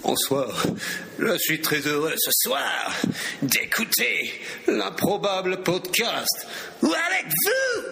Bonsoir, je suis très heureux ce soir d'écouter l'improbable podcast avec vous.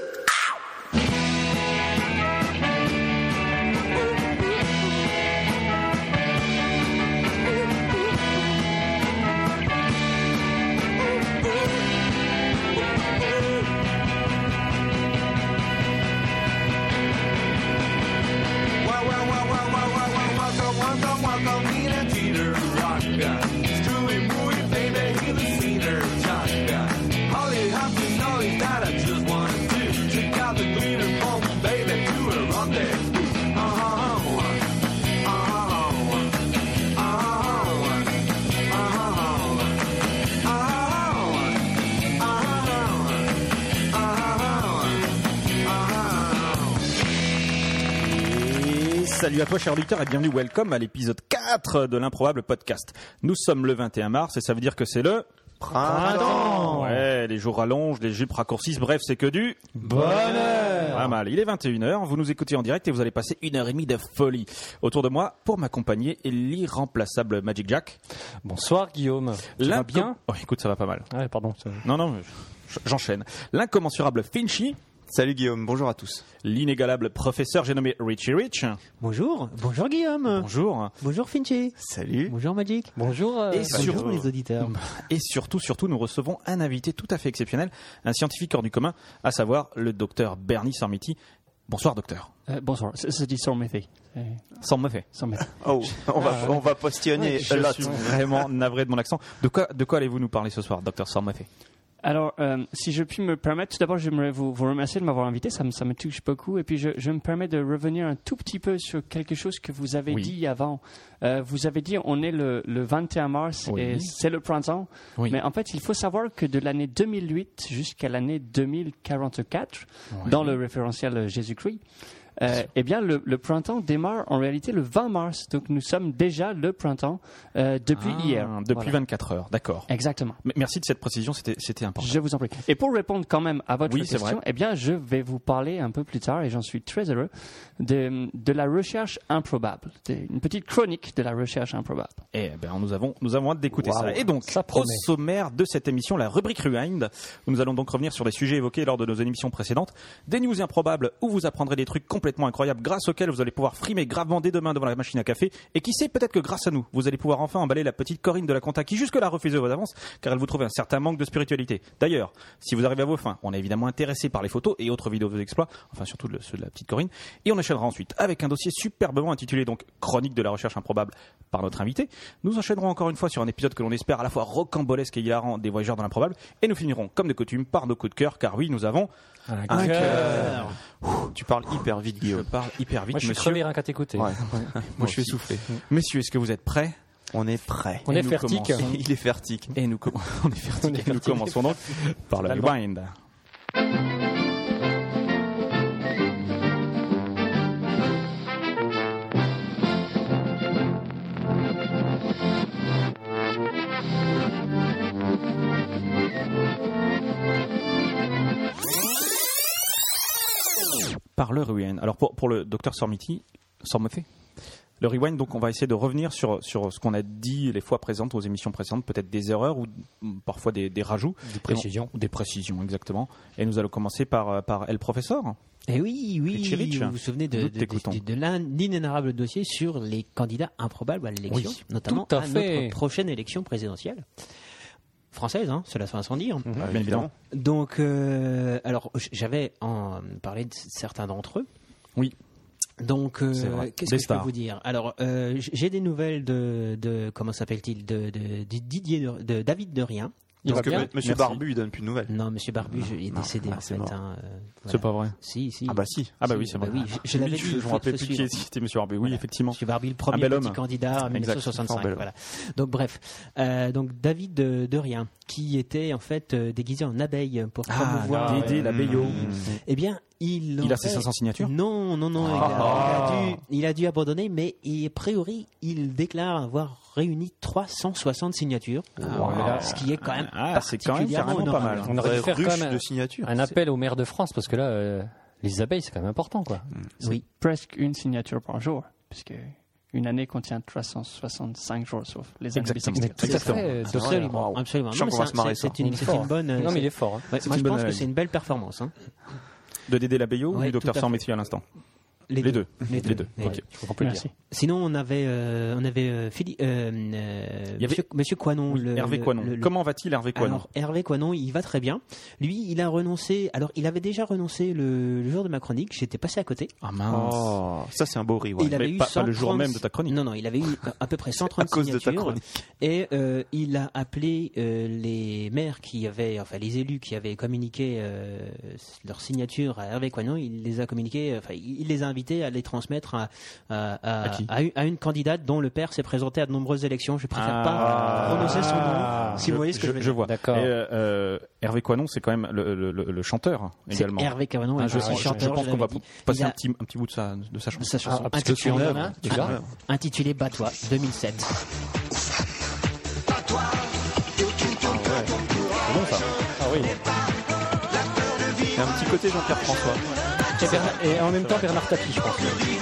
Salut à toi, cher auditeur, et bienvenue, welcome à l'épisode 4 de l'improbable podcast. Nous sommes le 21 mars et ça veut dire que c'est le printemps. Ouais, les jours rallongent, les jupes raccourcissent, bref, c'est que du bonheur. Pas mal. Il est 21h, vous nous écoutez en direct et vous allez passer 1h30 de folie. Autour de moi, pour m'accompagner, l'irremplaçable Magic Jack. Bonsoir Guillaume. Tu vas bien ? Oh, écoute, ça va pas mal. Ouais, pardon. Non, j'enchaîne. L'incommensurable Finchy. Salut Guillaume, bonjour à tous. L'inégalable professeur, j'ai nommé Richie Rich. Bonjour Guillaume. Bonjour Finchy. Salut. Bonjour Magic. Bonjour. Bonjour les auditeurs. Et surtout, nous recevons un invité tout à fait exceptionnel, un scientifique hors du commun, à savoir le docteur Bernie Sormiti. Bonsoir docteur. Bonsoir, c'est dit Sormiti. Sormiti. Oh, on va postillonner. Je suis vraiment navré de mon accent. De quoi allez-vous nous parler ce soir, docteur Sormiti ? Alors, si je puis me permettre, tout d'abord, j'aimerais vous remercier de m'avoir invité, ça me touche beaucoup. Et puis, je me permets de revenir un tout petit peu sur quelque chose que vous avez dit avant. Vous avez dit, on est le 21 mars et c'est le printemps. Oui. Mais en fait, il faut savoir que de l'année 2008 jusqu'à l'année 2044, dans le référentiel Jésus-Christ, eh bien, le printemps démarre en réalité le 20 mars. Donc, nous sommes déjà le printemps depuis hier. Depuis 24 heures, d'accord. Exactement. Merci de cette précision, c'était important. Je vous en prie. Et pour répondre quand même à votre question, eh bien, je vais vous parler un peu plus tard, et j'en suis très heureux, de la recherche improbable. Une petite chronique de la recherche improbable. Eh bien, nous avons hâte d'écouter ça. Et donc, au sommaire de cette émission, la rubrique Rewind, où nous allons donc revenir sur les sujets évoqués lors de nos émissions précédentes, des news improbables où vous apprendrez des trucs complètement incroyable grâce auquel vous allez pouvoir frimer gravement dès demain devant la machine à café, et qui sait, peut-être que grâce à nous vous allez pouvoir enfin emballer la petite Corinne de la compta qui jusque-là refusait vos avances car elle vous trouvait un certain manque de spiritualité. D'ailleurs, si vous arrivez à vos fins, on est évidemment intéressé par les photos et autres vidéos de vos exploits, enfin surtout ceux de la petite Corinne, et on enchaînera ensuite avec un dossier superbement intitulé donc Chronique de la recherche improbable par notre invité. Nous enchaînerons encore une fois sur un épisode que l'on espère à la fois rocambolesque et hilarant des voyageurs dans l'improbable, et nous finirons comme de coutume par nos coups de cœur, car oui, nous avons un cœur. Tu parles hyper vite, Guillaume. Je parle hyper vite, moi, je suis crevé rien qu'à t'écouter. Ouais. Moi, je suis essoufflé. Messieurs, est-ce que vous êtes prêts ? On est prêts. On est fertique. Il est fertique. Et nous commençons donc par le Rewind. Par le Rewind. Alors pour le docteur Sormiti, le Rewind, donc on va essayer de revenir sur ce qu'on a dit les fois présentes aux émissions précédentes, peut-être des erreurs ou parfois des rajouts. Des précisions, exactement. Et nous allons commencer par El Professeur. Et oui, vous vous souvenez de l'inénarrable dossier sur les candidats improbables à l'élection, notamment à notre prochaine élection présidentielle. Française, cela se fait sans dire. Bien évidemment. Donc, alors, j'avais parlé de certains d'entre eux. Oui. Donc, qu'est-ce que je peux vous dire ? Alors, j'ai des nouvelles de comment s'appelle-t-il, de David de Rien. Parce que Monsieur Barbu, il donne plus de nouvelles. Non, Monsieur Barbu, il est décédé en fait. Voilà. C'est pas vrai. Si. Ah bah si. Ah bah oui, c'est vrai. Oui, je l'avais dit. Je me rappelle plus qui c'était Monsieur Barbu. Oui, effectivement. Monsieur Barbu, le premier petit candidat en 1965. Voilà. Donc bref, donc David de Rien, qui était en fait déguisé en abeille pour promouvoir Dédé l'abeillot. Eh bien, il a ses 500 signatures ? Non. Il a dû abandonner, mais a priori, il déclare avoir réuni 360 signatures. Ce qui est quand même particulièrement pas mal. On aurait dû faire quand même de signatures. Un appel au maire de France, parce que là, les abeilles, c'est quand même important, quoi. Oui. Presque une signature par jour, puisque une année contient 365 jours, sauf les années Exactement. Absolument. C'est une bonne. Non, mais il est fort. Moi, je pense que c'est une belle performance. De Dédé Labeyo ou du docteur Sormetti à l'instant? Les deux. Okay. Merci. Sinon, on avait Monsieur Coinon. Hervé Coinon. Comment va-t-il, Hervé Coinon? Alors, Hervé Coinon, il va très bien. Lui, il a renoncé. Alors, il avait déjà renoncé le jour de ma chronique. J'étais passé à côté. Ah mince. Oh, ça, c'est un beau riz. Ouais. Il avait eu pas le jour même de ta chronique. Non, il avait eu à peu près 130 signatures. Et il a appelé les maires les élus qui avaient communiqué leur signature à Hervé Coinon. Il les a communiqués. Il les a invités à les transmettre à une candidate dont le père s'est présenté à de nombreuses élections. Je préfère pas prononcer son nom. Si vous voyez ce que je veux dire. Je vois. D'accord. Et Hervé Coinon, c'est quand même le chanteur également. C'est Hervé Coinon, chanteur. Je pense qu'on va passer un petit bout de sa chanson. Intitulée Bats-toi, 2007. C'est bon ça. Ah oui. Il y a un petit côté Jean-Pierre François. Et en même temps Bernard Tapie, je pense.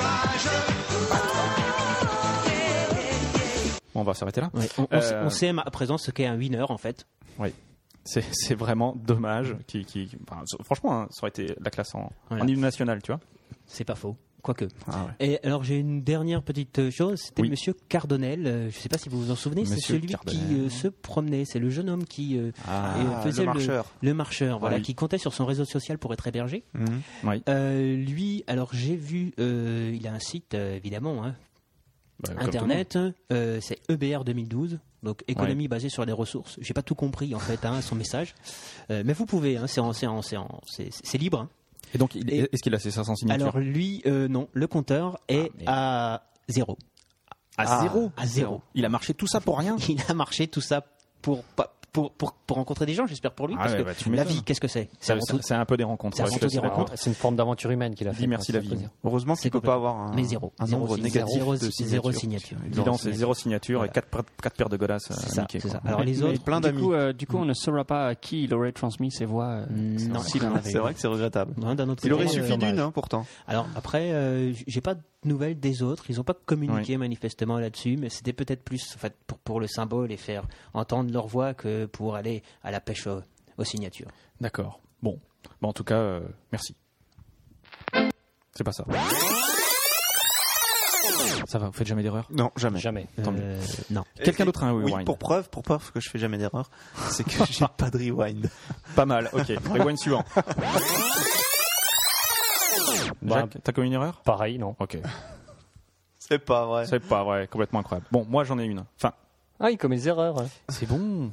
Bon, on va s'arrêter là. Ouais, on sait à présent ce qu'est un winner en fait. Oui. C'est vraiment dommage. Franchement, ça aurait été la classe en hymne national, tu vois. C'est pas faux. Quoique. Et alors j'ai une dernière petite chose, c'était Monsieur Cardonnel, je ne sais pas si vous vous en souvenez, c'est celui qui se promenait, c'est le jeune homme qui faisait le marcheur, voilà, qui comptait sur son réseau social pour être hébergé. Lui, alors j'ai vu, il a un site évidemment, internet, c'est EBR 2012. Donc économie basée sur les ressources. J'ai pas tout compris en fait, son message, mais vous pouvez, c'est libre. Et donc, est-ce qu'il a ses 500 signatures? Alors lui, non. Le compteur est à 0. À 0? À 0. Il a marché tout ça pour rien? Il a marché tout ça pour rencontrer des gens, j'espère pour lui. Parce que la vie, qu'est-ce que c'est? C'est un peu des rencontres. C'est une forme d'aventure humaine qu'il a fait. Merci la vie. Heureusement qu'il ne peut pas avoir un nombre négatif de signature. Évidemment, c'est 0 signature et 4 paires de godasses. C'est ça. Alors les autres, plein d'amis. Du coup, on ne saura pas à qui il aurait transmis ses voix. Non, c'est vrai que c'est regrettable. Il aurait suffi d'une, pourtant. Alors après, j'ai pas de nouvelles des autres. Ils n'ont pas communiqué manifestement là-dessus, mais c'était peut-être plus en fait, pour le symbole et faire entendre leur voix que pour aller à la pêche aux signatures. D'accord. Bon, en tout cas, merci. C'est pas ça. Ça va, vous faites jamais d'erreur? Non, jamais. Tant mieux. Non. Quelqu'un d'autre a un rewind? Oui, pour preuve que je fais jamais d'erreur, c'est que j'ai pas de rewind. Pas mal, ok. Rewind suivant. Jacques, t'as commis une erreur? Pareil, non. Ok. C'est pas vrai. Complètement incroyable. Bon, moi j'en ai une. Enfin. Il commet des erreurs. C'est bon.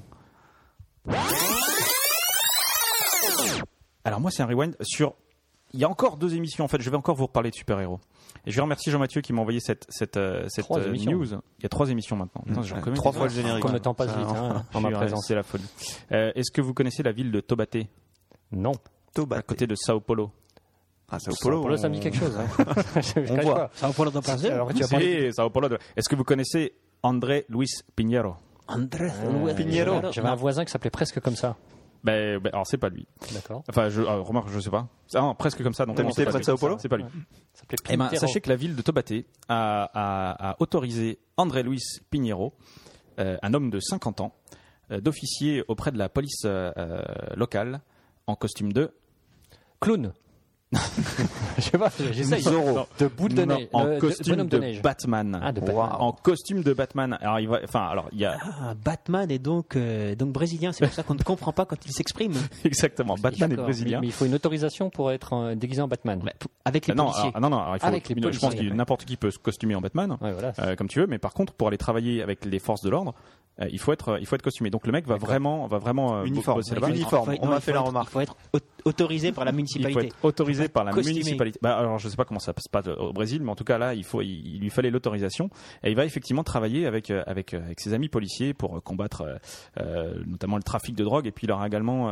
Alors moi c'est un rewind sur... Il y a encore 2 émissions en fait, je vais encore vous reparler de super-héros. Et je vais remercier Jean-Mathieu qui m'a envoyé cette news. Il y a 3 émissions maintenant. Putain, 3 fois le générique. Comme le temps passe vite, on m'a présenté la folie. Est-ce que vous connaissez la ville de Taubaté? Non. À côté de Sao Paulo. Sao Paulo, ça me dit quelque chose. On voit. Sao Paulo de Brasil. Sao Paulo. Est-ce que vous connaissez André Luis Pinheiro? André Luis Pinheiro. J'avais un voisin qui s'appelait presque comme ça. Alors c'est pas lui. D'accord. Enfin, remarque, je sais pas. Presque comme ça. T'habitais près de Sao Paulo? C'est pas lui. Sachez que la ville de Taubaté a autorisé André Luis Pinheiro, un homme de 50 ans, d'officier auprès de la police locale en costume de clown. Je sais pas, j'essaye. De boule de neige. En costume de Batman. En costume de Batman. Alors il y a. Batman est donc brésilien. C'est pour ça qu'on ne comprend pas quand il s'exprime. Exactement. Batman est brésilien. Mais il faut une autorisation pour être déguisé en Batman. Avec les policiers. Je pense que n'importe qui peut se costumer en Batman, comme tu veux. Mais par contre, pour aller travailler avec les forces de l'ordre, il faut être costumé. Donc le mec va vraiment uniforme. On m'a fait la remarque. Il faut être autorisé par la municipalité. Par la municipalité. Alors je sais pas comment ça se passe au Brésil, mais en tout cas là, il lui fallait l'autorisation et il va effectivement travailler avec ses amis policiers pour combattre notamment le trafic de drogue et puis il aura également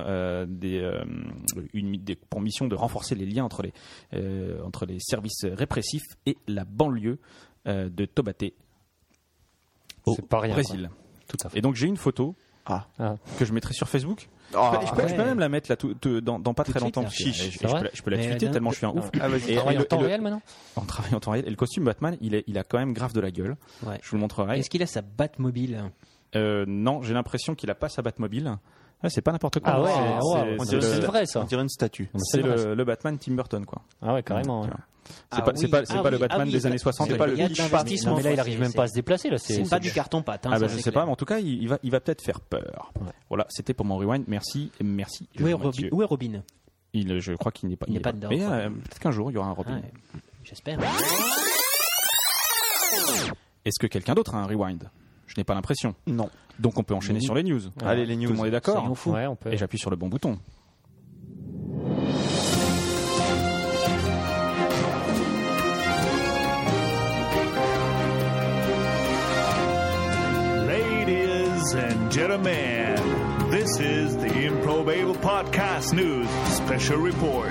pour mission de renforcer les liens entre les services répressifs et la banlieue de Taubaté au Brésil. Tout à fait. Et donc j'ai une photo que je mettrai sur Facebook. Je peux même la mettre là dans pas très longtemps. Je peux la tweeter tellement je suis un ouf. Et en temps réel maintenant. On travaille en temps réel. Et le costume Batman, il a quand même grave de la gueule. Ouais. Je vous le montrerai. Est-ce qu'il a sa Batmobile? Non, j'ai l'impression qu'il a pas sa Batmobile. C'est pas n'importe quoi. Ah ouais, c'est vrai ça. On dirait une statue. C'est le Batman Tim Burton quoi. Ah ouais, carrément. C'est pas le Batman des années 60. C'est pas le investissement. Mais là, il arrive même pas à se déplacer. Là, c'est pas du carton pâte. Je sais pas, mais en tout cas, il va peut-être faire peur. Voilà, c'était pour mon rewind. Merci. Où est Robin? Je crois qu'il n'est pas. Il n'est pas dedans. Mais peut-être qu'un jour il y aura un Robin. J'espère. Est-ce que quelqu'un d'autre a un rewind? Je n'ai pas l'impression. Non. Donc on peut enchaîner sur les news. Allez, les news. Tout le monde est d'accord? Ouais, on peut. Et j'appuie sur le bon bouton. Ladies and gentlemen, this is the Improbable Podcast News Special Report.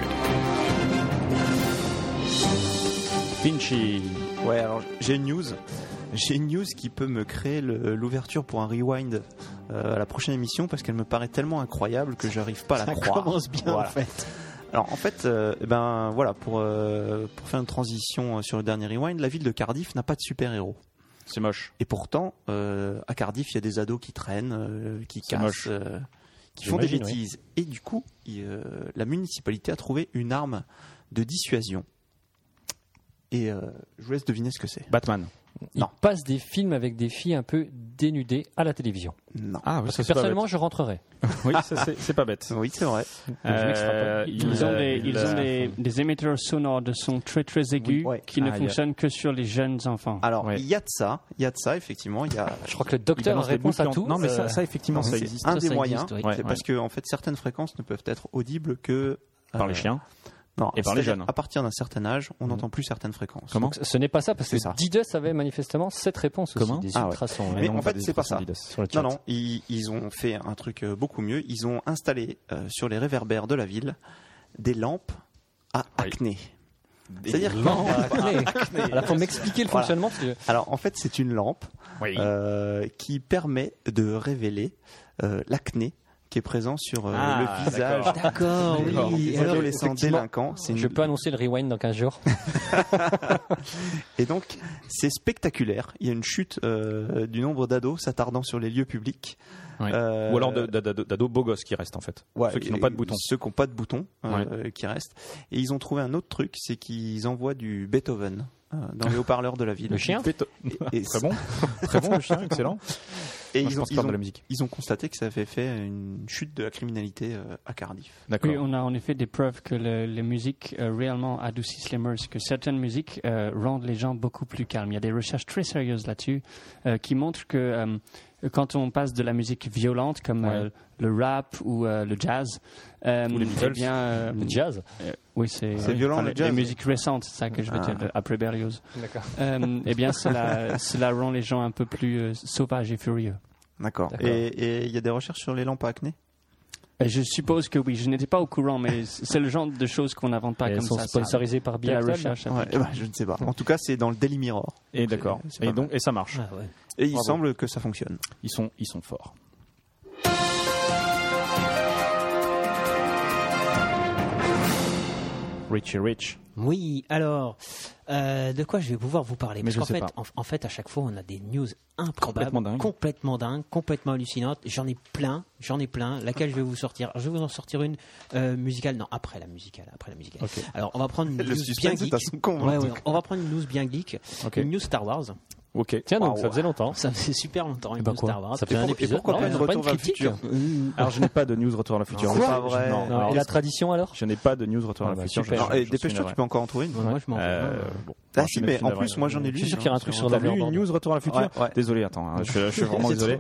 Finchy. Ouais, alors j'ai une news. J'ai une news qui peut me créer l'ouverture pour un rewind à la prochaine émission parce qu'elle me paraît tellement incroyable que j'arrive pas à la croire. Ça commence bien en fait. Alors en fait, pour faire une transition sur le dernier rewind, la ville de Cardiff n'a pas de super-héros. C'est moche. Et pourtant, à Cardiff, il y a des ados qui traînent, qui cassent, qui font des bêtises. Oui. Et du coup, la municipalité a trouvé une arme de dissuasion. Et je vous laisse deviner ce que c'est. Batman. Il passe des films avec des filles un peu dénudées à la télévision. Non. Parce que personnellement, je rentrerai. Oui, c'est pas bête. Oui, c'est vrai. Ils ont des émetteurs sonores de son très très aigus qui ne fonctionnent que sur les jeunes enfants. Alors, il y a de ça, effectivement. Je crois que le docteur a réponse à tout. Non, mais ça effectivement, ça existe. Un des moyens, parce que en fait, certaines fréquences ne peuvent être audibles que par les chiens. Non, et par les jeunes. À partir d'un certain âge, on n'entend plus certaines fréquences. Comment? Donc, ce n'est pas ça, parce que Didos avait manifestement cette réponse aussi. Des ultrasons. Mais en fait, c'est pas ça. Non, ils ont fait un truc beaucoup mieux. Ils ont installé sur les réverbères de la ville des lampes à acné. C'est-à-dire Alors, faut m'expliquer le fonctionnement. Alors, en fait, c'est une lampe qui permet de révéler l'acné qui est présent sur le visage des adolescents délinquants. Je peux annoncer le rewind dans 15 jours. Et donc, c'est spectaculaire. Il y a une chute du nombre d'ados s'attardant sur les lieux publics. Ou alors d'ados beaux gosses qui restent en fait. Ceux qui n'ont pas de boutons. Ceux qui n'ont pas de boutons qui restent. Et ils ont trouvé un autre truc, c'est qu'ils envoient du Beethoven dans les haut-parleurs de la ville. Le chien Très bon. Très bon le chien, excellent. Et ils ont constaté que ça avait fait une chute de la criminalité à Cardiff. D'accord. Oui, on a en effet des preuves que les musiques réellement adoucissent les mœurs, que certaines musiques rendent les gens beaucoup plus calmes. Il y a des recherches très sérieuses là-dessus qui montrent que quand on passe de la musique violente comme le rap ou le jazz, ou les Beatles, le jazz. Oui, c'est violent le jazz. Les musiques récentes, c'est ça que je veux dire après Berlioz. D'accord. Eh bien, cela rend les gens un peu plus sauvages et furieux. D'accord. Et il y a des recherches sur les lampes à acné? Je suppose que oui. Je n'étais pas au courant, mais c'est le genre de choses qu'on n'invente pas comme ça. Elles sont sponsorisées par bien la recherche. Je ne sais pas. En tout cas, c'est dans le Daily Mirror. Et d'accord. Et ça marche. Et il semble que ça fonctionne. Ils sont forts. Richie Rich. Oui, alors, de quoi je vais pouvoir vous parler? Parce qu'en fait, à chaque fois, on a des news improbables, complètement dingues, complètement hallucinantes. J'en ai plein. Laquelle je vais vous sortir? Je vais vous en sortir une musicale. Non, après la musicale. Okay. Alors, on va prendre une news bien geek. On va prendre une news bien geek. Okay. Une news Star Wars. Ok. Tiens, donc ça faisait longtemps. Ça faisait super longtemps. Une news Star Wars. Ça fait un épisode. Pourquoi pas une retour vers le futur? Alors, je n'ai pas de news retour vers le futur. C'est pas vrai. Non. Et la tradition alors? Je n'ai pas de news retour vers le futur. Dépêche-toi, tu peux encore en trouver une. Moi, je m'en Ah si, mais en plus, moi j'en ai lu. Je suis sûr qu'il y a un truc sur la lu une news retour vers le futur. Désolé, attends, je suis vraiment désolé.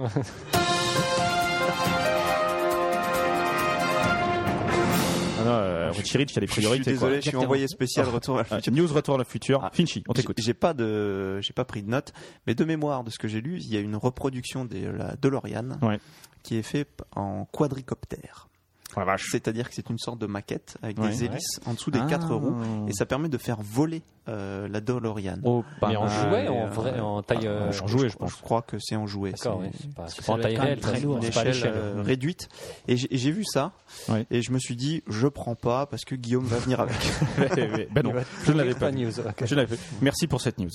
Richie Rich, il y a des priorités. Je suis désolé, je suis envoyé spécial retour vers le futur. News retour vers le futur. Finchy, on t'écoute. J'ai pas pris de notes, mais de mémoire de ce que j'ai lu, il y a une reproduction de la DeLorean qui est faite en quadricoptère. C'est-à-dire que c'est une sorte de maquette avec des hélices en dessous des 4 roues et ça permet de faire voler la DeLorean. Mais en jouet, en taille. En jouet, je pense. Je crois que c'est en jouet. D'accord, c'est pas en taille réelle, très lourd, une échelle réduite. Et j'ai vu ça et je me suis dit, je prends pas parce que Guillaume va venir avec. Ben non, je ne l'avais pas. Je l'avais fait. Merci pour cette news.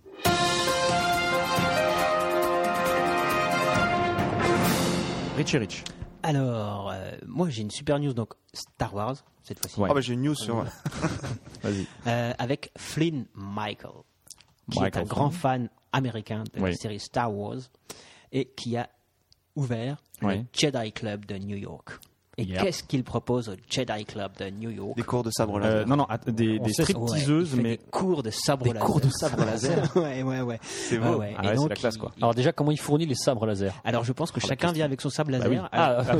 Rich. Alors, moi j'ai une super news, donc Star Wars, cette fois-ci. Ah bah j'ai une news sur... Vas-y. Avec Flynn Michael, qui est un grand fan américain de la série Star Wars et qui a ouvert le Jedi Club de New York. Et qu'est-ce qu'il propose au Jedi Club de New York? Des cours de sabre laser. Non, des stripteaseuses, mais... Des cours de sabre laser. Des cours de sabre laser. Ouais. C'est beau. Ah ouais, c'est la classe, quoi. Alors déjà, comment il fournit les sabres laser? Alors je pense que chacun vient avec son sabre laser.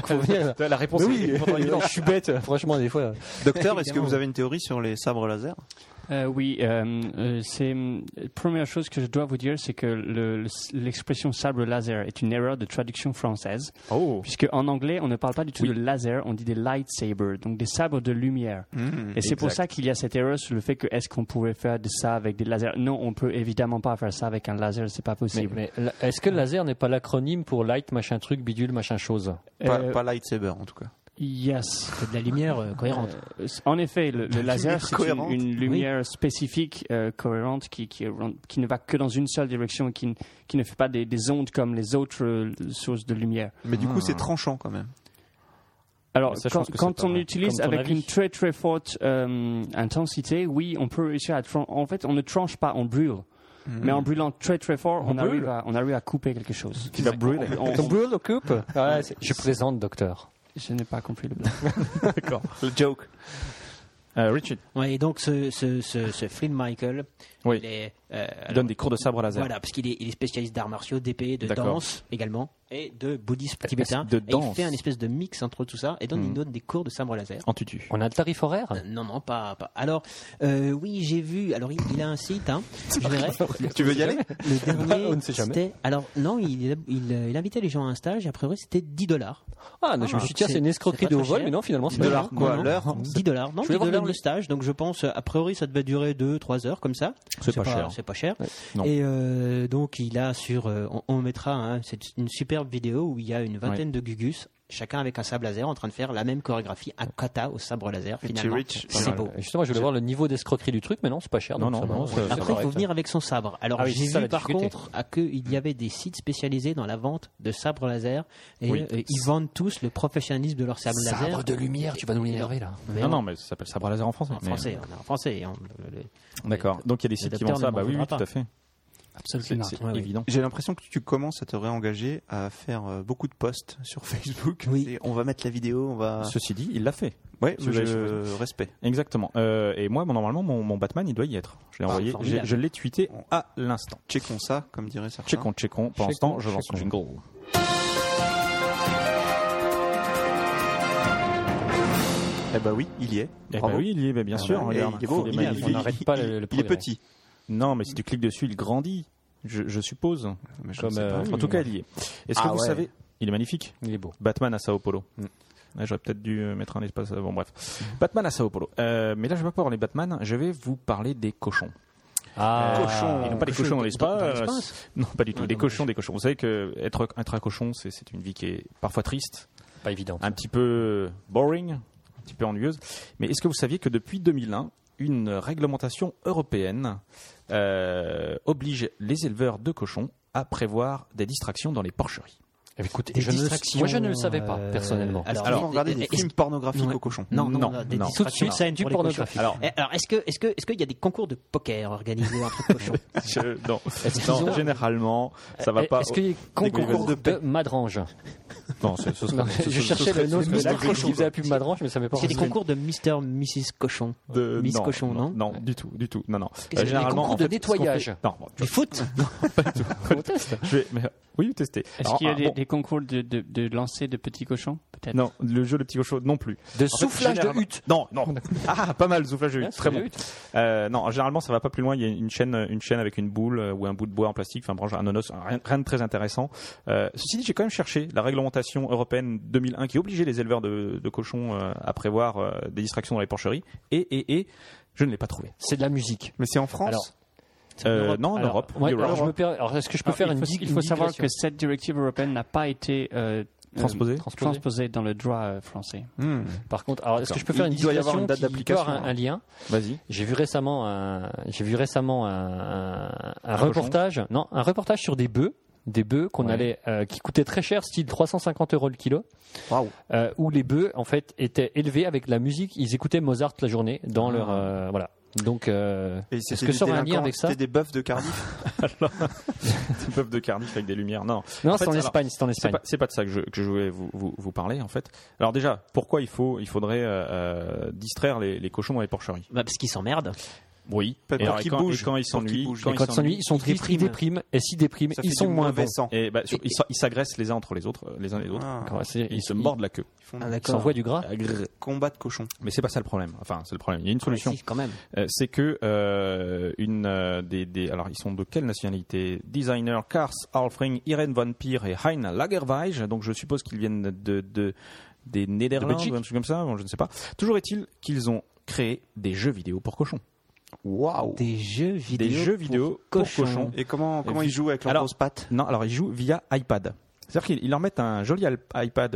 La réponse est je suis bête, franchement, des fois. Docteur, est-ce que vous avez une théorie sur les sabres laser? Oui, c'est la première chose que je dois vous dire, c'est que l'expression sabre laser est une erreur de traduction française, puisque en anglais on ne parle pas du tout de laser, on dit des lightsabers, donc des sabres de lumière. Et c'est pour ça qu'il y a cette erreur sur le fait que est-ce qu'on pourrait faire de ça avec des lasers. Non, on peut évidemment pas faire ça avec un laser, c'est pas possible. Mais est-ce que laser n'est pas l'acronyme pour light machin truc bidule machin chose? Pas lightsaber en tout cas. Yes. C'est de la lumière cohérente. En effet, le laser, c'est une lumière spécifique, cohérente, qui ne va que dans une seule direction et qui ne fait pas des ondes comme les autres sources de lumière. Mais du coup, c'est tranchant quand même. Alors, quand on utilise avec une très très forte intensité, oui, on peut réussir à... En fait, on ne tranche pas, on brûle. Mais en brûlant très très fort, on arrive à couper quelque chose. Qui va brûler. On brûle, on coupe. Je plaisante, docteur. Je n'ai pas compris le blague. D'accord. Le joke. Richard. Ouais, et donc ce Flynn Michael, il donne des cours de sabre laser. Voilà, parce qu'il est spécialiste d'arts martiaux, d'épée, de danse également, et de bouddhisme tibétain. De danse. Et il fait un espèce de mix entre tout ça, et donc il donne des cours de sabre laser. En tutu. On a le tarif horaire? Non, pas. Alors, oui, j'ai vu. Alors, il a un site. Je verrai. Tu veux y aller? Le dernier, on ne sait jamais. c'était. Alors, non, il invitait les gens à un stage. Et après, c'était $10. Ah, je me suis dit, tiens, c'est une escroquerie de haut vol, mais non, finalement, c'est $10. Quoi, l'heure? $10. Non, $10 le stage. Donc, je pense, a priori, ça devait durer 2-3 heures, comme ça. C'est pas cher. C'est pas cher. Ouais. Et donc, il a sur. On mettra. C'est une superbe vidéo où il y a une vingtaine de gugus, chacun avec un sabre laser, en train de faire la même chorégraphie, un kata au sabre laser. Finalement, c'est beau. Justement, je voulais voir le niveau d'escroquerie du truc, mais non, c'est pas cher. Non. Après, il faut venir avec son sabre. Alors, j'ai vu par contre qu'il y avait des sites spécialisés dans la vente de sabres laser et ils vendent tous le professionnalisme de leur sabre laser. Sabre de lumière, tu vas nous l'énerver là. Non, mais ça s'appelle sabre laser en français. En français. D'accord. Donc il y a des sites qui vendent ça. Bah oui, tout à fait. Absolument. C'est évident. J'ai l'impression que tu commences à te réengager à faire beaucoup de posts sur Facebook. Oui. On va mettre la vidéo, on va... Ceci dit, il l'a fait. Oui, respect. Exactement. Et moi, normalement, mon Batman, il doit y être. Je l'ai envoyé. Je l'ai tweeté à l'instant. Checkons ça, comme dirait certains. Checkons. Pour l'instant, je lance le jingle. Eh bah oui, il y est. Oui, il y est, bien sûr. Il est beau. On n'arrête pas le Il est petit. Non, mais si tu cliques dessus, il grandit, je suppose. Mais en tout cas, il y est. Est-ce que vous savez, il est magnifique. Il est beau. Batman à Sao Paulo. J'aurais peut-être dû mettre un espace. Bon, bref. Batman à Sao Paulo. Mais là, je ne vais pas parler Batman. Je vais vous parler des cochons. Cochons. Et non pas des cochons dans l'espace. Non, pas du tout. Des cochons. Vous savez que être un cochon, c'est une vie qui est parfois triste, pas évidente, un petit peu boring, un petit peu ennuyeuse. Mais est-ce que vous saviez que depuis 2001, une réglementation européenne oblige les éleveurs de cochons à prévoir des distractions dans les porcheries? Écoutez, moi je ne le savais pas personnellement. Alors regarder des films pornographiques aux cochons. Non, des distractions scènes pornographiques. Alors est-ce qu'il y a des concours de poker organisés entre cochons? Non, généralement, ça va pas. Est-ce qu'il y a des concours de madrange? Non, je cherchais le nom de qui faisait la pub madrange, mais ça m'est pas. C'est des concours de Mr. Mrs. Cochon. Miss Cochon, non? Non, du tout, non. Généralement, des concours de nettoyage. Non, du foot. Pas du tout. On teste. Oui, tester. Est-ce qu'il y a des concours de lancer de petits cochons, peut-être? Non, le jeu de petits cochons non plus. De soufflage de hutte? Non. Ah, pas mal, soufflage de hutte. Très bon. Non, généralement, ça va pas plus loin. Il y a une chaîne avec une boule ou un bout de bois en plastique, enfin, un onos, rien de très intéressant. Ceci dit, j'ai quand même cherché la réglementation législation européenne 2001 qui obligeait les éleveurs de cochons à prévoir des distractions dans les porcheries. Et je ne l'ai pas trouvé. C'est de la musique. Mais c'est en France. Non, en Europe. Alors, est-ce que je peux faire il faut savoir que cette directive européenne n'a pas été transposée dans le droit français. Par contre, alors est-ce que je peux faire une digression qui doit avoir un lien? Vas-y. J'ai vu récemment un reportage, un reportage sur des bœufs qu'on allait, qui coûtaient très cher, style 350 € le kilo. Waouh. Où les bœufs en fait étaient élevés avec la musique, ils écoutaient Mozart la journée dans leur voilà. Donc, est-ce que ça aurait un lien avec ça? C'était des bœufs de Cardiff. Des bœufs de Cardiff avec des lumières. Non, c'est en Espagne. C'est pas de ça que je voulais vous parler en fait. Alors déjà, pourquoi il faudrait distraire les cochons dans les porcheries? Parce qu'ils s'emmerdent. Oui. Et quand ils s'ennuient, ils sont dépriment. Et s'ils dépriment, ils sont moins bons. Et ils s'agressent les uns les autres. Ils se mordent la queue. Ils s'envoient du gras. Combat de cochons. Mais c'est pas ça le problème. Enfin, c'est le problème. Il y a une solution. Quand même. C'est que alors ils sont de quelle nationalité? Designer Kars Alfring, Irene Van Pier et Hein Lagerweij. Donc je suppose qu'ils viennent des Néderlandes ou un truc comme ça. Bon, je ne sais pas. Toujours est-il qu'ils ont créé des jeux vidéo pour cochons. Waouh! Des jeux vidéo pour cochons. Et comment ils jouent avec leurs grosses pattes? Non, alors ils jouent via iPad. C'est-à-dire qu'ils leur mettent un joli iPad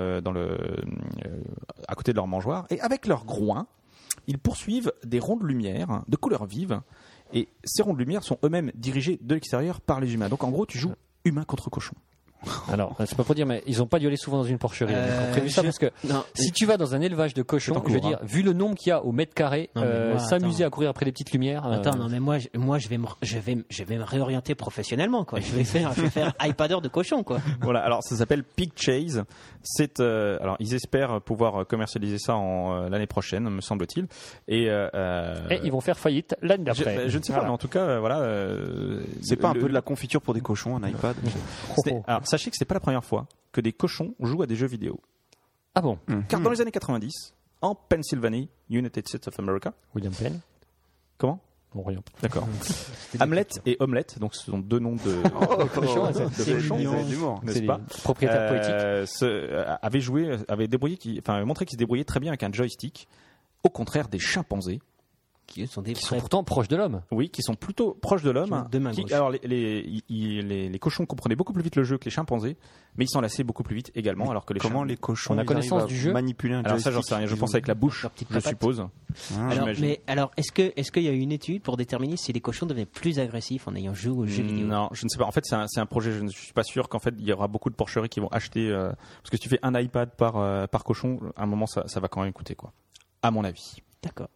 à côté de leur mangeoire et avec leur groin, ils poursuivent des ronds de lumière de couleur vive et ces ronds de lumière sont eux-mêmes dirigés de l'extérieur par les humains. Donc en gros, tu joues humain contre cochon. Alors, c'est pas pour dire, mais ils ont pas dû aller souvent dans une porcherie. Ils ont prévu ça parce que si tu vas dans un élevage de cochons, je veux dire, vu le nombre qu'il y a au mètre carré, s'amuser à courir après les petites lumières. Moi, je vais me réorienter professionnellement, quoi. Je vais faire iPadeur de cochon, quoi. Voilà. Alors, ça s'appelle Pig Chase. Alors, ils espèrent pouvoir commercialiser ça l'année prochaine, me semble-t-il. Et ils vont faire faillite l'année d'après. Je ne sais pas, mais en tout cas, voilà. C'est pas un peu de la confiture pour des cochons, un iPad? Alors, sachez que c'est pas la première fois que des cochons jouent à des jeux vidéo. Ah bon? Car dans les années 90, en Pennsylvanie, United States of America. William Penn. Comment? Bon, rien. D'accord. Hamlet et Omelette, donc ce sont deux noms de cochons, n'est-ce pas? Propriétaire poétique. Avaient montré qu'ils se débrouillaient très bien avec un joystick, au contraire des chimpanzés. Qui sont pourtant proches de l'homme. Oui, qui sont plutôt proches de l'homme. Alors les cochons comprenaient beaucoup plus vite le jeu que les chimpanzés, mais ils s'en lassaient beaucoup plus vite également. Alors que les cochons on a connaissance du jeu manipuler un joystick. Alors ça, j'en sais rien. Je pense avec la bouche, je suppose. Alors, est-ce qu'il y a eu une étude pour déterminer si les cochons devenaient plus agressifs en ayant joué aux jeux vidéo? Non, je ne sais pas. En fait, c'est un projet. Je ne suis pas sûr qu'en fait il y aura beaucoup de porcheries qui vont acheter parce que si tu fais un iPad par cochon, à un moment ça va quand même coûter quoi. À mon avis. D'accord.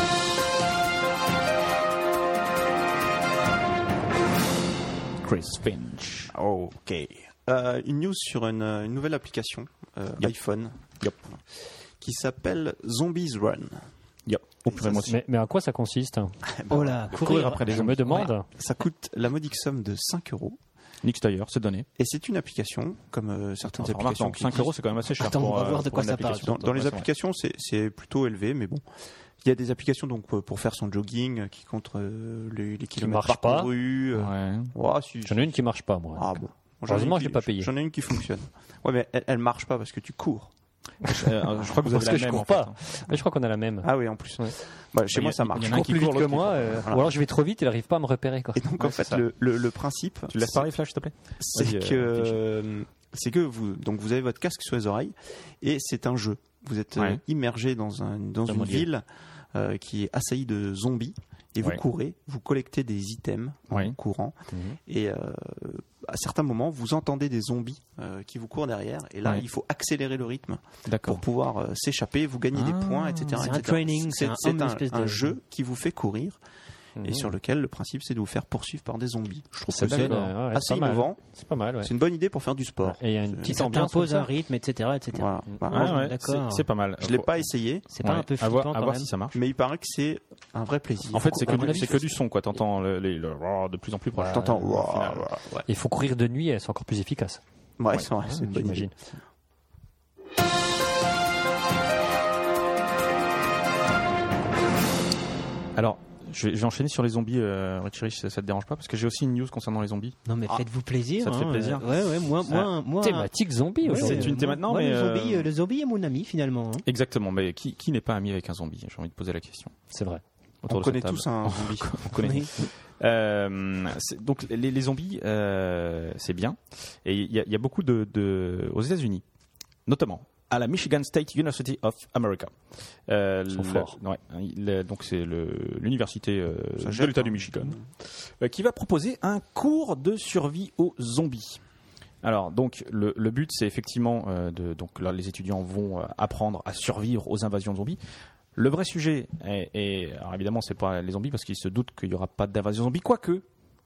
Chris Finch. Ok. Une news sur une nouvelle application iPhone qui s'appelle Zombies Run. Mais à quoi ça consiste? Courir après les gens. Je me demande. Ça coûte la modique somme de 5 €. Nix d'ailleurs, c'est donné. Et c'est une application, comme certaines applications. 5 € c'est quand même assez cher. On va voir de quoi ça parle. Dans les applications, c'est plutôt élevé, mais bon. Il y a des applications donc pour faire son jogging qui compte les kilomètres parcourus. J'en ai une qui marche pas, moi. Ah bon. Heureusement, je l'ai pas payée. J'en ai une qui fonctionne. Ouais, mais elle marche pas parce que tu cours. Je crois que vous avez la même. Je cours pas. Mais je crois qu'on a la même. Ah oui, en plus. Chez moi, ça marche. Je cours plus vite que moi, ou alors je vais trop vite et il n'arrive pas à me repérer. Et donc, en fait, le principe. Tu laisses parler, Flash, s'il te plaît? C'est que vous avez votre casque sur les oreilles et c'est un jeu. Vous êtes immergé dans une ville qui est assaillie de zombies et vous courez, vous collectez des items en courant et à certains moments vous entendez des zombies qui vous courent derrière et là il faut accélérer le rythme pour pouvoir s'échapper, vous gagnez des points, etc. C'est un training, c'est un jeu qui vous fait courir. Et sur lequel le principe c'est de vous faire poursuivre par des zombies. Je trouve que c'est assez innovant. C'est pas mal. C'est une bonne idée pour faire du sport. Et il y a une petite ambiance, impose un rythme, etc. Voilà. C'est pas mal. Je l'ai pas essayé. C'est pas un peu flippant quand même. À voir si ça marche. Mais il paraît que c'est un vrai plaisir. En fait, c'est que du son quoi. T'entends le de plus en plus proche. T'entends. Il faut courir de nuit, et c'est encore plus efficace. Ouais, c'est une bonne idée. Alors. Je vais enchaîner sur les zombies, Richie Rich, ça te dérange pas? Parce que j'ai aussi une news concernant les zombies. Non, mais faites-vous plaisir. Ça te fait plaisir? Ouais, moi. Thématique zombie aujourd'hui. C'est une thématique maintenant, mais. Le zombie est mon ami, finalement. Exactement, mais qui n'est pas ami avec un zombie? J'ai envie de poser la question. C'est vrai. On connaît tous un zombie. On connaît. Donc les zombies, c'est bien. Et il y a beaucoup aux États-Unis, notamment à la Michigan State University of America. Ils sont forts. Donc c'est l'université de l'État du Michigan qui va proposer un cours de survie aux zombies. Alors donc le but c'est effectivement donc là les étudiants vont apprendre à survivre aux invasions de zombies. Le vrai sujet est alors évidemment c'est pas les zombies parce qu'ils se doutent qu'il y aura pas d'invasion zombie, quoique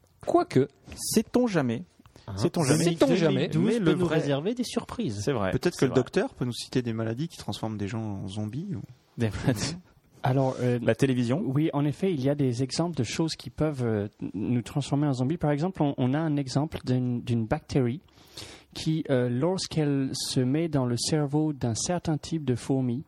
sait-on jamais. Sait-on jamais. Mais le vrai réserver des surprises. C'est vrai. Peut-être que le docteur peut nous citer des maladies qui transforment des gens en zombies. Des maladies. Alors, la télévision. Oui, en effet, il y a des exemples de choses qui peuvent nous transformer en zombies. Par exemple, on a un exemple d'une bactérie qui, lorsqu'elle se met dans le cerveau d'un certain type de fourmi,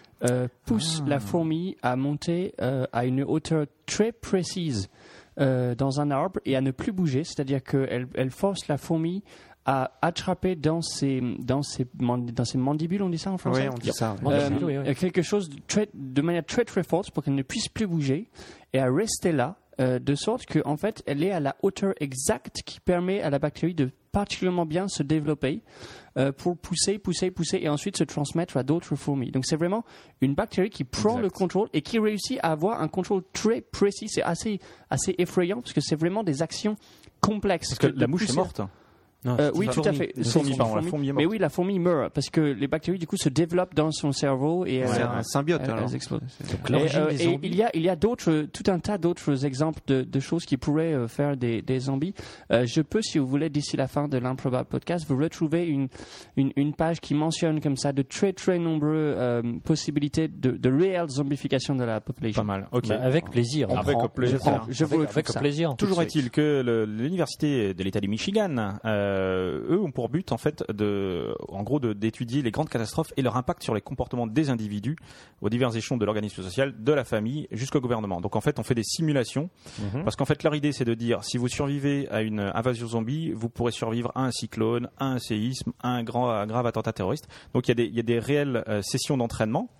pousse la fourmi à monter à une hauteur très précise dans un arbre et à ne plus bouger, c'est-à-dire qu'elle force la fourmi à attraper dans ses mandibules, on dit ça en français? Oui, on dit ça. Quelque chose de manière très très forte pour qu'elle ne puisse plus bouger et à rester là, de sorte qu'en fait, elle est à la hauteur exacte qui permet à la bactérie de particulièrement bien se développer pour pousser et ensuite se transmettre à d'autres fourmis. Donc c'est vraiment une bactérie qui prend le contrôle et qui réussit à avoir un contrôle très précis. C'est assez effrayant parce que c'est vraiment des actions complexes. Parce que la mouche est morte. Non, oui, tout à fait. La fourmi est morte. Mais oui, la fourmi meurt parce que les bactéries du coup se développent dans son cerveau et c'est un symbiote. Elles explosent. Et il y a tout un tas d'autres exemples de choses qui pourraient faire des zombies. Je peux, si vous voulez, d'ici la fin de l'Improbable Podcast, vous retrouver une page qui mentionne comme ça de très très nombreuses possibilités de réelle zombification de la population. Pas mal. Ok. Avec plaisir. Je vous avec plaisir. Toujours est-il que l'université de l'État du Michigan eux ont pour but en fait d'étudier les grandes catastrophes et leur impact sur les comportements des individus aux divers échelons de l'organisme social, de la famille jusqu'au gouvernement. Donc en fait on fait des simulations parce qu'en fait leur idée c'est de dire si vous survivez à une invasion zombie, vous pourrez survivre à un cyclone, à un séisme, à un grave attentat terroriste. Donc il y a des réelles sessions d'entraînement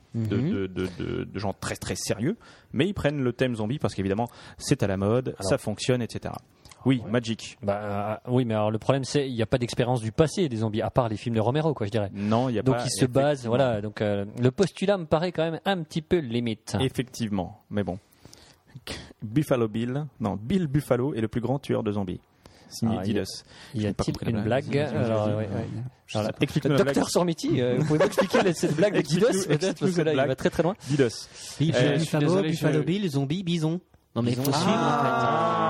de gens très très sérieux, mais ils prennent le thème zombie parce qu'évidemment c'est à la mode, ça fonctionne, etc. Oui, Magic. Oui, mais alors le problème c'est il n'y a pas d'expérience du passé des zombies à part les films de Romero, quoi, je dirais. Non, il y a donc pas. Donc ils se basent, voilà. Donc le postulat me paraît quand même un petit peu limite. Effectivement, mais bon. Bill Buffalo est le plus grand tueur de zombies. Signé Didos. Y a-t-il une blague? Explique-nous la blague. Docteur Sormiti, vous pouvez m'expliquer cette blague de Didos peut-être parce que là il va très très loin. Didos. Buffalo Bill, zombie, bison. Non mais il faut suivre.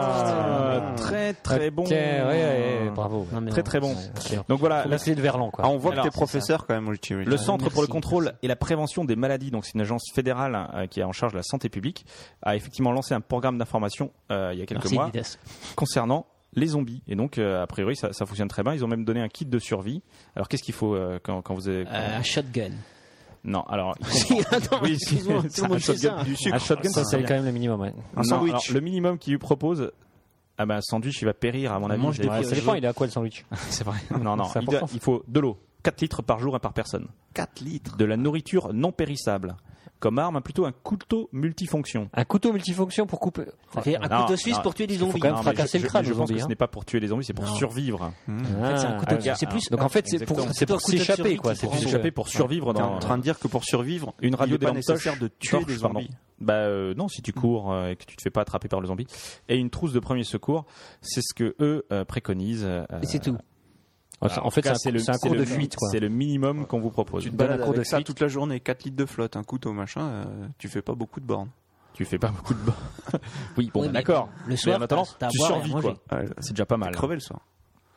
Très bon. Bravo. Très bon. Donc voilà, là c'est de Verlan, quoi. On voit que t'es professeur quand même. Le Centre pour le contrôle et la prévention des maladies, donc c'est une agence fédérale qui est en charge de la santé publique, a effectivement lancé un programme d'information il y a quelques mois concernant les zombies. Et donc a priori ça fonctionne très bien. Ils ont même donné un kit de survie. Alors qu'est-ce qu'il faut quand vous avez un shotgun? Non, alors. Oui, un shotgun du sucre. Un shotgun, ça c'est quand même le minimum. Ouais. Un sandwich. Alors, le minimum qu'il lui propose. Ah ben un sandwich il va périr à mon avis. Ça dépend, il est à quoi le sandwich? C'est vrai. Non, il faut de l'eau. 4 litres par jour et par personne. 4 litres. De la nourriture non périssable. Comme arme, plutôt un couteau multifonction. Un couteau multifonction pour couper. Ça fait un couteau suisse pour tuer des zombies. Il faut quand même fracasser le crâne. Je pense que ce n'est pas pour tuer des zombies, c'est pour survivre. En fait, c'est un couteau. C'est plus. Donc en fait, c'est pour s'échapper, quoi. C'est pour s'échapper, pour survivre. T'es en train de dire que pour survivre, une radio n'est pas nécessaire de tuer des zombies. Non, si tu cours et que tu te fais pas attraper par le zombie. Et une trousse de premier secours, c'est ce que eux préconisent. Et c'est tout. En fait, c'est un cours de fuite, quoi. C'est le minimum qu'on vous propose. Tu te balades avec ça toute la journée, 4 litres de flotte, un couteau, machin, tu fais pas beaucoup de bornes. Tu fais pas beaucoup de bornes. Oui, bon, d'accord. Le soir, en attendant, tu survis, quoi. C'est déjà pas mal. Crever le soir.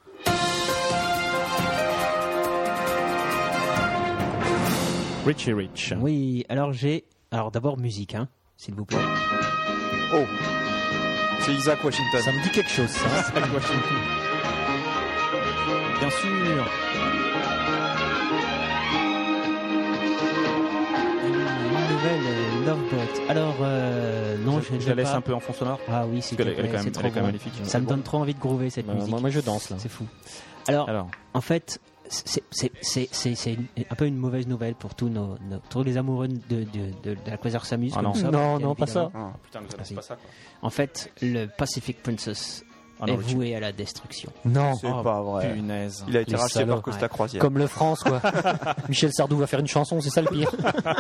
Richie Rich. Oui, alors d'abord musique, s'il vous plaît. Oh, c'est Isaac Washington. Ça me dit quelque chose, ça. Isaac Washington. Bien sûr. Une Loveboat. Alors, non, je la laisse un peu en fond sonore. Ah oui, c'est elle est quand même magnifique. Ça me donne trop envie de groover cette musique. Moi, je danse là. C'est fou. Alors, en fait, c'est un peu une mauvaise nouvelle pour tous les amoureux de la Quasar Samus. Ah non, pas ça. Ah, putain, c'est pas ça. Quoi. En fait, le Pacific Princess est voué à la destruction. Non, c'est pas vrai. Punaise. Il a été racheté par Costa Croisière. Comme le France, quoi. Michel Sardou va faire une chanson, c'est ça le pire.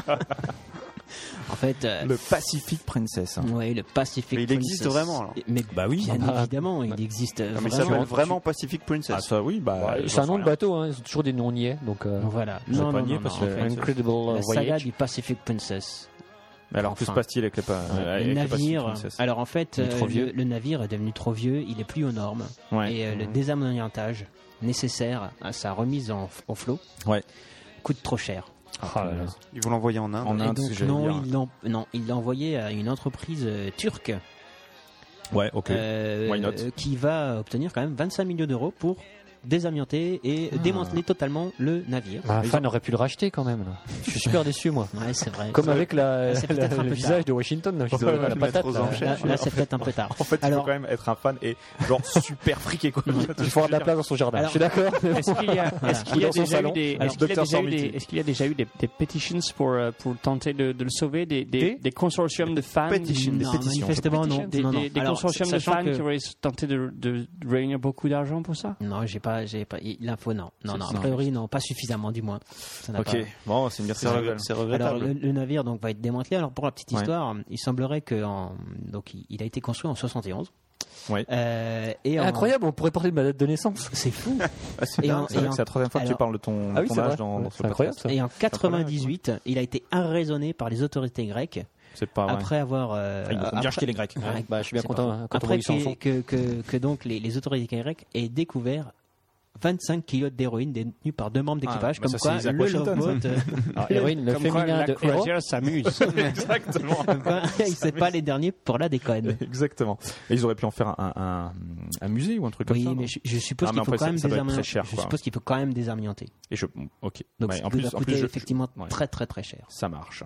En fait, le Pacific Princess. Oui, le Pacific Princess. Mais il existe vraiment alors. Mais oui, bien évidemment, il existe vraiment. Mais il s'appelle vraiment Pacific Princess. Ah ça oui, c'est un nom de bateau, hein. Ils ont toujours des noms niais, donc. Voilà. Non, parce que Incredible Voyage. La saga du Pacific Princess. Mais alors, que se passe-t-il avec le navire? Alors en fait, le navire est devenu trop vieux, il est plus aux normes, et le désamonientage nécessaire à sa remise au flot coûte trop cher. Ils vont l'envoyer en Inde. Non, ils l'ont envoyé à une entreprise turque. Ouais, ok. Why not? Qui va obtenir quand même 25 millions d'euros pour désamianter et démanteler totalement le navire. Un fan aurait pu le racheter quand même. Là. Je suis super déçu, moi. Ouais, c'est vrai. Comme avec le visage de Washington, là, la patate. Là, c'est peut-être un peu tard. En fait, il faut quand même être un fan et genre super friqué, quoi. Il faut avoir de la place dans son jardin. Je suis d'accord. Est-ce qu'il y a déjà eu des petitions pour tenter de le sauver, des consortiums de fans? Manifestement, non. Des consortiums de fans qui auraient tenté de réunir beaucoup d'argent pour ça? Non, j'ai pas l'info, non, a priori, non, pas suffisamment, du moins. Ok, bon, c'est une c'est regrettable. Alors, le navire donc va être démantelé. Alors, pour la petite histoire, il semblerait que il a été construit en 71. Ouais. Incroyable, on pourrait parler de ma date de naissance. C'est fou. C'est la troisième fois que tu parles de ton âge dans ce podcast. Et en 98, il a été arraisonné par les autorités grecques. C'est pas vrai. Après avoir ils vont bien jeter les Grecs. Je suis bien content quand après on voit que donc les autorités grecques aient découvert 25 kilos d'héroïne détenus par 2 membres d'équipage, comme quoi le Loveboat, héroïne, le féminin de héros, s'amuse. Exactement. C'est pas les derniers pour la déconne. Exactement. Et ils auraient pu en faire un musée ou un truc comme ça. Oui, mais je suppose qu'il faut quand même désamianter. Je suppose qu'il faut quand même désamianter. Ok. Donc en plus, effectivement très très très cher. Ça marche.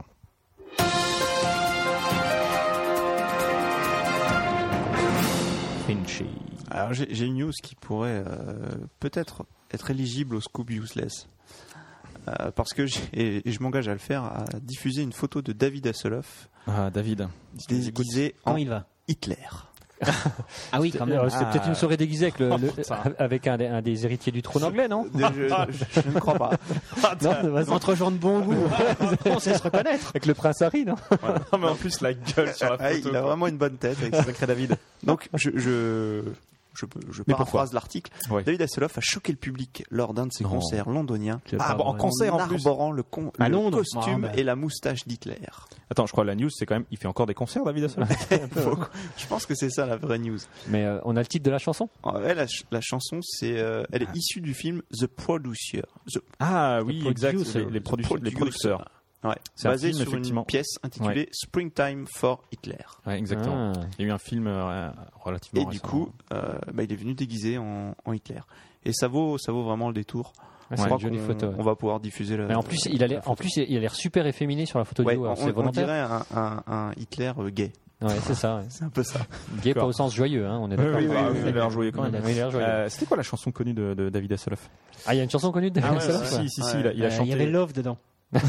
Finchy. Alors j'ai une news qui pourrait peut-être être éligible au Scoop Useless. Parce que je m'engage à le faire, à diffuser une photo de David Hasselhoff. Ah, David. Déguisé en Hitler. Ah oui, quand même. C'était peut-être une soirée déguisée avec un des héritiers du trône anglais, non? Je ne crois pas. Entre gens de bon goût, on sait se reconnaître. Avec le prince Harry, non? Non, mais en plus, la gueule sur la photo. Il a vraiment une bonne tête avec ce sacré David. Donc, je paraphrase l'article. Ouais. David Hasselhoff a choqué le public lors d'un de ses concerts londoniens. En concert en plus. Arborant le costume et la moustache d'Hitler. Attends, je crois que la news, c'est quand même, il fait encore des concerts, David Hasselhoff. Je pense que c'est ça la vraie news. Mais on a le titre de la chanson. En vrai, la chanson, elle est issue du film The Producer. Oui, exact. Les producteurs. Ouais. C'est basé sur une pièce intitulée Springtime for Hitler. Ouais, exactement. Il y a eu un film relativement récent. Et du coup, il est venu déguisé en Hitler. Et ça vaut vraiment le détour. C'est une jolie photo. On va pouvoir diffuser Mais en plus, il a l'air super efféminé sur la photo du haut. On dirait un Hitler gay. Ouais, c'est ça. C'est un peu ça. Gay pas au sens joyeux, hein, on est d'accord. Il a l'air joyeux quand même. C'était quoi la chanson connue de David Hasselhoff? Ah, il y a une chanson connue de David Hasselhoff? Si, il a chanté. Il y avait Love dedans.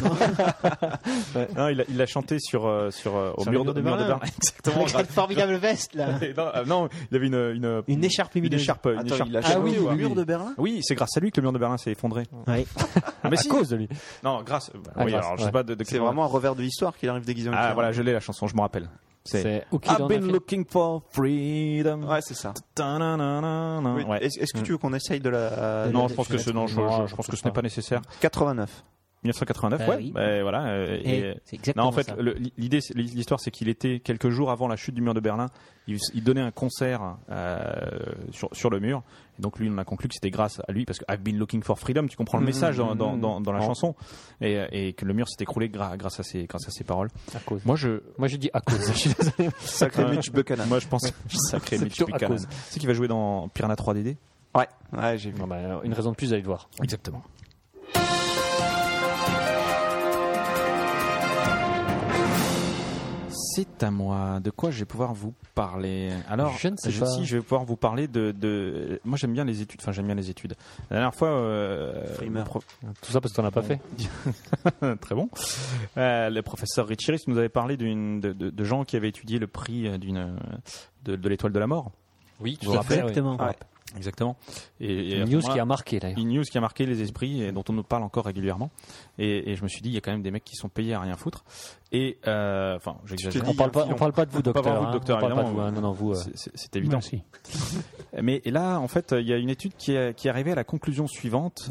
Non, il a chanté au mur de Berlin. Exactement. Avec cette formidable veste là. Non, il avait une écharpe lumineuse. Il a chanté au mur de Berlin. Oui, c'est grâce à lui que le mur de Berlin s'est effondré. Oui. Mais à cause de lui. Non, grâce. Oui, alors je sais pas de. C'est vraiment un revers de l'histoire qu'il arrive déguisé en Hitler. Ah voilà, je l'ai la chanson, je me rappelle. C'est I've been looking for freedom. Ouais, c'est ça. Oui. Ouais. Est-ce que tu veux qu'on essaye de la... Non, je pense que ce n'est pas nécessaire. 89. 1989, ouais. Oui. Voilà. C'est exactement non, en fait, ça. l'histoire, c'est qu'il était quelques jours avant la chute du mur de Berlin. Il donnait un concert sur le mur. Et donc lui, on a conclu que c'était grâce à lui, parce que I've been looking for freedom. Tu comprends le message dans la chanson, et que le mur s'est écroulé grâce à ses paroles. À cause. Moi, je dis à cause. Je suis désolé. Sacré Mitch Buchanan. Moi, je pense sacré Mitch Buchanan. C'est qui va jouer dans Piranha 3DD. Ouais, j'ai vu. Une raison de plus d'aller le voir. Exactement. C'est à moi. De quoi je vais pouvoir vous parler? Alors, je ne sais pas. Si, je vais pouvoir vous parler de... Moi, j'aime bien les études. Enfin, j'aime bien les études. La dernière fois... Tout ça parce que t'en as pas fait. Très bon. Le professeur Richiris nous avait parlé de gens qui avaient étudié le prix de l'étoile de la mort. Oui, tout à fait. Exactement. Ouais. Exactement. Et une news qui a marqué d'ailleurs. Une news qui a marqué les esprits et dont on nous parle encore régulièrement. Et je me suis dit, il y a quand même des mecs qui sont payés à rien foutre. Et enfin, j'exagère. On parle pas de vous, docteur. Non, vous. C'est évident. Merci. Mais là, en fait, il y a une étude qui est arrivée à la conclusion suivante.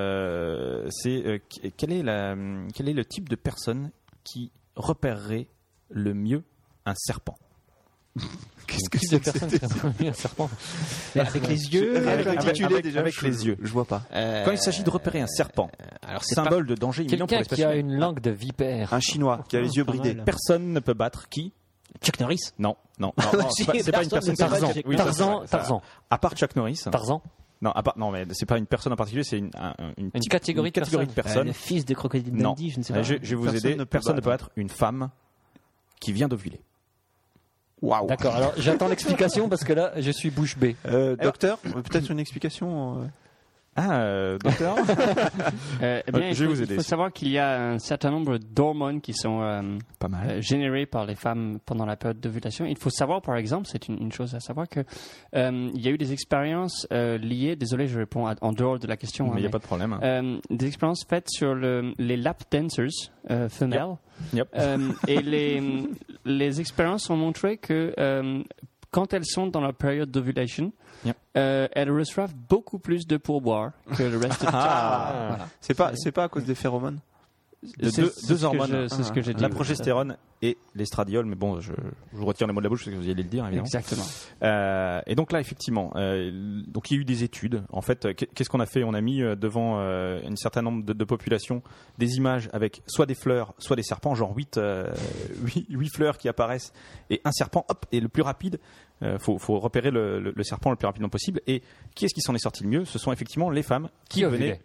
C'est quel est le type de personne qui repérerait le mieux un serpent? Qu'est-ce que c'est de personne qui a un serpent? Avec les yeux, avec les yeux. Je vois pas. Quand il s'agit de repérer un serpent, alors c'est symbole de danger imminent pour quelqu'un qui a une langue de vipère. Un Chinois qui a les yeux bridés. Personne ne peut battre qui? Chuck Norris. Non, c'est pas une personne. Tarzan. À part Chuck Norris. Tarzan. Non, mais c'est pas une personne en particulier, c'est une catégorie de personnes. Le fils de Crocodile Dundee, je ne sais pas. Je vais vous aider. Personne ne peut battre une femme qui vient d'ovuler. Waouh. D'accord, alors j'attends l'explication parce que là je suis bouche bée. Docteur, peut-être une explication docteur. Je vais vous aider. Il faut savoir qu'il y a un certain nombre d'hormones qui sont générées par les femmes pendant la période d'ovulation. Il faut savoir, par exemple, c'est une chose à savoir que il y a eu des expériences liées. Désolé, je réponds en dehors de la question. Mais il n'y a pas de problème. Des expériences faites sur les lap dancers femelles. Yep. Et les expériences ont montré que quand elles sont dans la période d'ovulation, elles reçoivent beaucoup plus de pourboire que le reste du temps. Voilà. C'est pas à cause des phéromones? Deux hormones, c'est ce que j'ai dit. La progestérone et l'estradiol, mais bon, je retire les mots de la bouche parce que vous allez le dire, évidemment. Exactement. Et donc là, effectivement, donc il y a eu des études. En fait, qu'est-ce qu'on a fait? On a mis devant un certain nombre de populations des images avec soit des fleurs, soit des serpents, genre 8 fleurs qui apparaissent et un serpent, hop, et le plus rapide. Faut repérer le serpent le plus rapidement possible. Et qui est-ce qui s'en est sorti le mieux? Ce sont effectivement les femmes qui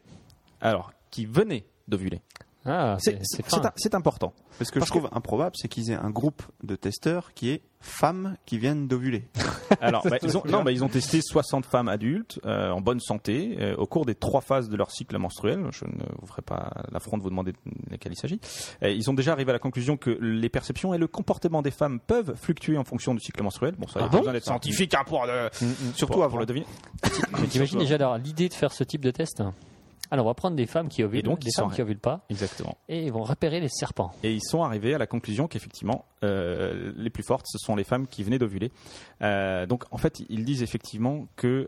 venaient d'ovuler. C'est important. Parce que je trouve improbable, c'est qu'ils aient un groupe de testeurs qui est femmes qui viennent d'ovuler. Alors, ils ont testé 60 femmes adultes en bonne santé au cours des 3 phases de leur cycle menstruel. Je ne vous ferai pas l'affront de vous demander lesquelles il s'agit. Ils ont déjà arrivé à la conclusion que les perceptions et le comportement des femmes peuvent fluctuer en fonction du cycle menstruel. Bon, ça a besoin d'être scientifique pour le deviner. T'imagines déjà l'idée de faire ce type de test? Alors, on va prendre des femmes qui ovulent, des femmes qui ovulent pas. Exactement. Et ils vont repérer les serpents. Et ils sont arrivés à la conclusion qu'effectivement, les plus fortes, ce sont les femmes qui venaient d'ovuler. Donc, en fait, ils disent effectivement que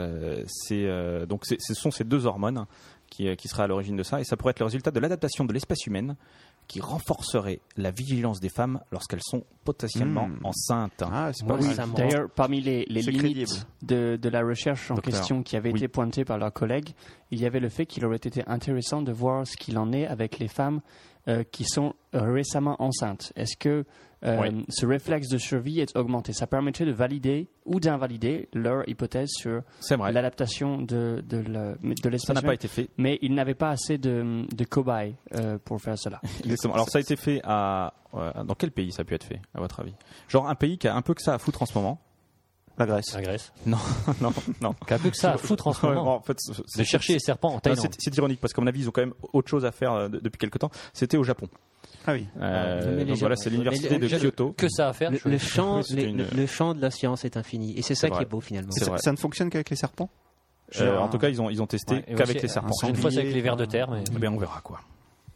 ce sont ces 2 hormones qui seraient à l'origine de ça. Et ça pourrait être le résultat de l'adaptation de l'espèce humaine qui renforcerait la vigilance des femmes lorsqu'elles sont potentiellement enceintes. C'est pas mal. D'ailleurs, parmi les limites de la recherche en question qui avait été pointée par leurs collègues, il y avait le fait qu'il aurait été intéressant de voir ce qu'il en est avec les femmes qui sont récemment enceintes. Est-ce que ce réflexe de survie est augmenté? Ça permettrait de valider ou d'invalider leur hypothèse sur l'adaptation de l'espèce. Ça n'a pas été fait. Mais ils n'avaient pas assez de cobayes pour faire cela. Exactement. Alors ça a été fait dans quel pays ça a pu être fait, à votre avis? Genre un pays qui a un peu que ça à foutre en ce moment? La Grèce. Non. Qui a un peu que ça à foutre en ce moment. En fait, de chercher les serpents en Thaïlande. C'est ironique parce qu'à mon avis, ils ont quand même autre chose à faire depuis quelque temps. C'était au Japon. Ah oui. Donc voilà, c'est l'université de Kyoto. Que ça à faire? Le champ de la science est infini. Et c'est ça qui est beau finalement. Ça ne fonctionne qu'avec les serpents? En tout cas, ils ont testé qu'avec les serpents. Une fois, c'est avec les vers de terre. Mais on verra quoi.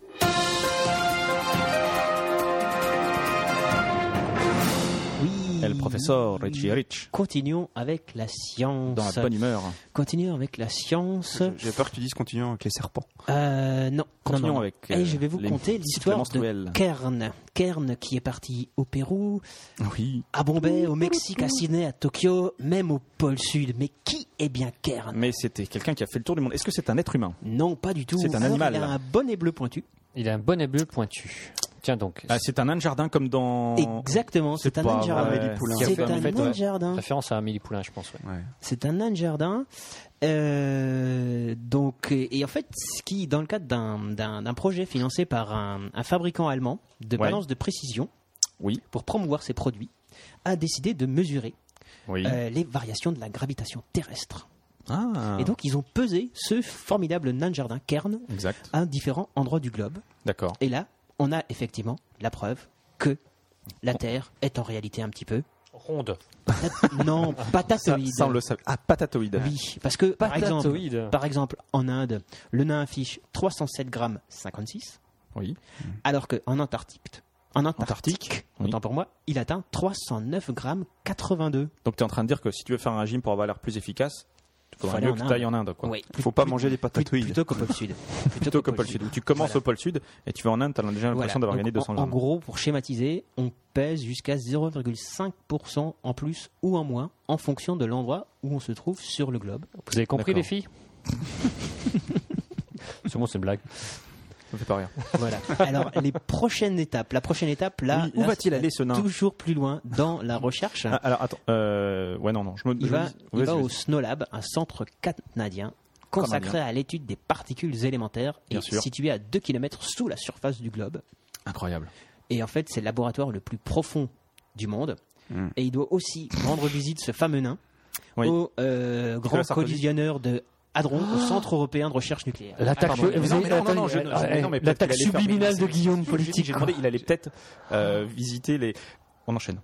Le professeur Richie Rich. Continuons avec la science. Dans la bonne humeur. Continuons avec la science. J'ai peur que tu dises continuons avec les serpents. Non. Continuons avec. Et je vais vous conter l'histoire de Kern. Kern qui est parti au Pérou, à Bombay, au Mexique, à Sydney, à Tokyo, même au pôle Sud. Mais qui est bien Kern? Mais c'était quelqu'un qui a fait le tour du monde. Est-ce que c'est un être humain? Non, pas du tout. C'est un animal. Il a un bonnet bleu pointu. Tiens donc. C'est un nain de jardin comme dans. Exactement, c'est un nain de jardin. C'est un nain de jardin. Référence à Amélie Poulain, je pense. C'est un nain de jardin. Donc, et en fait, dans le cadre d'un projet financé par un fabricant allemand de balance de précision, pour promouvoir ses produits, a décidé de mesurer les variations de la gravitation terrestre. Et donc, ils ont pesé ce formidable nain de jardin Kern à différents endroits du globe. D'accord. Et là, on a effectivement la preuve que la Terre est en réalité un petit peu... ronde. Non, patatoïde. Ça, on le savait. Ah, patatoïde. Oui, parce que, par exemple, en Inde, le nain affiche 307 grammes 56. Oui. Alors qu'en Antarctique, autant pour moi, il atteint 309 grammes 82. Donc, tu es en train de dire que si tu veux faire un régime pour avoir l'air plus efficace, il faudrait mieux que tu ailles en Inde. Oui. Il ne faut pas manger des patatoïdes. Plutôt qu'au pôle sud. Plutôt qu'au pôle sud. Où tu commences au pôle sud et tu vas en Inde, tu as déjà l'impression d'avoir gagné 200 grammes. En gros, pour schématiser, on pèse jusqu'à 0,5% en plus ou en moins en fonction de l'endroit où on se trouve sur le globe. Vous avez compris, les filles? C'est bon, c'est une blague. Ça me fait pas rire. Voilà. Alors, la prochaine étape, là, où va-t-il aller, ce nain? Toujours plus loin dans la recherche. Alors, attends. Il va au Snow Lab, un centre canadien consacré à l'étude des particules élémentaires et situé à 2 km sous la surface du globe. Incroyable. Et en fait, c'est le laboratoire le plus profond du monde. Et il doit aussi rendre visite, ce fameux nain, au grand collisionneur de Hadron, au Centre européen de recherche nucléaire. L'attaque subliminale de Guillaume politique. J'ai demandé, il allait peut-être visiter les... On enchaîne.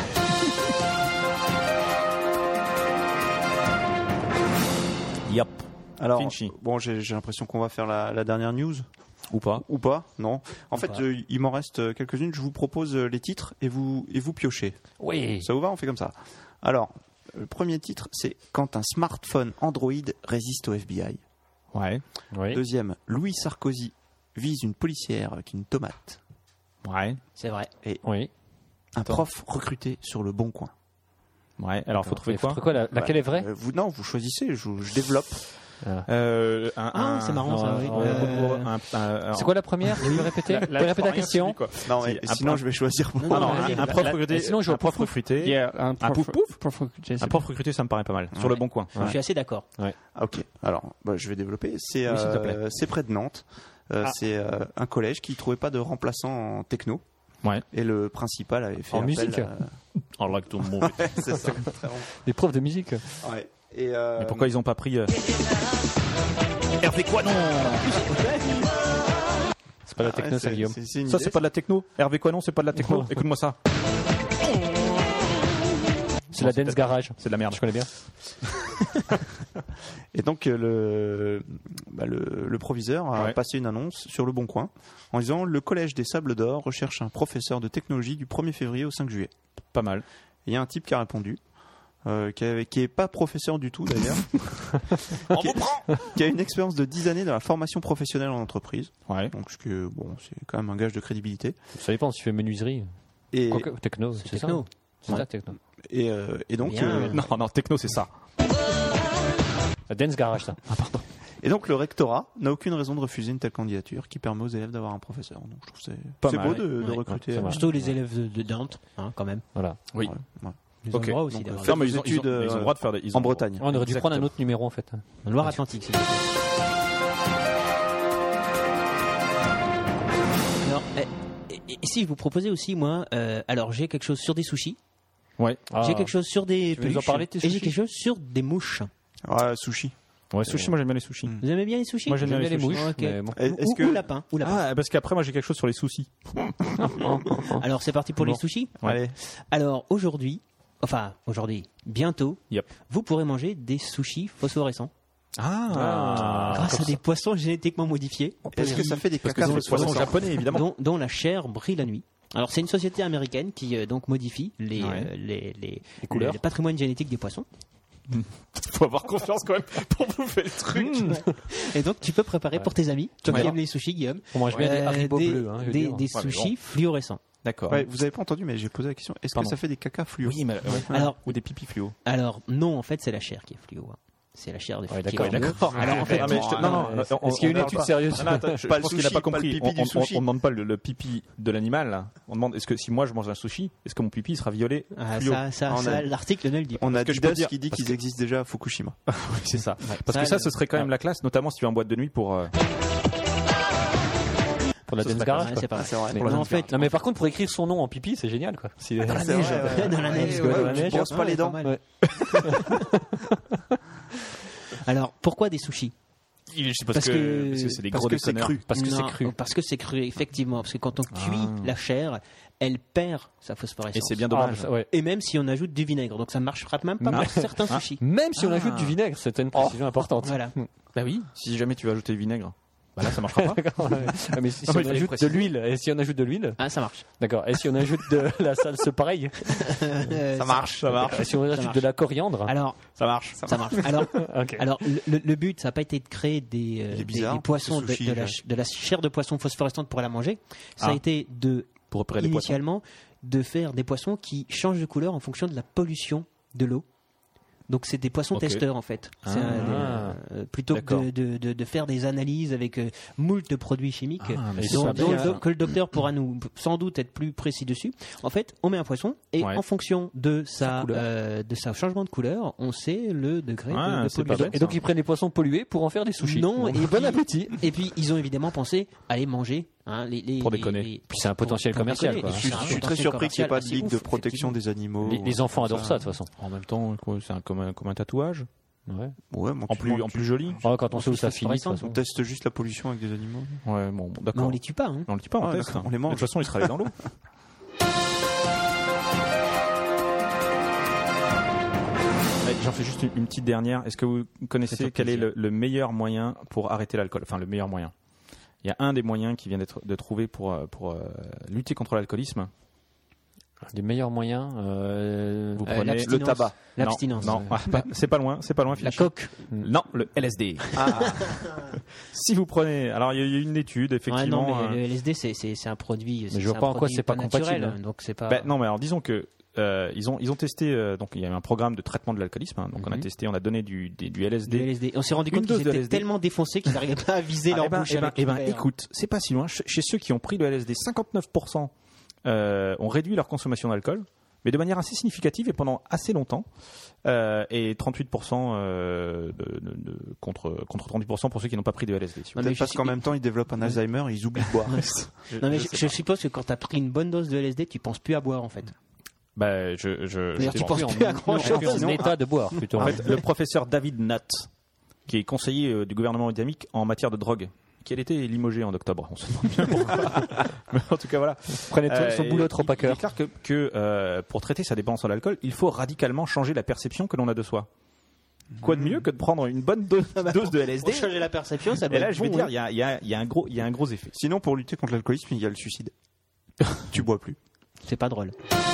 Yep. Alors, bon, j'ai l'impression qu'on va faire la dernière news. Ou pas, non. En fait, il m'en reste quelques-unes. Je vous propose les titres et vous piochez. Oui. Ça vous va? On fait comme ça. Alors, le premier titre, c'est quand un smartphone Android résiste au FBI. Ouais. Deuxième, Louis Sarkozy vise une policière avec une tomate. Ouais. C'est vrai. Et un prof recruté sur le Bon Coin. Ouais. Alors, il faut trouver quoi? Laquelle est vraie? Vous choisissez. Je développe. C'est marrant ça. C'est quoi la première? Vous pouvez répéter la question? Non, sinon je vais choisir. Un prof recruté. Sinon, je prof recruté. Un prof recruté, ça me paraît pas mal. Sur le Bon Coin. Je suis assez d'accord. Ok. Alors, je vais développer. C'est près de Nantes. C'est un collège qui trouvait pas de remplaçant en techno. Ouais. Et le principal avait fait en musique. I like to move. C'est ça. Les profs de musique. Ouais. Mais pourquoi ils n'ont pas pris Hervé Coinon? C'est pas de la techno, ça, Guillaume. Ça, c'est pas de la techno. Hervé Coinon, c'est pas de la techno. Écoute-moi ça. C'est la dance garage. C'est de la merde. Je connais bien. Et donc le proviseur a passé une annonce sur le Bon Coin en disant: le collège des Sables d'Or recherche un professeur de technologie du 1er février au 5 juillet. Pas mal. Et il y a un type qui a répondu. Qui est pas professeur du tout d'ailleurs, qui a une expérience de 10 années dans la formation professionnelle en entreprise. Ouais. Donc c'est quand même un gage de crédibilité. Ça dépend si tu fais menuiserie. Et techno, c'est techno. C'est ça, techno. Et donc non, techno, c'est ça. La dance garage, ça. Ah, pardon. Et donc le rectorat n'a aucune raison de refuser une telle candidature qui permet aux élèves d'avoir un professeur. Donc je trouve c'est beau de recruter. Surtout les élèves de Nantes, quand même. Voilà. Oui. Ils ont le droit aussi d'avoir des études ils ont le droit de faire en Bretagne. On aurait dû prendre un autre numéro en fait. En Loire-Atlantique, c'est Alors, et si je vous proposais aussi, moi, alors j'ai quelque chose sur des sushis. Ouais. J'ai quelque chose sur des peluches. Et j'ai quelque chose sur des mouches. Sushi. Ouais, sushi, moi j'aime bien les sushis. Vous aimez bien les sushis? Moi j'aime bien les mouches. Okay. Bon. Ou lapin. Ah, parce qu'après moi j'ai quelque chose sur les sushis. Alors c'est parti pour les sushis. Allez. Alors bientôt, yep. Vous pourrez manger des sushis phosphorescents. Grâce à des poissons génétiquement modifiés. Est-ce que ça fait des cacas poissons japonais évidemment dont la chair brille la nuit? Alors c'est une société américaine qui donc modifie les couleurs, le patrimoine génétique des poissons. Faut avoir confiance quand même pour bouffer le truc. Et donc tu peux préparer pour tes amis, toi qui aimes les sushis, Guillaume, moi je viens des haricots bleus, des sushis fluorescents. D'accord. Ouais, vous avez pas entendu, mais j'ai posé la question. Est-ce que ça fait des cacas fluo? Oui, mais ou des pipis fluo? Alors non, en fait c'est la chair qui est fluo. C'est la chair des fruits. D'accord. Alors en fait, est-ce qu'il y a une étude sérieuse? Je pense qu'il n'a pas compris. On ne demande pas le pipi de l'animal. On demande est-ce que si moi je mange un sushi, est-ce que mon pipi sera violet? Ça, l'article ne le dit pas. On a Didas qui dit qu'ils existent déjà à Fukushima. Oui, c'est ça. Parce que ça, ce serait quand même la classe, notamment si tu es en boîte de nuit pour. Pour la Dance Garage. C'est pas vrai. Non, mais par contre, pour écrire son nom en pipi, c'est génial, quoi. Dans la neige. Dans la neige. Tu brosses pas les dents. Alors, pourquoi des sushis? Parce que c'est des gros déconneurs. Parce que c'est cru. Parce que c'est cru, effectivement. Parce que quand on cuit la chair, elle perd sa phosphorescence. Et c'est bien dommage. Et même si on ajoute du vinaigre. Donc ça ne marchera même pas pour certains sushis. Même si on ajoute du vinaigre, c'est une précision importante. Voilà. Bah oui, si jamais tu veux ajouter du vinaigre. Bah là, ça marchera pas. Mais si on ajoute de l'huile, et si on ajoute de l'huile, ça marche. D'accord. Et si on ajoute de la salse, pareil. Ça marche. Et si on ajoute de la coriandre, alors ça marche. Alors, le but, ça n'a pas été de créer des poissons, de la chair de poisson phosphorescente pour la manger. Ça a été initialement de faire des poissons qui changent de couleur en fonction de la pollution de l'eau. Donc c'est des poissons testeurs en fait. Plutôt que de faire des analyses avec moult produits chimiques que le docteur pourra nous sans doute être plus précis dessus. En fait, on met un poisson et en fonction de sa changement de couleur, on sait le degré de pollution. Et donc ils prennent des poissons pollués pour en faire des sushis. Non, et bon appétit. Et puis ils ont évidemment pensé à les manger. Pour déconner. Puis c'est un potentiel commercial. Je suis très surpris qu'il n'y ait pas de ligue de protection des animaux. Les enfants adorent ça de toute façon. En même temps, c'est comme un tatouage. Ouais, en plus joli. Quand on sait où ça finit, on teste juste la pollution avec des animaux. Ouais, bon, d'accord. Mais on les tue pas. On les tue pas, on teste. On les mange. De toute façon, ils seraient allés dans l'eau. J'en fais juste une petite dernière. Est-ce que vous connaissez quel est le meilleur moyen pour arrêter l'alcool? Enfin, le meilleur moyen. Il y a un des moyens qui vient de trouver pour lutter contre l'alcoolisme. Des meilleurs moyens, vous prenez le tabac, l'abstinence. Non, c'est pas loin. La coke. Non, le LSD. Si vous prenez, alors il y a une étude effectivement. non, mais le LSD c'est un produit. Mais je vois pas en quoi c'est pas compatible. Donc c'est pas. Non, mais alors disons que ils ont testé. Donc il y a eu un programme de traitement de l'alcoolisme. Donc on a testé, on a donné du LSD. On s'est rendu compte qu'ils étaient tellement défoncés qu'ils n'arrivaient pas à viser leur bouche. Écoute, c'est pas si loin. Chez ceux qui ont pris le LSD, 59% ont réduit leur consommation d'alcool, mais de manière assez significative et pendant assez longtemps. Et 38% contre 38% pour ceux qui n'ont pas pris de LSD. Parce qu'en même temps, ils développent un Alzheimer et ils oublient de boire. Non, mais je suppose que quand tu as pris une bonne dose de LSD, tu penses plus à boire en fait. Tu penses plus à grand chose. En état de boire plutôt. En fait, le professeur David Nutt, qui est conseiller du gouvernement britannique en matière de drogue, qui a été limogé en octobre. On se demande bien pourquoi. Mais en tout cas, voilà. Prenez son boulot trop à cœur. Il est clair que pour traiter sa dépendance à l'alcool, il faut radicalement changer la perception que l'on a de soi. Quoi de mieux que de prendre une bonne dose de LSD? Pour changer la perception, ça doit Et là, être je vais dire, il y a un gros effet. Sinon, pour lutter contre l'alcoolisme, il y a le suicide. Tu bois plus. C'est pas drôle.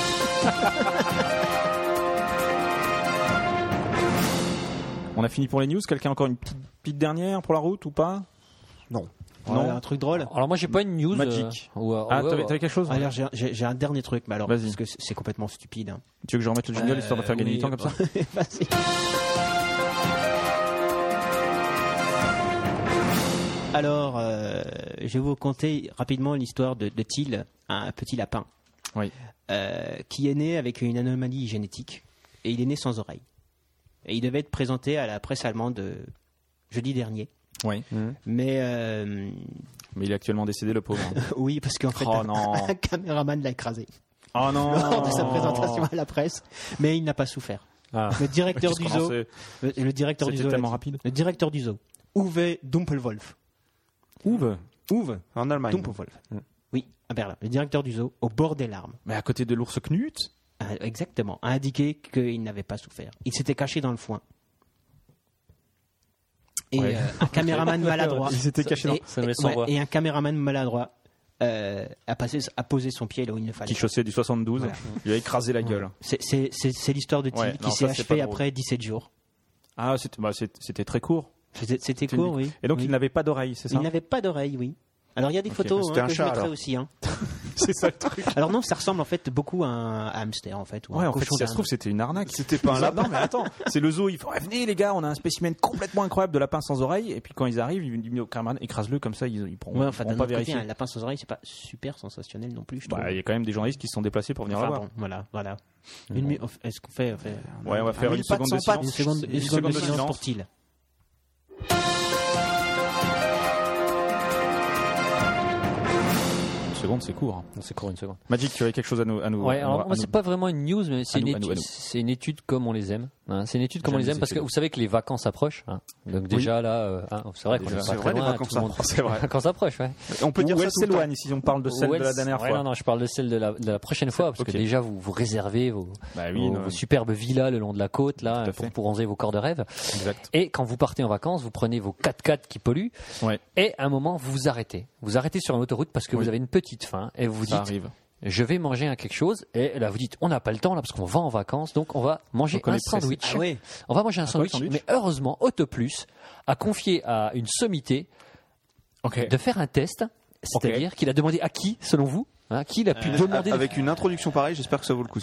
On a fini pour les news. Quelqu'un a encore une petite dernière pour la route ou pas? Non. Un truc drôle. Alors moi j'ai pas une news. Magic. T'avais quelque chose? Alors j'ai un dernier truc, mais alors parce que c'est complètement stupide. Hein. Tu veux que je remette le jingle histoire de faire gagner du temps comme ça? Vas-y. Alors, je vais vous conter rapidement l'histoire de Till, un petit lapin, qui est né avec une anomalie génétique et il est né sans oreille. Et il devait être présenté à la presse allemande jeudi dernier. Oui. Mais il est actuellement décédé, le pauvre. Oui, parce qu'en fait, un caméraman l'a écrasé. Oh non. Lors de sa présentation à la presse, mais il n'a pas souffert. Le directeur du zoo, c'était tellement rapide. Le directeur du zoo, Uwe Dumpelwolf. Uwe en Allemagne. Dumpelwolf. Oui, à Berlin. Le directeur du zoo, au bord des larmes. Mais à côté de l'ours Knut. Exactement, a indiqué qu'il n'avait pas souffert. Il s'était caché dans le foin. Et un caméraman maladroit. Il s'était caché dans. Et un caméraman maladroit a posé son pied là où il ne fallait. Qui chaussait du 72. Voilà. Il a écrasé la gueule. C'est l'histoire de Till qui s'est achevée après 17 jours. Ah, c'était très court. C'était court, oui. Et donc il n'avait pas d'oreille, c'est ça? Il n'avait pas d'oreille, oui. Alors il y a des photos que je mettrai aussi. C'est ça le truc. Alors non, ça ressemble en fait beaucoup à un hamster en fait. En fait, si ça se trouve c'était une arnaque. C'était pas un lapin. Non mais attends, c'est le zoo. Il faut venez les gars, on a un spécimen complètement incroyable de lapin sans oreille. Et puis quand ils arrivent, ils disent au caméraman écrase-le comme ça, ils pourront pas vérifier. Un lapin sans oreille, c'est pas super sensationnel non plus. Je trouve. Il y a quand même des journalistes qui se sont déplacés pour venir le voir. Voilà. Est-ce qu'on fait Ouais, on va faire une seconde de silence. Une seconde de silence pour Till. seconde, c'est court. C'est court, une seconde. Magic, tu avais quelque chose à nous. Ouais, alors moi, c'est pas vraiment une news, mais c'est une étude comme on les aime. Hein. C'est une étude comme on les aime parce que vous savez que les vacances approchent. Hein. Donc déjà là, c'est vrai qu'on est pas très loin. C'est vrai, les vacances approchent. Ouais. On peut dire ça s'éloigne si on parle de celle de la dernière fois. Non, je parle de celle de la prochaine fois parce que déjà vous réservez vos superbes villas le long de la côte là pour bronzer vos corps de rêve. Exact. Et quand vous partez en vacances, vous prenez vos 4x4 qui polluent. Ouais. Et à un moment, vous vous arrêtez. Vous arrêtez sur une autoroute parce que vous avez une petite faim et vous vous dites je vais manger quelque chose. Et là, vous dites on n'a pas le temps là parce qu'on va en vacances, donc on va manger un sandwich. Ah ouais. On va manger un sandwich. Mais heureusement, Autoplus a confié à une sommité de faire un test. C'est-à-dire qu'il a demandé à qui, selon vous, qui il a pu demander avec une introduction pareille, j'espère que ça vaut le coup.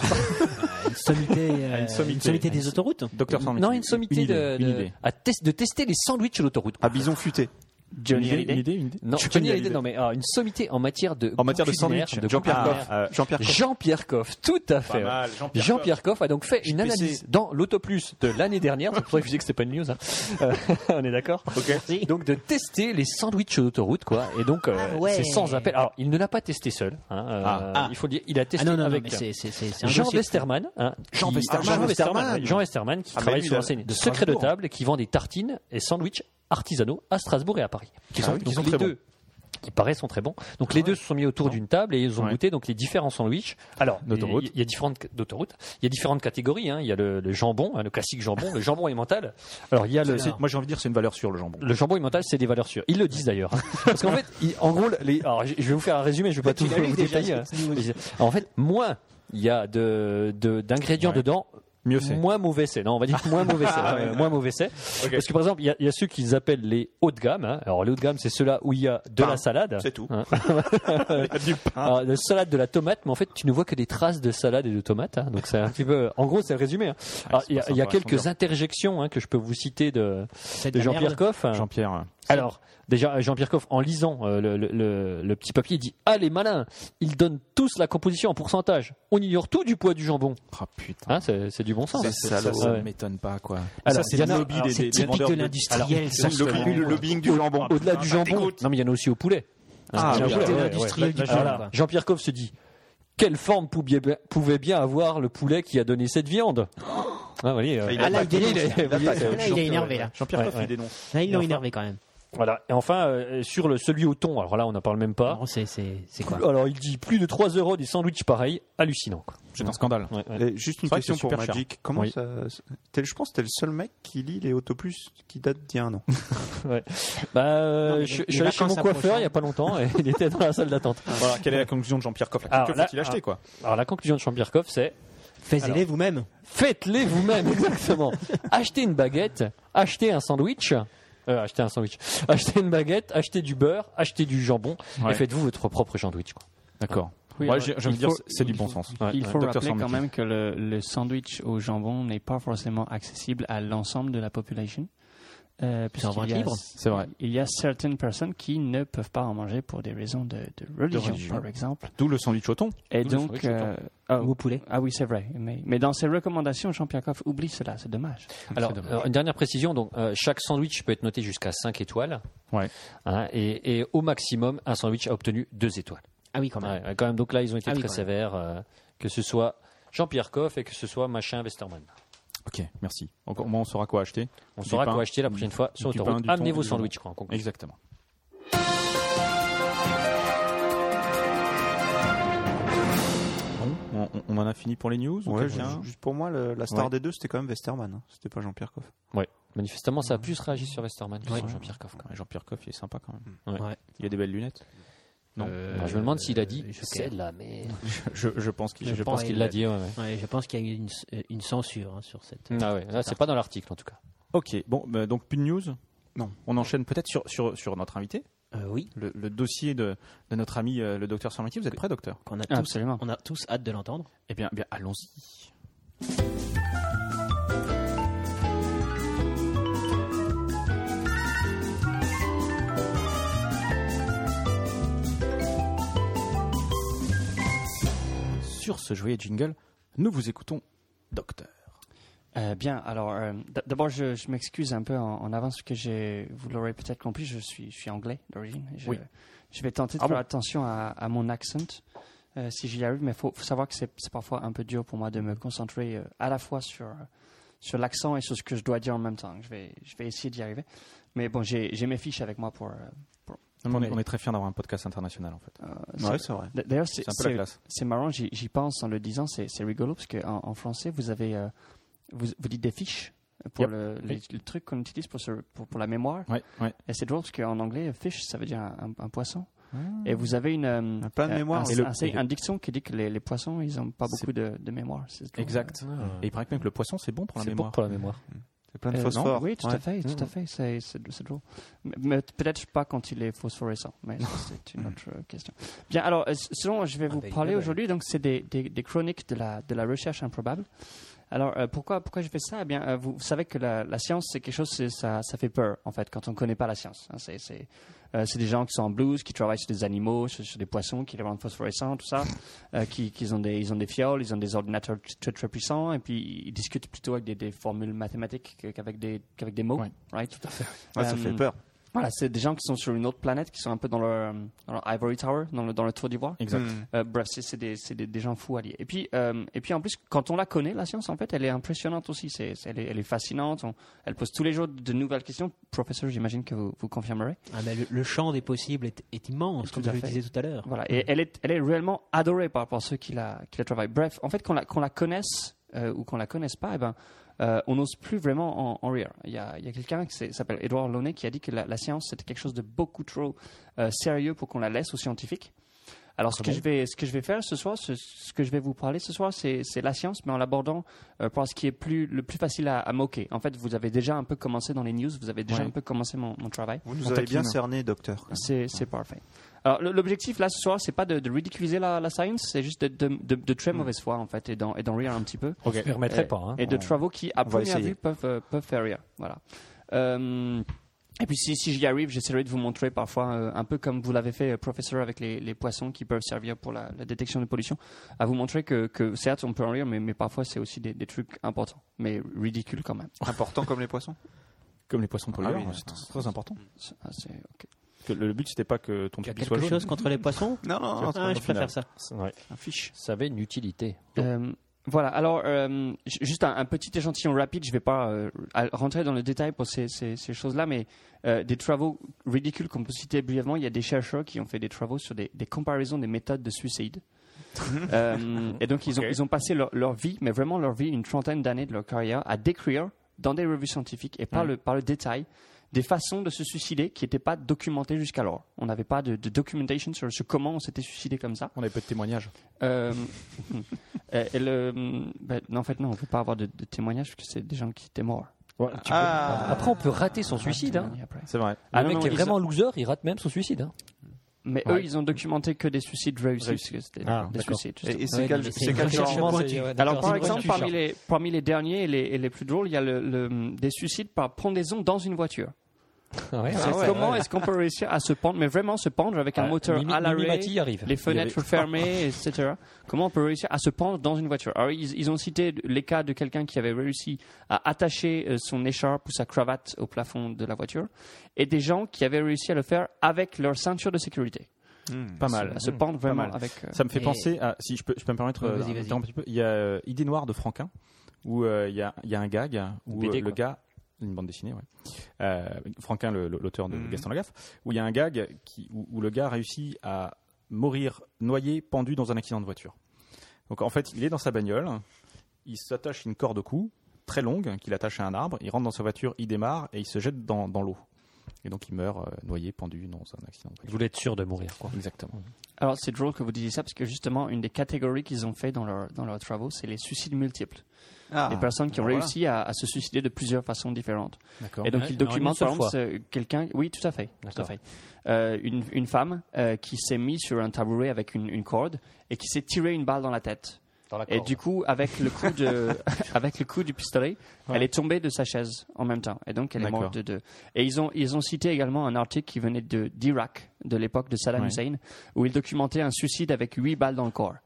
Une sommité des autoroutes. Docteur Sandwich. Non, une sommité de tester les sandwichs sur l'autoroute. À bison futé. Johnny Hallyday. Non, Johnny Hallyday, non, mais une sommité en matière de sandwich. Jean-Pierre Coff, tout à fait. Jean-Pierre Coff a donc fait une analyse dans l'Autoplus de l'année dernière. C'est pour ça que je disais que c'était pas une news. On est d'accord. Donc de tester les sandwichs sur l'autoroute, quoi. Et donc c'est sans appel. Alors il ne l'a pas testé seul. Il faut dire, il a testé avec Jean Westerman. Jean Westerman qui travaille sur l'enseigne de Secret de Table, qui vend des tartines et sandwichs artisanaux à Strasbourg et à Paris. Qui sont les deux, qui paraissent sont très bons. Donc les deux se sont mis autour d'une table et ils ont goûté donc les différents sandwichs. Alors il y a différentes d'autoroutes. Il y a différentes catégories. Il y a le jambon, le classique jambon, le jambon emmental. Alors il y a moi j'ai envie de dire c'est une valeur sûre le jambon. Le jambon emmental c'est des valeurs sûres. Ils le disent d'ailleurs. Parce qu'en fait, en gros, alors je vais vous faire un résumé. Je vais pas tout vous détailler. En fait, moins il y a d'ingrédients dedans. Mieux c'est. Moins mauvais c'est. Non, on va dire moins mauvais c'est. Moins mauvais c'est. Okay. Parce que par exemple, il y a ceux qu'ils appellent les hauts de gamme. Alors les hauts de gamme, c'est ceux-là où il y a de la salade. C'est tout. Du pain. Alors, la salade, de la tomate, mais en fait, tu ne vois que des traces de salade et de tomate. Donc c'est un petit peu. En gros, c'est le résumé. Alors il y a quelques interjections que je peux vous citer de Jean-Pierre Coff. Jean-Pierre. Alors. Déjà, Jean-Pierre Coff, en lisant le petit papier, il dit « Ah, les malins, ils donnent tous la composition en pourcentage. On ignore tout du poids du jambon. » Ah putain. C'est du bon sens. Ça ne m'étonne pas, quoi. Alors, c'est le lobby des typique de l'industriel. Le lobbying du jambon. Au-delà du jambon. Non, mais il y en a aussi au poulet. L'industriel du poulet. Jean-Pierre Coff se dit « Quelle forme pouvait bien avoir le poulet qui a donné cette viande ?» Là, il est énervé, là. Jean-Pierre Coff, il dénonce. Là, ils l'ont énervé, quand même. Voilà. Et enfin, sur celui au thon, alors là, on n'en parle même pas. Non, c'est quoi? Alors, il dit plus de 3 € des sandwichs pareils, hallucinant, quoi. C'est un scandale. Juste une question pour Magic. Comment ça... Je pense que t'es le seul mec qui lit les Autoplus qui datent d'il y a un an. Je suis allé chez mon coiffeur il n'y a pas longtemps et il était dans la salle d'attente. Voilà. Quelle est la conclusion de Jean-Pierre Coff? Que faut-il acheter, quoi? Alors, la conclusion de Jean-Pierre Coff, c'est... Faites-les vous-même. Faites-les vous-même, exactement. Achetez une baguette, achetez un sandwich... achetez une baguette, achetez du beurre, achetez du jambon et faites-vous votre propre sandwich. D'accord. Moi, je veux dire, c'est du bon sens. Il faut rappeler quand même que le sandwich au jambon n'est pas forcément accessible à l'ensemble de la population. C'est vrai. Il y a certaines personnes qui ne peuvent pas en manger pour des raisons de religion, par exemple. D'où le sandwich au thon. Et donc, ou au poulet. Ah oui, c'est vrai. Mais dans ses recommandations, Jean-Pierre Coff oublie cela. C'est dommage. Alors, une dernière précision. Donc, chaque sandwich peut être noté jusqu'à 5 étoiles. Ouais. Et au maximum, un sandwich a obtenu 2 étoiles. Ah oui, quand même. Quand même. Donc là, ils ont été très sévères. Que ce soit Jean-Pierre Coff et que ce soit machin Westerman. Ok, merci. Au moins, on saura quoi acheter. On saura quoi acheter la prochaine fois sur l'autoroute. Amenez vos sandwichs, quoi, en conclusion. Exactement. Bon, on en a fini pour les news. Ouais, juste pour moi, la star des deux, c'était quand même Westerman. C'était pas Jean-Pierre Coff. Ouais. Manifestement, ça a plus réagi sur Westerman que sur Jean-Pierre Coff. Jean-Pierre Coff, il est sympa quand même. Ouais. Il a des belles lunettes. Non. Je me demande s'il a dit celle-là, mais je pense qu'il l'a dit. Ouais, je pense qu'il y a une censure sur cette. Ah ouais, là c'est pas dans l'article en tout cas. Ok, bon, donc plus de news. Non. On enchaîne peut-être sur notre invité. Oui. Le dossier de notre ami le docteur Sarmati. Vous êtes prêt, docteur? Absolument. On a tous hâte de l'entendre. Eh bien, allons-y. Sur ce joyeux jingle, nous vous écoutons, docteur. Bien, alors d'abord je m'excuse un peu en avance parce que vous l'aurez peut-être compris, je suis anglais d'origine. Je vais tenter de faire attention à mon accent si j'y arrive, mais faut savoir que c'est parfois un peu dur pour moi de me concentrer à la fois sur l'accent et sur ce que je dois dire en même temps. Je vais essayer d'y arriver, mais bon, j'ai mes fiches avec moi pour on est très fiers d'avoir un podcast international en fait. C'est vrai. D'ailleurs, c'est un peu la classe. C'est marrant, j'y pense en le disant, c'est rigolo parce qu'en français vous avez vous dites des fiches pour le truc qu'on utilise pour la mémoire. Et c'est drôle parce qu'en anglais, fish, ça veut dire un poisson. Et vous avez plein de mémoire. Un dicton qui dit que les poissons, ils n'ont pas beaucoup de mémoire. Exact. Et il paraît que même le poisson, c'est bon pour la mémoire. C'est bon pour la mémoire. C'est plein de phosphore. Oui, tout à fait. C'est drôle. Mais peut-être pas quand il est phosphorescent, mais c'est une autre question. Bien, alors, ce dont je vais vous parler aujourd'hui, donc, c'est des chroniques de la recherche improbable. Alors, pourquoi je fais ça? Eh bien, vous savez que la science, c'est quelque chose, ça fait peur, en fait, quand on ne connaît pas la science. Hein, c'est des gens qui sont en blues, qui travaillent sur des animaux, sur des poissons, qui les rendent phosphorescents, tout ça, ils ont des fioles, ils ont des ordinateurs très, très puissants, et puis ils discutent plutôt avec des formules mathématiques qu'avec des mots. Right? Tout à fait. Ça fait peur. Voilà, c'est des gens qui sont sur une autre planète, qui sont un peu dans leur Ivory Tower, dans le tour d'ivoire. Exact. Bref, c'est des gens fous alliés. Et puis en plus, quand on la connaît, la science, en fait, elle est impressionnante aussi. Elle est fascinante. Elle pose tous les jours de nouvelles questions. Professeur, j'imagine que vous confirmerez. Mais le champ des possibles est immense, comme je le disais tout à l'heure. Voilà, et elle est réellement adorée par ceux qui la travaillent. Bref, en fait, qu'on la connaisse ou qu'on la connaisse pas, on n'ose plus vraiment en rire. Il y a quelqu'un qui s'appelle Edward Looney qui a dit que la science c'était quelque chose de beaucoup trop sérieux pour qu'on la laisse aux scientifiques. Alors ce que je vais faire ce soir, ce que je vais vous parler ce soir, c'est la science, mais en l'abordant par ce qui est le plus facile à moquer. En fait, vous avez déjà un peu commencé dans les news, vous avez déjà un peu commencé mon travail. Vous nous avez bien cerné, docteur. C'est parfait. Alors l'objectif là ce soir, c'est pas de ridiculiser la science, c'est juste de très mauvaise foi en fait et d'en rire un petit peu. Je ne permettrai pas. Hein. Et de travaux qui à première vue peuvent faire rire. Voilà. Et puis si j'y arrive, j'essaierai de vous montrer parfois, un peu comme vous l'avez fait, professeur, avec les poissons qui peuvent servir pour la détection de pollution, à vous montrer que certes on peut en rire, mais parfois c'est aussi des trucs importants, mais ridicules quand même. Importants comme les poissons. Comme les poissons pollueurs, c'est très important. Ok. Le but, c'était pas que ton pipi soit jaune. Quelque chose contre les poissons? Non, je préfère ça. Un fiche. Ça avait une utilité. Voilà, alors juste un petit échantillon rapide, je ne vais pas rentrer dans le détail pour ces choses-là, mais des travaux ridicules qu'on peut citer brièvement. Il y a des chercheurs qui ont fait des travaux sur des comparaisons des méthodes de suicide. Et donc ils ont passé leur vie, mais vraiment leur vie, une trentaine d'années de leur carrière, à décrire dans des revues scientifiques et par le détail des façons de se suicider qui n'étaient pas documentées jusqu'alors. On n'avait pas de documentation sur comment on s'était suicidé comme ça. On avait peu de témoignages. Non, en fait, non, on ne peut pas avoir de témoignages parce que c'est des gens qui étaient morts. Ouais, après, on peut rater son suicide. Hein. C'est vrai. Le mec qui est vraiment loser, il rate même son suicide. Hein. Mais eux, ils ont documenté que des suicides réussis. Des suicides. Et c'est quel genre? Alors, par exemple, parmi les derniers et les plus drôles, il y a des suicides par pendaison dans une voiture. Comment est-ce qu'on peut réussir à se pendre, mais vraiment se pendre avec un moteur à l'arrêt, les fenêtres fermées, etc. Comment on peut réussir à se pendre dans une voiture? Alors, ils ont cité les cas de quelqu'un qui avait réussi à attacher son écharpe ou sa cravate au plafond de la voiture, et des gens qui avaient réussi à le faire avec leur ceinture de sécurité. Pas mal. À se pendre vraiment avec. Ça me fait penser à, si je peux me permettre, un petit peu. Il y a Idée noire de Franquin où il y a un gag où le gars. Une bande dessinée, Franquin, l'auteur de Gaston Lagaffe, où il y a un gag où le gars réussit à mourir noyé, pendu dans un accident de voiture. Donc en fait, il est dans sa bagnole, il s'attache une corde au cou, très longue, qu'il attache à un arbre, il rentre dans sa voiture, il démarre et il se jette dans l'eau. Et donc il meurt noyé, pendu dans un accident de voiture. Il voulait être sûr de mourir, quoi. Exactement. Alors c'est drôle que vous disiez ça parce que justement, une des catégories qu'ils ont fait dans leurs travaux, c'est les suicides multiples. Des personnes qui ont réussi à se suicider de plusieurs façons différentes. D'accord. Et donc ils documentent par exemple quelqu'un. Oui, tout à fait. Une femme qui s'est mise sur un tabouret avec une corde et qui s'est tiré une balle dans la tête. Et du coup, avec le coup du pistolet, elle est tombée de sa chaise en même temps. Et donc, elle est morte de deux. Et ils ont cité également un article qui venait d'Irak, de l'époque de Saddam Hussein, où ils documentaient un suicide avec 8 balles dans le corps.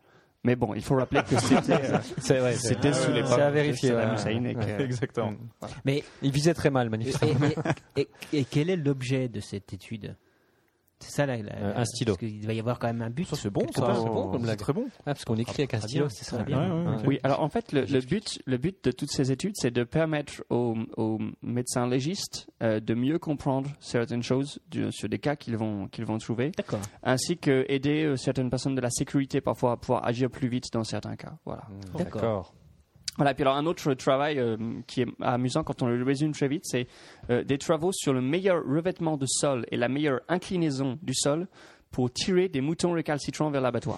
Mais bon, il faut rappeler que c'était sous l'époque. C'est à vérifier. Saddam Hussein Exactement. Voilà. Mais il visait très mal, manifestement. Et quel est l'objet de cette étude ? C'est ça un stylo. Parce qu'il va y avoir quand même un but. Ça, c'est bon, C'est bon comme c'est très bon. parce qu'on écrit avec un stylo, c'est ça. Oui, alors en fait, le but de toutes ces études, c'est de permettre aux médecins légistes de mieux comprendre certaines choses sur des cas qu'ils vont trouver, ainsi que aider certaines personnes de la sécurité parfois à pouvoir agir plus vite dans certains cas. Voilà. D'accord. Voilà, puis alors un autre travail qui est amusant quand on le résume très vite, c'est des travaux sur le meilleur revêtement de sol et la meilleure inclinaison du sol pour tirer des moutons récalcitrants vers l'abattoir.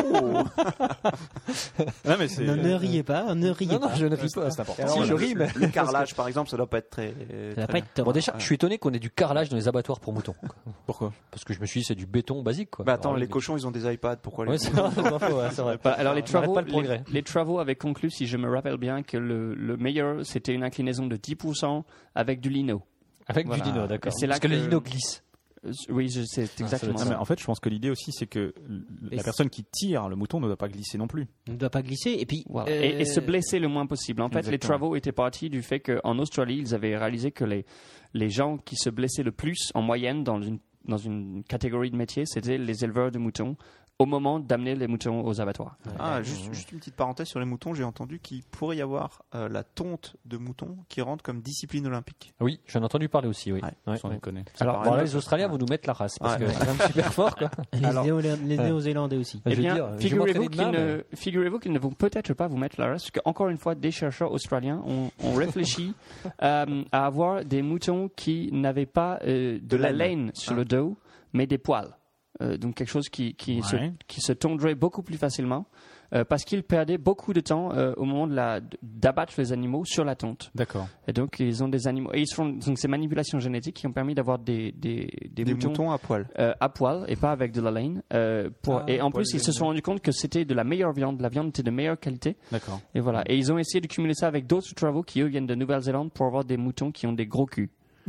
Ne riez pas, ne riez pas. Non, je ne ris pas, c'est important. Si je ris, mais le carrelage, par exemple, ça doit pas être très. Ça va pas être top. Bon, déjà, je suis étonné qu'on ait du carrelage dans les abattoirs pour moutons. Pourquoi ? Parce que je me suis dit, c'est du béton basique, quoi. Bah attends, les cochons, ils ont des iPads, pourquoi les. Ouais, c'est vrai. Alors les travaux avaient conclu, si je me rappelle bien, que le meilleur, c'était une inclinaison de 10% avec du lino. Avec du lino, d'accord. C'est là parce que le lino glisse. Oui, c'est exactement ça. Mais en fait, je pense que l'idée aussi, c'est que la personne qui tire le mouton ne doit pas glisser non plus. Ne doit pas glisser et puis et se blesser le moins possible. En fait, les travaux étaient partis du fait qu'en Australie, ils avaient réalisé que les gens qui se blessaient le plus en moyenne dans une catégorie de métier, c'était les éleveurs de moutons au moment d'amener les moutons aux abattoirs. Juste une petite parenthèse sur les moutons, j'ai entendu qu'il pourrait y avoir la tonte de moutons qui rentre comme discipline olympique. Oui, j'en ai entendu parler aussi, oui. Sans déconner. Alors, là, les Australiens vont nous mettre la race, parce que c'est quand même super fort, quoi. Les Néo-Zélandais aussi. Eh bien, figurez-vous qu'ils ne vont peut-être pas vous mettre la race, parce qu'encore une fois, des chercheurs australiens ont réfléchi à avoir des moutons qui n'avaient pas de la laine sur le dos, mais des poils. Donc quelque chose qui se tondrait beaucoup plus facilement parce qu'ils perdaient beaucoup de temps au moment d'abattre les animaux sur la tonte. D'accord. Et donc ils ont des animaux et ils font donc ces manipulations génétiques qui ont permis d'avoir des moutons à poil et pas avec de la laine. Et en plus ils se sont rendus compte que c'était de la meilleure viande, la viande était de meilleure qualité. D'accord. Et voilà. Et ils ont essayé de cumuler ça avec d'autres travaux qui eux viennent de Nouvelle-Zélande pour avoir des moutons qui ont des gros culs.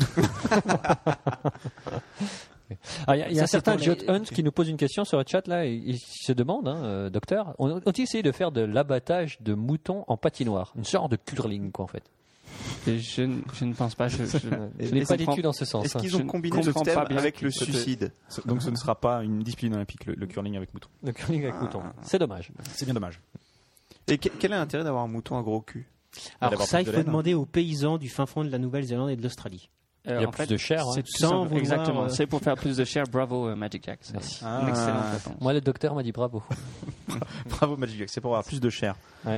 Il y a un certain Jot Hunt qui nous pose une question sur le chat là, il se demande, docteur, ont-ils essayé de faire de l'abattage de moutons en patinoire, une sorte de curling quoi en fait? Je ne pense pas. Je n'ai pas d'études dans ce sens. Est-ce qu'ils ont combiné ce thème avec le suicide? Donc ce ne sera pas une discipline olympique, le curling avec mouton. Le curling avec mouton. C'est dommage. C'est bien dommage. Et quel est l'intérêt d'avoir un mouton à gros cul? Alors ça, il faut demander aux paysans du fin fond de la Nouvelle-Zélande et de l'Australie. Il y a plus de chair. C'est tout exactement. C'est pour faire plus de chair. Bravo, Magic Jack. Merci. Une excellente réponse. Moi, le docteur m'a dit bravo. Bravo, Magic Jack. C'est pour avoir plus de chair. Ouais.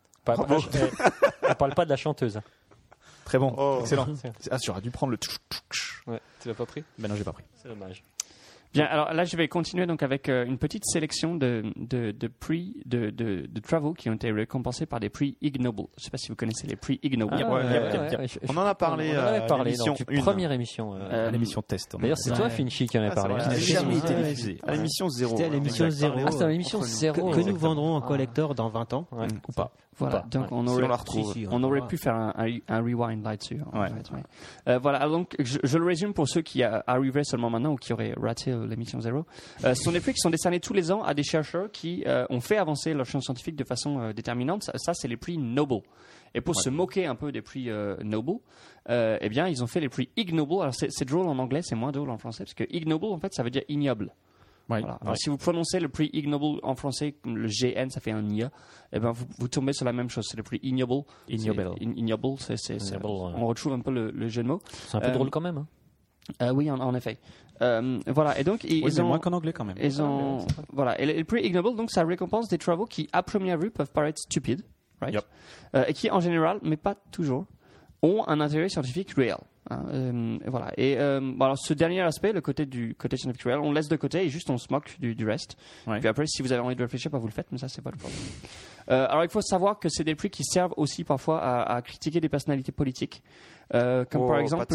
On parle pas de la chanteuse. Très bon. Excellent. J'aurais dû prendre le. Ouais. Tu l'as pas pris? Ben non, j'ai pas pris. C'est dommage. Bien, alors là, je vais continuer donc avec une petite sélection de prix de travaux qui ont été récompensés par des prix Ig Nobel. Je ne sais pas si vous connaissez les prix Ig Nobel. On en a parlé dans une première émission. L'émission test. D'ailleurs, c'est toi, Finchy, qui en a parlé. Ça n'a jamais été diffusé. À l'émission 0. C'était à l'émission 0. Ah, c'était à l'émission 0. Que nous vendrons en collector dans 20 ans. Ou pas. Voilà, donc on aurait pu faire un rewind là-dessus. Voilà, donc je le résume pour ceux qui arriveraient seulement maintenant ou qui auraient raté l'émission 0. Ce sont des prix qui sont décernés tous les ans à des chercheurs qui ont fait avancer leur champ scientifique de façon déterminante. Ça, c'est les prix Nobel. Et pour se moquer un peu des prix Nobel, eh bien, ils ont fait les prix Ig Nobel. Alors, c'est drôle en anglais, c'est moins drôle en français, parce que Ig Nobel, en fait, ça veut dire ignoble. Voilà. Alors, si vous prononcez le prix Ig Nobel en français, le GN, ça fait un IA, eh ben, vous tombez sur la même chose. C'est le prix Ignoble. Ignoble, on retrouve un peu le jeu de mots. C'est un peu drôle quand même. Oui, en effet. Voilà. Et donc, ils ont moins qu'en anglais quand même. Voilà. Et le prix Ig Nobel, donc, ça récompense des travaux qui, à première vue, peuvent paraître stupides, right? Et qui, en général, mais pas toujours, ont un intérêt scientifique réel. Voilà. Et alors ce dernier aspect, le côté scientifique réel, on laisse de côté et juste on se moque du reste. Puis après, si vous avez envie de réfléchir, vous le faites, mais ça c'est pas le problème. Alors il faut savoir que c'est des prix qui servent aussi parfois à critiquer des personnalités politiques, comme par exemple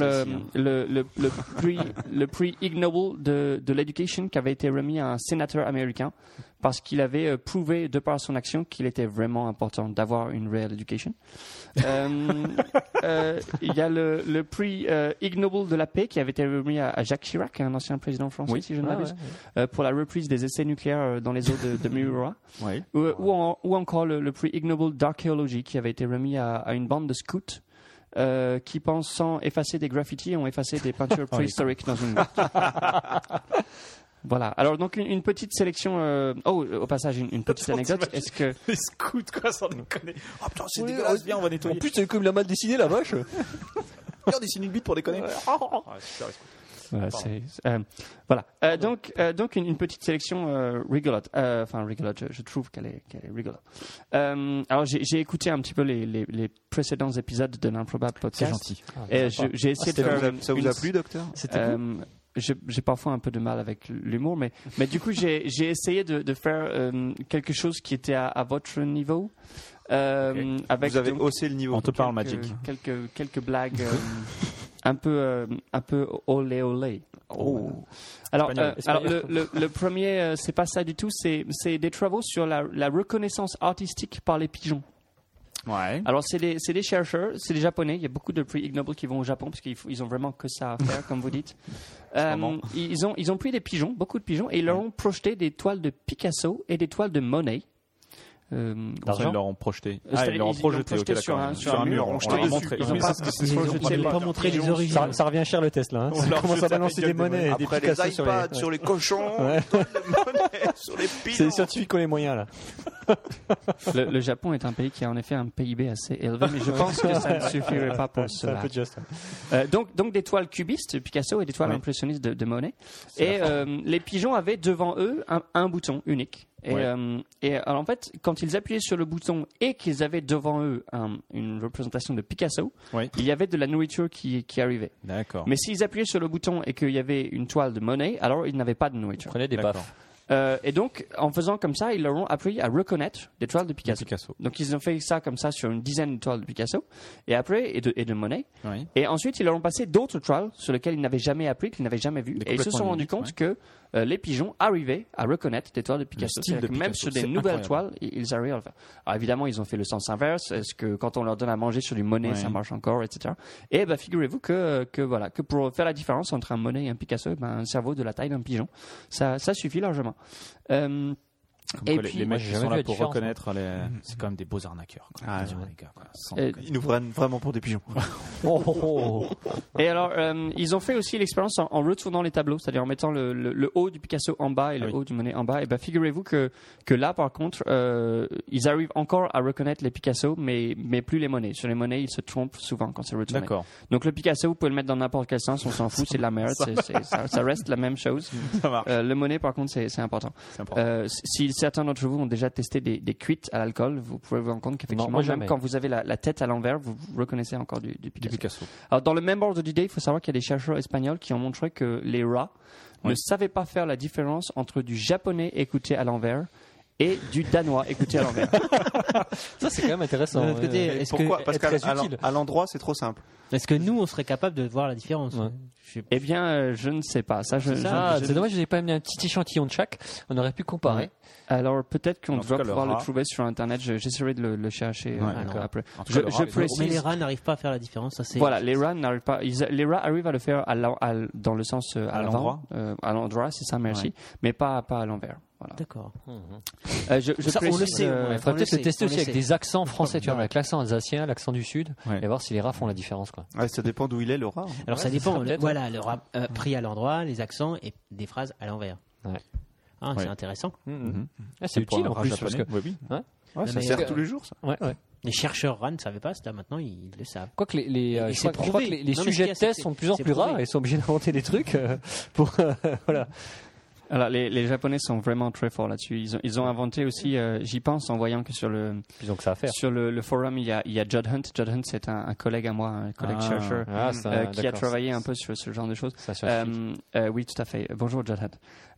le prix Ig Nobel de l'Education qui avait été remis à un sénateur américain parce qu'il avait prouvé de par son action qu'il était vraiment important d'avoir une real education. Il y a le prix Ig Nobel de la paix qui avait été remis à Jacques Chirac, un ancien président français, si je ne m'abuse, pour la reprise des essais nucléaires dans les eaux de Mururoa. Ou encore le prix Ig Nobel d'archéologie qui avait été remis à une bande de scouts qui, pensant effacer des graffitis, ont effacé des peintures préhistoriques dans une grotte. Voilà. Alors donc une petite sélection. Au passage une petite anecdote. Est-ce que les scouts quoi, sans déconner. Oh putain, c'est dégueulasse. Bien, on va nettoyer. En plus, c'est comme la mal dessinée la vache. On dessine une bite pour déconner. Super. Voilà. Donc une petite sélection rigolote. Rigolote. Je trouve qu'elle est rigolote. Alors j'ai écouté un petit peu les précédents épisodes de l'Improbable Podcast. C'est gentil. Et j'ai essayé de faire. Ça vous a plu, docteur? C'était cool. J'ai parfois un peu de mal avec l'humour, mais du coup j'ai essayé de faire quelque chose qui était à votre niveau. Avec vous avez haussé le niveau. On te parle Magic. Quelques blagues un peu olé olé. Oh. Alors le premier c'est pas ça du tout, c'est des travaux sur la reconnaissance artistique par les pigeons. Ouais. Alors c'est des chercheurs, c'est des Japonais. Il y a beaucoup de prix Ig Nobel qui vont au Japon parce qu'ils ont vraiment que ça à faire, comme vous dites. Ils ont pris des pigeons, beaucoup de pigeons, et ils leur ont projeté des toiles de Picasso et des toiles de Monet. Ils leur ont projeté. Ils leur ont projeté sur un mur. Ils n'ont pas montré les origines. Ça revient cher le test là. On commence à balancer des monnaies et des Picasso sur les cochons, sur les pigeons. C'est les scientifiques qui ont les moyens là. Le Japon est un pays qui a en effet un PIB assez élevé, mais je pense que ça ne suffirait pas pour cela. Donc des toiles cubistes de Picasso et des toiles impressionnistes de Monet. Et les pigeons avaient devant eux un bouton unique. Et alors en fait, quand ils appuyaient sur le bouton et qu'ils avaient devant eux une représentation de Picasso, il y avait de la nourriture qui arrivait. D'accord. Mais s'ils appuyaient sur le bouton et qu'il y avait une toile de Monet, alors ils n'avaient pas de nourriture. Ils prenaient des baffes. Et donc, en faisant comme ça, ils leur ont appris à reconnaître des toiles de Picasso. Donc, ils ont fait ça comme ça sur une dizaine de toiles de Picasso, et après, et de Monet. Oui. Et ensuite, ils leur ont passé d'autres toiles sur lesquelles ils n'avaient jamais appris, qu'ils n'avaient jamais vues. Et ils se sont rendus compte que les pigeons arrivaient à reconnaître des toiles de Picasso. Même sur des nouvelles toiles, ils arrivaient à le faire. Alors, évidemment, ils ont fait le sens inverse. Est-ce que quand on leur donne à manger sur du Monet, ça marche encore, etc. Et figurez-vous que pour faire la différence entre un Monet et un Picasso, un cerveau de la taille d'un pigeon, ça suffit largement. Et puis, les mecs qui sont là pour reconnaître, c'est quand même des beaux arnaqueurs. Ils nous prennent vraiment pour des pigeons. Et alors, ils ont fait aussi l'expérience en retournant les tableaux, c'est-à-dire en mettant le haut du Picasso en bas et le haut du Monet en bas. Et figurez-vous que là, par contre, ils arrivent encore à reconnaître les Picasso, mais plus les Monets. Sur les Monets, ils se trompent souvent quand c'est retourné. D'accord. Donc le Picasso, vous pouvez le mettre dans n'importe quel sens, on s'en fout, c'est de la merde, ça reste la même chose. Le Monet, par contre, c'est important. Si certains d'entre vous ont déjà testé des cuites à l'alcool, vous pouvez vous rendre compte qu'effectivement, même quand vous avez la tête à l'envers, vous reconnaissez encore du Picasso. Alors, dans le même ordre d'idée, il faut savoir qu'il y a des chercheurs espagnols qui ont montré que les rats ne savaient pas faire la différence entre du japonais écouté à l'envers et du danois écouté à l'envers. Ça, c'est quand même intéressant. Pourquoi ? Parce qu'à l'endroit, c'est trop simple. Est-ce que nous, on serait capable de voir la différence ? Eh bien, je ne sais pas. C'est dommage, je n'ai pas mis un petit échantillon de chaque. On aurait pu comparer. Alors, peut-être qu'on doit pouvoir le trouver sur Internet. J'essaierai de le chercher après. Mais les rats n'arrivent pas à faire la différence. Voilà, les rats n'arrivent pas. Les rats arrivent à le faire dans le sens à l'avant. À l'endroit, c'est ça, merci. Mais pas à l'envers. Voilà. D'accord. On le sait. Il faudrait peut-être le tester aussi avec des accents français, tu vois, avec l'accent alsacien, l'accent du sud, et voir si les rats font la différence, quoi. Ça dépend d'où il est, le rat. Alors ça dépend. Voilà, le rat pris à l'endroit, les accents et des phrases à l'envers. C'est intéressant. C'est utile en plus. Ça sert tous les jours, ça. Les chercheurs rats ne savaient pas, maintenant ils le savent. Quoique je crois que les sujets de test sont de plus en plus rares et sont obligés d'inventer des trucs pour voilà. Alors, les Japonais sont vraiment très forts là-dessus. Ils ont inventé aussi, j'y pense en voyant que sur le forum, il y a Judd Hunt. Judd Hunt, c'est un collègue à moi, un collègue chercheur qui a travaillé un peu sur ce genre de choses. Ça suffit. Oui, tout à fait. Bonjour, Judd Hunt.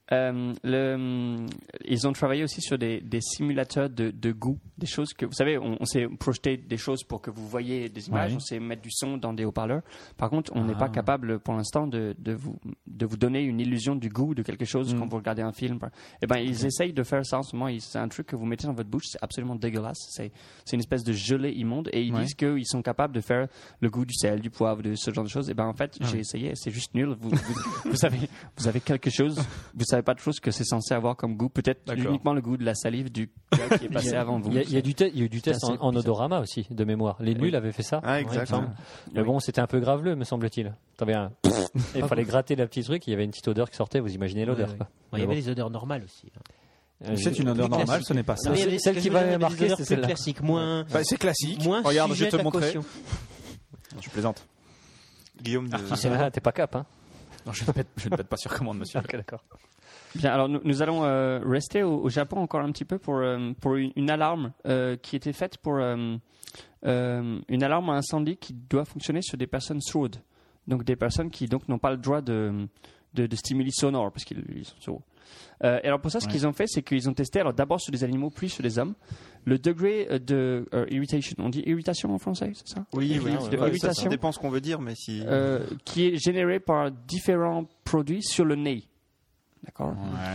Ils ont travaillé aussi sur des simulateurs de goût, des choses que vous savez, on s'est projeté des choses pour que vous voyez des images, on sait mettre du son dans des haut-parleurs. Par contre, on n'est pas capable pour l'instant de vous donner une illusion du goût de quelque chose quand vous regardez un film. Et ben ils essayent de faire ça en ce moment. C'est un truc que vous mettez dans votre bouche, c'est absolument dégueulasse. C'est une espèce de gelée immonde et ils disent qu'ils sont capables de faire le goût du sel, du poivre, de ce genre de choses. Et ben en fait, j'ai essayé, c'est juste nul. Vous avez quelque chose, vous savez pas de choses que c'est censé avoir comme goût, peut-être uniquement le goût de la salive du gars qui est passé avant vous. Il y a eu du test en odorama aussi, de mémoire. Les nuls avaient fait ça. Ah, exactement. Mais bon, c'était un peu graveleux, me semble-t-il. Il fallait gratter le petit truc, il y avait une petite odeur qui sortait, vous imaginez l'odeur. Il y avait des odeurs normales aussi. C'est une odeur normale, ce n'est pas ça. Celle qui va marquer, c'est celle-là. Classique, moins. C'est classique. Moins. Regarde, je vais te le montrer. Je plaisante. Guillaume, t'es pas cap, hein? Non, je ne pète pas sur commande, monsieur. Ok, d'accord. Bien, alors nous allons rester au Japon encore un petit peu pour une alarme qui était faite pour une alarme à incendie qui doit fonctionner sur des personnes sourdes, donc des personnes qui donc n'ont pas le droit de stimuli sonores parce qu'ils sont sourds. Et alors pour ça, ce qu'ils ont fait, c'est qu'ils ont testé, alors d'abord sur des animaux, puis sur des hommes, le degré de irritation. On dit irritation en français, c'est ça? Oui. Irritation, ça dépend ce qu'on veut dire, mais si. Qui est généré par différents produits sur le nez. D'accord.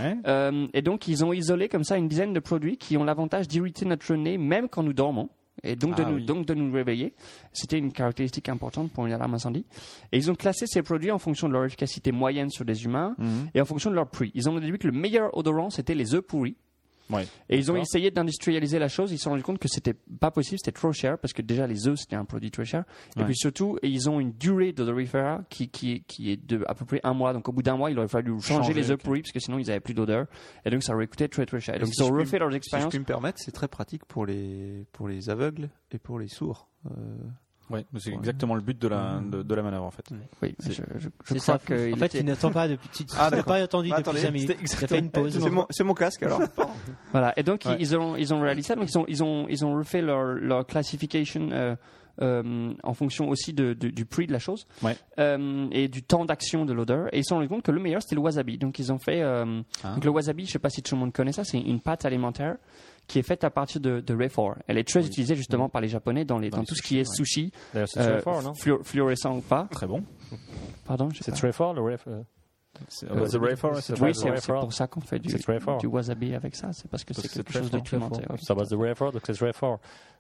Et donc, ils ont isolé comme ça une dizaine de produits qui ont l'avantage d'irriter notre nez même quand nous dormons. Et donc de nous réveiller. C'était une caractéristique importante pour une alarme incendie. Et ils ont classé ces produits en fonction de leur efficacité moyenne sur des humains et en fonction de leur prix. Ils ont déduit que le meilleur odorant, c'était les œufs pourris. Et ils ont essayé d'industrialiser la chose. Ils se sont rendus compte que c'était pas possible, c'était trop cher parce que déjà les œufs c'était un produit très cher. Et puis surtout, ils ont une durée d'odorifera qui est de à peu près 1 mois. Donc au bout d'1 mois, il aurait fallu changer les œufs pourris parce que sinon ils avaient plus d'odeur. Et donc ça aurait coûté très très cher. Et donc ils ont refait leurs expériences. Si je puis me permettre, c'est très pratique pour les aveugles et pour les sourds. Oui, c'est exactement le but de la manœuvre en fait. Oui, je crois que. En fait, tu n'attends pas depuis. Tu n'as pas attendu depuis 5 minutes. Tu as fait une pause. C'est mon casque alors. Voilà. Et donc ils ont réalisé ça. Donc ils ont refait leur classification en fonction aussi du prix de la chose et du temps d'action de l'odeur. Et ils se sont rendus compte que le meilleur c'était le wasabi. Donc ils ont fait donc le wasabi. Je sais pas si tout le monde connaît ça. C'est une pâte alimentaire qui est faite à partir de Rafor. Elle est très utilisée justement par les Japonais dans tout ce qui est sushi, fluorescent ou pas. Très bon. Pardon, c'est Rafor, le Rafor. Oui, c'est pour ça qu'on fait du wasabi avec ça. C'est parce que c'est quelque chose de pimenté. Ça va de Rafor, donc c'est Rafor.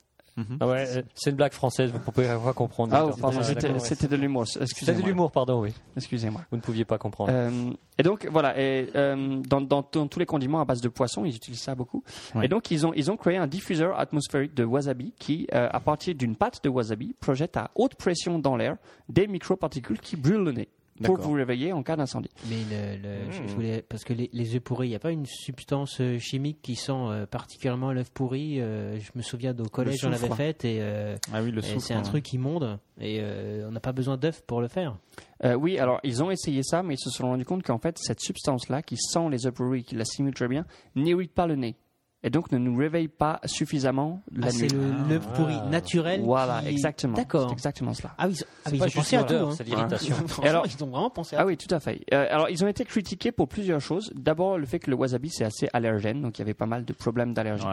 C'est une blague française, vous pouvez pas comprendre. Ah, pardon, c'était de l'humour. C'était de l'humour, pardon, oui. Excusez-moi. Vous ne pouviez pas comprendre. Et donc voilà, dans tous les condiments à base de poisson, ils utilisent ça beaucoup. Et donc ils ont créé un diffuseur atmosphérique de wasabi qui, à partir d'une pâte de wasabi, projette à haute pression dans l'air des microparticules qui brûlent le nez. Pour vous réveiller en cas d'incendie. Mais je voulais, parce que les œufs pourris, il n'y a pas une substance chimique qui sent particulièrement l'œuf pourri. Je me souviens au collège, j'en avais fait et c'est un truc immonde et on n'a pas besoin d'œufs pour le faire. Oui, alors ils ont essayé ça, mais ils se sont rendus compte qu'en fait cette substance-là qui sent les œufs pourris, qui la simule très bien, n'irrite pas le nez. Et donc ne nous réveille pas suffisamment la nuit. C'est l'œuf pourri naturel. Voilà, exactement. D'accord. C'est exactement cela. Ah oui, ils ont pensé à tout. C'est l'irritation. Et alors, ils ont vraiment pensé à tout. Ah oui, tout à fait. Alors, ils ont été critiqués pour plusieurs choses. D'abord, le fait que le wasabi, c'est assez allergène, donc il y avait pas mal de problèmes d'allergie.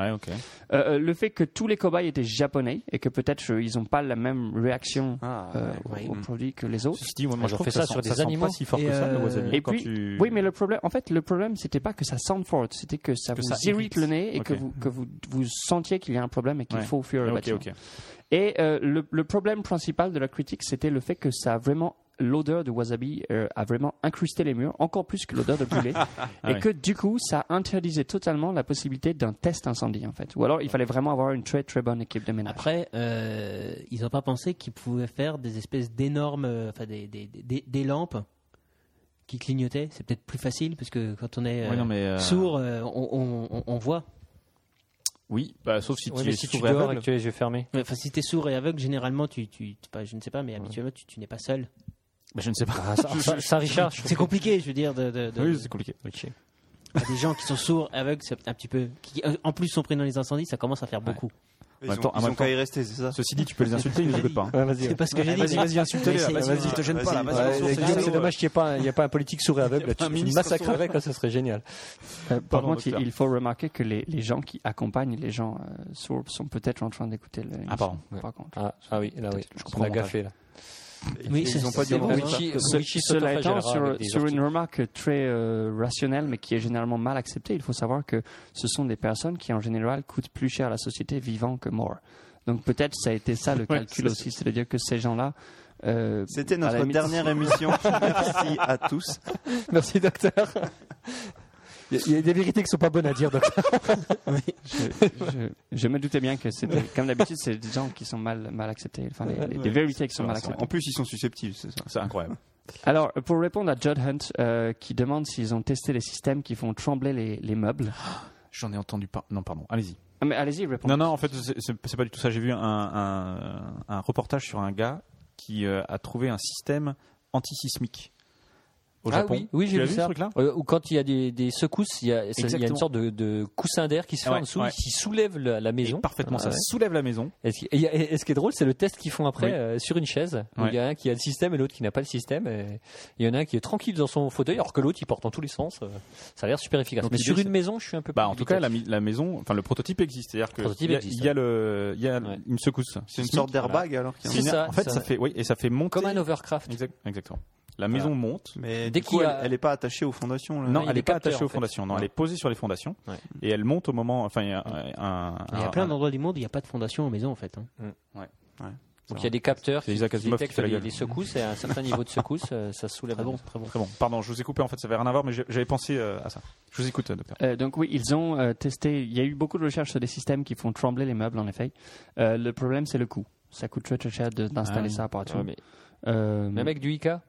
Le fait que tous les cobayes étaient japonais et que peut-être ils n'ont pas la même réaction aux produits que les autres. Moi, je trouve que ça sur des animaux pas si fort que ça, le wasabi. Et puis, oui, mais le problème, c'était pas que ça sente fort, c'était que ça vous irrite le nez et que vous sentiez qu'il y a un problème et qu'il faut fuir le bâtiment. Et le problème principal de la critique, c'était le fait que ça a vraiment l'odeur de wasabi a vraiment incrusté les murs, encore plus que l'odeur de brûlé, et que du coup, ça interdisait totalement la possibilité d'un test incendie, en fait. Ou alors, il fallait vraiment avoir une très très bonne équipe de ménage. Après, ils n'ont pas pensé qu'ils pouvaient faire des espèces d'énormes, des lampes qui clignotaient. C'est peut-être plus facile, parce que quand on est sourd, on voit. Oui, sauf si tu es sourd et aveugle. Tu as les yeux fermés. Enfin, si tu es sourd et aveugle, généralement, je ne sais pas, mais habituellement, tu n'es pas seul. Je ne sais pas. Ça, Richard, c'est compliqué, je veux dire. Oui, c'est compliqué. Des gens qui sont sourds, aveugles, c'est un petit peu. Qui, en plus, sont pris dans les incendies, ça commence à faire beaucoup. Ils ont qu'à y rester, c'est ça. Ceci dit, tu peux les insulter, ils nous écoutent pas. C'est pas ce que j'ai dit. Vas-y, insulte-les. Vas-y, te gêne pas. C'est dommage qu'il n'y ait pas un politique sourd et aveugle. Tu me massacrerais, ça serait génial. Par contre, il faut remarquer que les gens qui accompagnent les gens sourds sont peut-être en train d'écouter l'émission. Ah, pardon. Par contre. Ah oui, là oui. Je comprends. On a gaffé là. Oui, ils n'ont pas dit cela étant, sur une remarque très rationnelle, mais qui est généralement mal acceptée, il faut savoir que ce sont des personnes qui, en général, coûtent plus cher à la société vivant que mort. Donc peut-être ça a été ça le calcul aussi, c'est-à-dire que ces gens-là... C'était notre dernière émission. Merci à tous. Merci, docteur. Il y a des vérités qui ne sont pas bonnes à dire, docteur. Oui. Je me doutais bien que c'était, comme d'habitude, c'est des gens qui sont mal acceptés. Enfin, des vérités qui sont mal acceptées. En plus, ils sont susceptibles, c'est ça. C'est incroyable. Alors, pour répondre à Judd Hunt, qui demande s'ils ont testé les systèmes qui font trembler les meubles. J'en ai entendu pas. Non, pardon. Allez-y. Ah, mais allez-y, répondez. Non, en fait, c'est pas du tout ça. J'ai vu un reportage sur un gars qui a trouvé un système antisismique. Au Japon. Oui, j'ai vu ça. Ou quand il y a des secousses, il y a une sorte de coussin d'air qui se fait en dessous, qui soulève la maison. Et parfaitement, ça soulève la maison. Et ce qui est drôle, c'est le test qu'ils font après sur une chaise. Où il y a un qui a le système et l'autre qui n'a pas le système. Et il y en a un qui est tranquille dans son fauteuil, alors que l'autre il porte dans tous les sens. Ça a l'air super efficace. Donc, mais sur une maison, je suis un peu. En tout cas, la maison, enfin le prototype existe. C'est-à-dire qu'il y a une secousse. C'est une sorte d'airbag alors. C'est ça. En fait, ça fait et ça fait monter. Comme un Overcraft. Exactement. La maison monte, mais dès qu'il elle n'est pas attachée aux fondations. Là. Non, elle n'est pas attachée aux fondations. Non, elle est posée sur les fondations et elle monte au moment. Enfin, il y a plein d'endroits du monde où il n'y a pas de fondation aux maisons en fait. Donc il y a des capteurs qui détectent les secousses et à un certain niveau de secousse, ça soulève. Très bon. Pardon, je vous ai coupé. En fait, ça n'avait rien à voir, mais j'avais pensé à ça. Je vous écoute, docteur. Donc oui, ils ont testé. Il y a eu beaucoup de recherches sur des systèmes qui font trembler les meubles. En effet, le problème c'est le coût. Ça coûte très cher d'installer ça partout. Même avec du IKEA.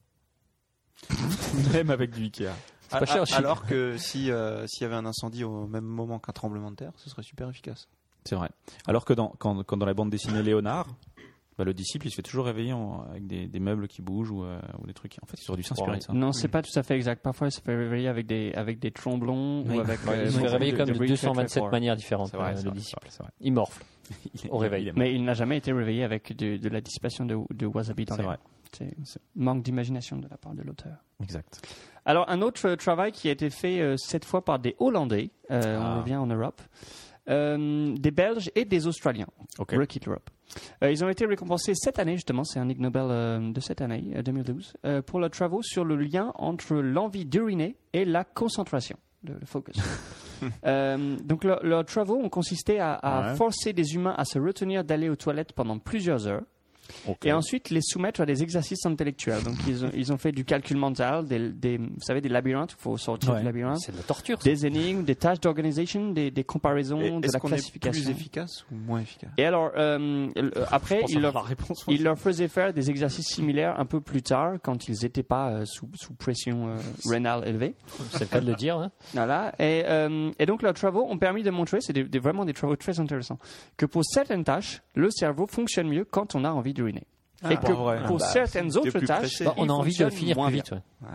Même avec du Ikea. C'est pas cher. Alors que s'il y avait un incendie au même moment qu'un tremblement de terre, ce serait super efficace. C'est vrai. Alors que dans la bande dessinée Léonard, le disciple il se fait toujours réveiller avec des meubles qui bougent ou des trucs. En fait, ils auraient dû s'inspirer de ça. Non, c'est pas tout à fait exact. Parfois, il se fait réveiller avec des tromblons ou avec. Il se fait réveiller comme de 227 manières différentes. Le disciple. Il morfle au réveil. Mais il n'a jamais été réveillé avec de la dissipation de wasabi dans l'air. C'est manque d'imagination de la part de l'auteur. Exact. Alors, un autre travail qui a été fait cette fois par des Hollandais, on revient en Europe, des Belges et des Australiens. Rocket Europe. Ils ont été récompensés cette année, justement, c'est un Ig Nobel de cette année, 2012, pour leurs travaux sur le lien entre l'envie d'uriner et la concentration, le focus. Donc, leurs travaux ont consisté à forcer des humains à se retenir d'aller aux toilettes pendant plusieurs heures. Et ensuite les soumettre à des exercices intellectuels. Donc ils ont fait du calcul mental, vous savez, des labyrinthes, il faut sortir du labyrinthe. C'est de la torture. Des énigmes, des tâches d'organisation, des comparaisons, de la classification. Est-ce qu'on est plus efficace ou moins efficace? Et alors après il leur faisait faire des exercices similaires un peu plus tard quand ils n'étaient pas sous pression rénale élevée. C'est le cas de le dire. Hein. Voilà. Et donc leurs travaux ont permis de montrer, c'est vraiment des travaux très intéressants, que pour certaines tâches, le cerveau fonctionne mieux quand on a envie d'uriner. Et que pour certaines autres tâches, on a envie de finir plus vite.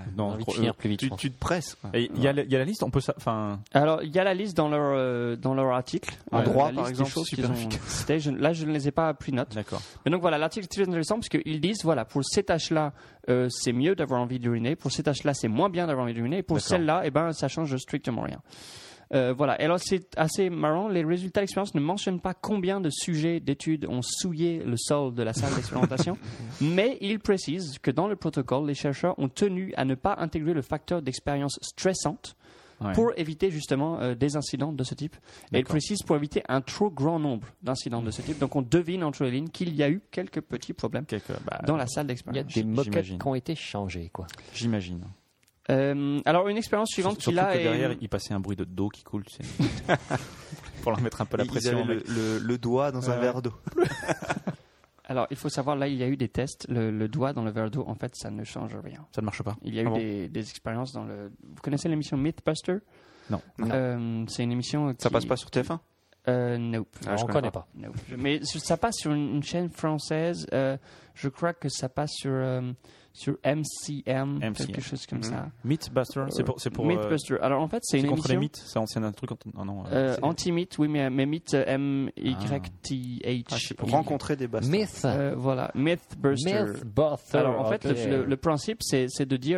Tu te presses. Et il y a la liste, on peut ça. Alors il y a la liste dans leur article. En droit, par exemple, super efficace. Là, je ne les ai pas pris note. D'accord. Mais donc voilà, l'article est très intéressant parce qu'ils disent voilà, pour ces tâches-là, c'est mieux d'avoir envie d'uriner. Pour ces tâches-là, c'est moins bien d'avoir envie d'uriner. Et pour celles-là, ça change strictement rien. Voilà. Et alors, c'est assez marrant. Les résultats d'expérience ne mentionnent pas combien de sujets d'études ont souillé le sol de la salle d'expérimentation, mais ils précisent que dans le protocole, les chercheurs ont tenu à ne pas intégrer le facteur d'expérience stressante pour éviter justement des incidents de ce type. Et ils précisent pour éviter un trop grand nombre d'incidents de ce type. Donc, on devine entre les lignes qu'il y a eu quelques petits problèmes dans la salle d'expérience. Il y a des moquettes qui ont été changées, quoi. J'imagine. Alors une expérience suivante qu'il a que derrière il passait un bruit d'eau qui coule, tu sais. Pour leur mettre un peu la pression. Ils avaient le doigt dans un verre d'eau. Alors il faut savoir, là il y a eu des tests, le doigt dans le verre d'eau, en fait ça ne change rien. Ça ne marche pas. Il y a eu des expériences vous connaissez l'émission Mythbuster? Non. C'est une émission ça passe pas sur TF1? Nope. On ne connaît pas. Nope. Mais ça passe sur une chaîne française. Je crois que ça passe sur MCM, quelque chose comme ça. Mythbuster, c'est pour Mythbuster. Alors en fait, c'est une contre émission. Les mythes, c'est ancien un truc. Anti-myth, oui, mais myth MYTH. C'est pour rencontrer des basters. Myth. Voilà, Mythbuster. Mythbuster. Alors en fait, le principe, c'est de dire.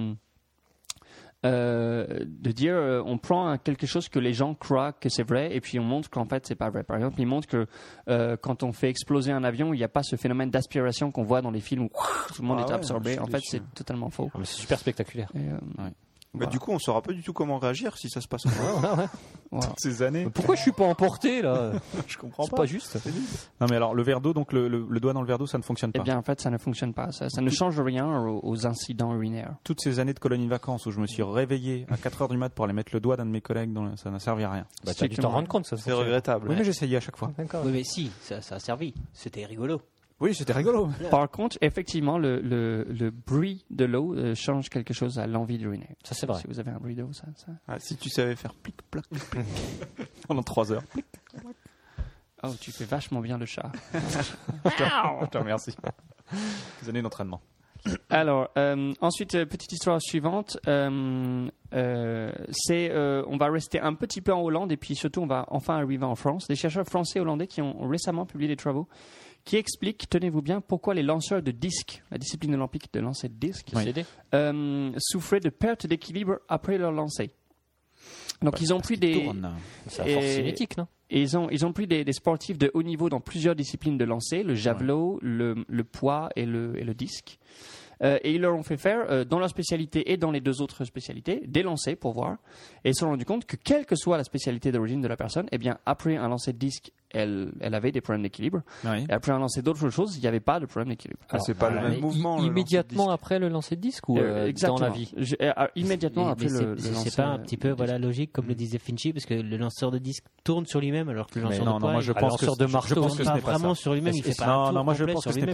On prend quelque chose que les gens croient que c'est vrai et puis on montre qu'en fait c'est pas vrai. Par exemple, ils montrent que quand on fait exploser un avion, il n'y a pas ce phénomène d'aspiration qu'on voit dans les films où tout le monde est absorbé. En fait, c'est totalement faux. Mais c'est super spectaculaire. Bah, du coup, on saura pas du tout comment réagir si ça se passe en toutes ces années. Mais pourquoi je suis pas emporté là? Je comprends pas. C'est pas juste. Non mais alors le verre d'eau, donc le doigt dans le verre d'eau, ça ne fonctionne pas. Eh bien en fait, ça ne fonctionne pas. Ça ne change rien aux incidents urinaires. Toutes ces années de colonies de vacances où je me suis réveillé à 4h du mat pour aller mettre le doigt d'un de mes collègues, ça n'a servi à rien. Bah, tu as dû t'en rendre compte, ça. C'est regrettable. Oui, mais j'essayais à chaque fois. D'accord. Oui, mais si, ça a servi. C'était rigolo. Oui, c'était rigolo. Par contre, effectivement, le bruit de l'eau change quelque chose à l'envie d'uriner. Ça, c'est vrai. Si vous avez un bruit d'eau, ça... Ah, si tu savais faire plic-plac pendant 3 heures. Oh, tu fais vachement bien le chat. Je te remercie. Des années d'entraînement. Alors, ensuite, petite histoire suivante. On va rester un petit peu en Hollande et puis surtout, on va enfin arriver en France. Des chercheurs français et hollandais qui ont récemment publié des travaux qui explique, tenez-vous bien, pourquoi les lanceurs de disques, la discipline olympique de lancer de disques, souffraient de perte d'équilibre après leur lancer. Donc ils ont pris des... C'est la force cinétique, non? Et ils ont pris des sportifs de haut niveau dans plusieurs disciplines de lancer, le javelot, le poids et le disque. Et ils leur ont fait faire, dans leur spécialité et dans les deux autres spécialités, des lancers pour voir. Et ils se sont rendus compte que quelle que soit la spécialité d'origine de la personne, eh bien, après un lancer de disque, elle avait des problèmes d'équilibre. Oui. Et après un lancer d'autres choses, il n'y avait pas de problème d'équilibre. C'est pas le même mouvement. Immédiatement après le lancer de disque ou dans la vie? Immédiatement après le lancer. C'est pas un petit peu logique, comme le disait Finchy, parce que le lanceur de disque tourne sur lui-même, alors que le lanceur de poids, je pense que de marteau tourne pas vraiment sur lui-même. Il fait pas un tour complet sur lui-même.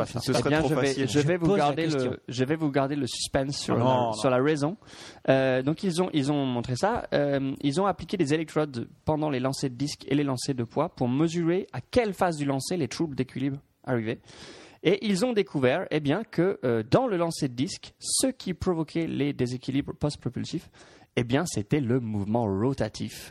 Je vais vous garder le suspense sur la raison. Donc ils ont montré ça. Ils ont appliqué des électrodes pendant les lancers de disques et les lancers de poids pour mesurer à quelle phase du lancer les troubles d'équilibre arrivaient. Et ils ont découvert que dans le lancer de disque, ce qui provoquait les déséquilibres post-propulsifs, c'était le mouvement rotatif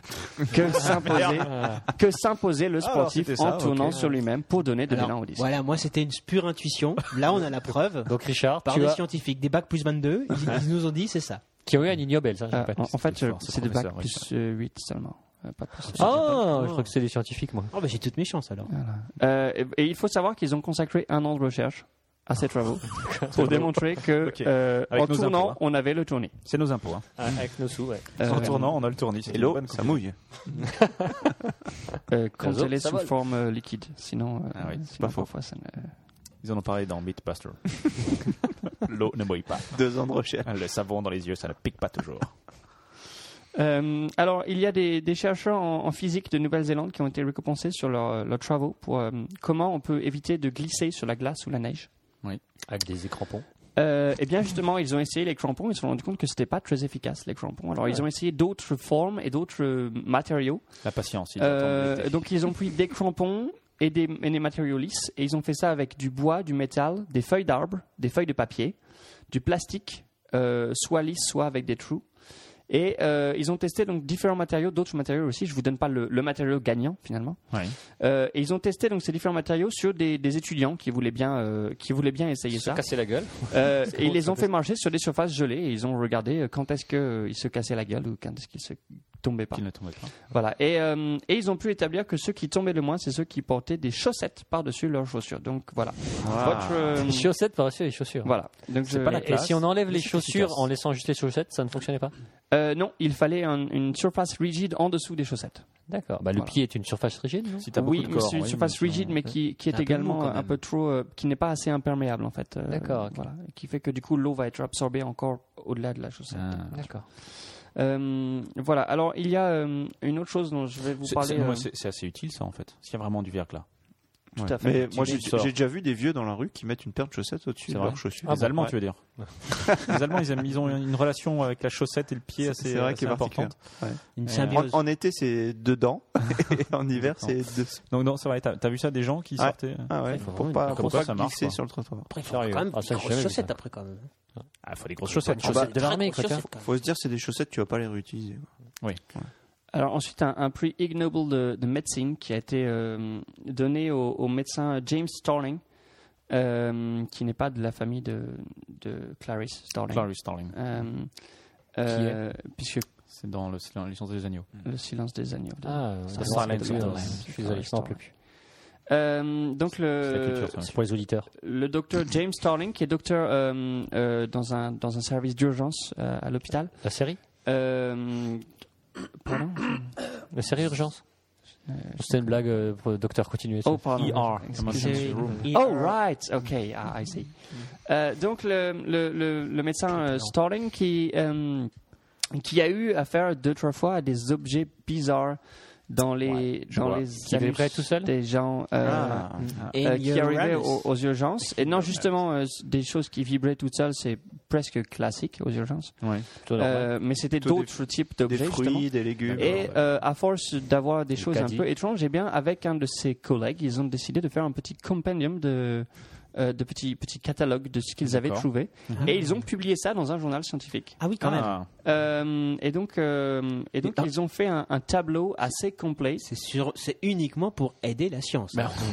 que s'imposait le sportif en tournant sur lui-même pour donner de l'élan au disque. Voilà, moi c'était une pure intuition. Là, on a la preuve. Donc Richard, par des scientifiques, des bacs plus 22, ils nous ont dit c'est ça. Qui ont eu un prix Nobel, ça. En fait, c'est des bacs plus 8 seulement. Pas plus. Je crois que c'est des scientifiques, moi. Oh, j'ai toutes mes chances alors. Voilà. Et il faut savoir qu'ils ont consacré 1 an de recherche à ces travaux pour démontrer que en tournant, on avait le tournis. C'est nos impôts. Avec nos sous, ouais. En tournant, on a le tournis. Et l'eau, ça mouille. Quand elle est sous forme liquide. Sinon, c'est pas faux. Ils en ont parlé dans Mythbuster. L'eau ne mouille pas. 2 ans de recherche. Le savon dans les yeux, ça ne pique pas toujours. Alors, il y a des chercheurs en physique de Nouvelle-Zélande qui ont été récompensés sur leurs travaux pour comment on peut éviter de glisser sur la glace ou la neige. Oui. Avec des crampons. Justement, ils ont essayé les crampons. Ils se sont rendus compte que c'était pas très efficace, les crampons. Alors, ils ont essayé d'autres formes et d'autres matériaux. La patience. Donc, ils ont pris des crampons et des matériaux lisses et ils ont fait ça avec du bois, du métal, des feuilles d'arbre, des feuilles de papier, du plastique, soit lisse, soit avec des trous. Et ils ont testé donc différents matériaux, d'autres matériaux aussi. Je vous donne pas le matériau gagnant finalement. Oui. Et ils ont testé donc ces différents matériaux sur des étudiants qui voulaient bien essayer ça. Se casser la gueule. Et ils les ont fait marcher sur des surfaces gelées et ils ont regardé quand est-ce qu'ils se cassaient la gueule ou quand est-ce qu'ils se tombaient pas. Qu'ils ne tombaient pas. Voilà. Et ils ont pu établir que ceux qui tombaient le moins, c'est ceux qui portaient des chaussettes par-dessus leurs chaussures. Donc voilà. Des chaussettes par-dessus les chaussures. Voilà. Donc c'est pas la classe. Et si on enlève les chaussures en laissant juste les chaussettes, ça ne fonctionnait pas? Non, il fallait une surface rigide en dessous des chaussettes. D'accord. Le pied est une surface rigide, non? Si oui, mais c'est une surface rigide, mais qui est également un peu trop, qui n'est pas assez imperméable en fait. D'accord. Voilà, qui fait que du coup l'eau va être absorbée encore au-delà de la chaussette. D'accord. Voilà. Alors il y a une autre chose dont je vais vous parler. C'est assez utile ça en fait. S'il y a vraiment du verglas. Tout à fait. Mais moi, j'ai déjà vu des vieux dans la rue qui mettent une paire de chaussettes au-dessus de leurs chaussures. Les Allemands, tu veux dire. Les Allemands, ils ont une relation avec la chaussette et le pied assez importante. Une symbiose. En été, c'est dedans, et en hiver, c'est dessous. Donc non, c'est vrai. T'as vu ça, des gens qui sortaient. Ah ouais. Pour pas glisser sur le trottoir. Après, il faut quand même des grosses chaussettes après quand même. Ah, il faut des grosses chaussettes. Chaussettes de l'armée, quoi. Faut se dire, c'est des chaussettes, tu vas pas les réutiliser. Oui. Alors ensuite, un prix Ig Nobel de médecine qui a été donné au médecin James Starling, qui n'est pas de la famille de Clarice Starling. Clarice Starling. Puisque c'est dans le silence des agneaux. Le silence des agneaux. Je suis désolé, je n'en peux plus. Donc c'est pour les auditeurs. Le docteur James Starling, qui est docteur dans un service d'urgence à l'hôpital. La série Pardon. La série Urgence. C'était une blague pour le docteur continuer. Oh, pardon. ER. Oh, right. OK. I see. Donc, le médecin Starling qui a eu affaire 2-3 fois à des objets bizarres dans les vibraient tout seul des gens qui arrivaient aux urgences. Et non, justement, des choses qui vibraient toutes seules, c'est presque classique aux urgences. Ouais, mais c'était d'autres types d'objets. Des fruits, justement. Des légumes. Et à force d'avoir des choses un peu étranges, eh bien, avec un de ses collègues, ils ont décidé de faire un petit compendium de petits catalogues de ce qu'ils avaient trouvé. Et ils ont publié ça dans un journal scientifique. Ah oui, quand même. Et donc ils ont fait un tableau assez complet. C'est uniquement pour aider la science.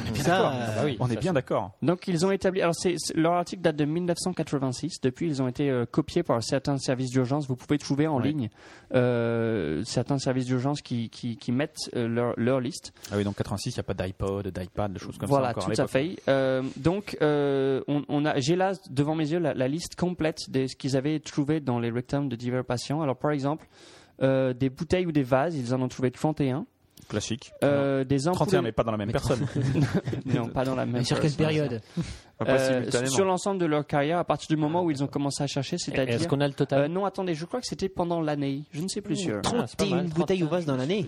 On est bien d'accord. Donc ils ont établi. Alors leur article date de 1986. Depuis, ils ont été copiés par certains services d'urgence. Vous pouvez trouver en ligne certains services d'urgence qui mettent leur liste. Ah oui, donc 86, il n'y a pas d'iPod, d'iPad, de choses comme ça. Encore Voilà, tout à fait. Donc j'ai là devant mes yeux la liste complète de ce qu'ils avaient trouvé dans les rectums de divers patients. Alors par exemple, des bouteilles ou des vases, ils en ont trouvé 31. Classique. Des ampoules... 31, mais pas dans la même personne. Non, pas dans la même. Mais sur quelle période sur l'ensemble de leur carrière, à partir du moment où ils ont commencé à chercher, c'est-à-dire... Est-ce qu'on a le total Non, attendez, je crois que c'était pendant l'année. Je ne sais plus sûr. 31 bouteilles ou vases dans l'année.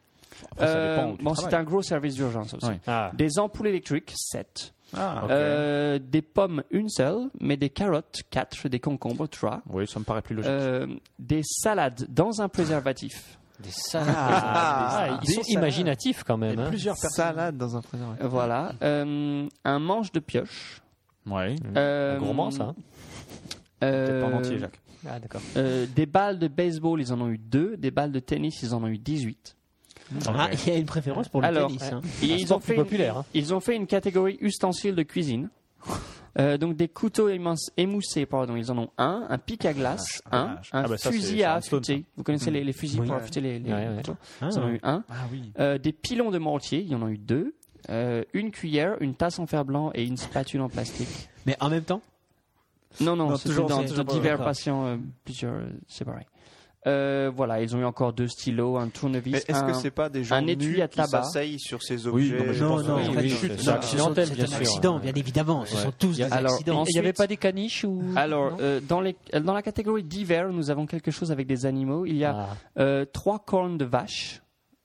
C'était un gros service d'urgence aussi. Des ampoules électriques, 7. Des pommes, une seule, mais des carottes, 4, des concombres, 3. Oui, ça me paraît plus logique. Des salades dans un préservatif. Des salades. Ils sont imaginatifs quand même. Plusieurs salades dans un préservatif. Voilà. Un manche de pioche. Ouais. Gourmand, ça. Peut-être pas en entier, Jacques. Ah, d'accord. Des balles de baseball, ils en ont eu 2. Des balles de tennis, ils en ont eu 18. Il y a une préférence pour le tennis. Ils ont fait une catégorie ustensiles de cuisine. Donc des couteaux émoussés, ils en ont un pic à glace, un fusil à affûter. Vous connaissez les fusils pour affûter les couteaux. Ils en ont eu un. Des pilons de mortier, il y en a eu 2. Une cuillère, une tasse en fer blanc et une spatule en plastique. Mais en même temps? Non, c'était dans divers patients, plusieurs séparés. Voilà, ils ont eu encore 2 stylos, un tournevis, mais est-ce que c'est pas des gens nus qui s'asseyent sur ces objets? Non, c'est accidentel, bien sûr. Accident, bien évidemment. Ce sont tous des accidents. Il n'y avait pas des caniches ou? Alors, dans la catégorie divers, nous avons quelque chose avec des animaux. Il y a 3 cornes de vache.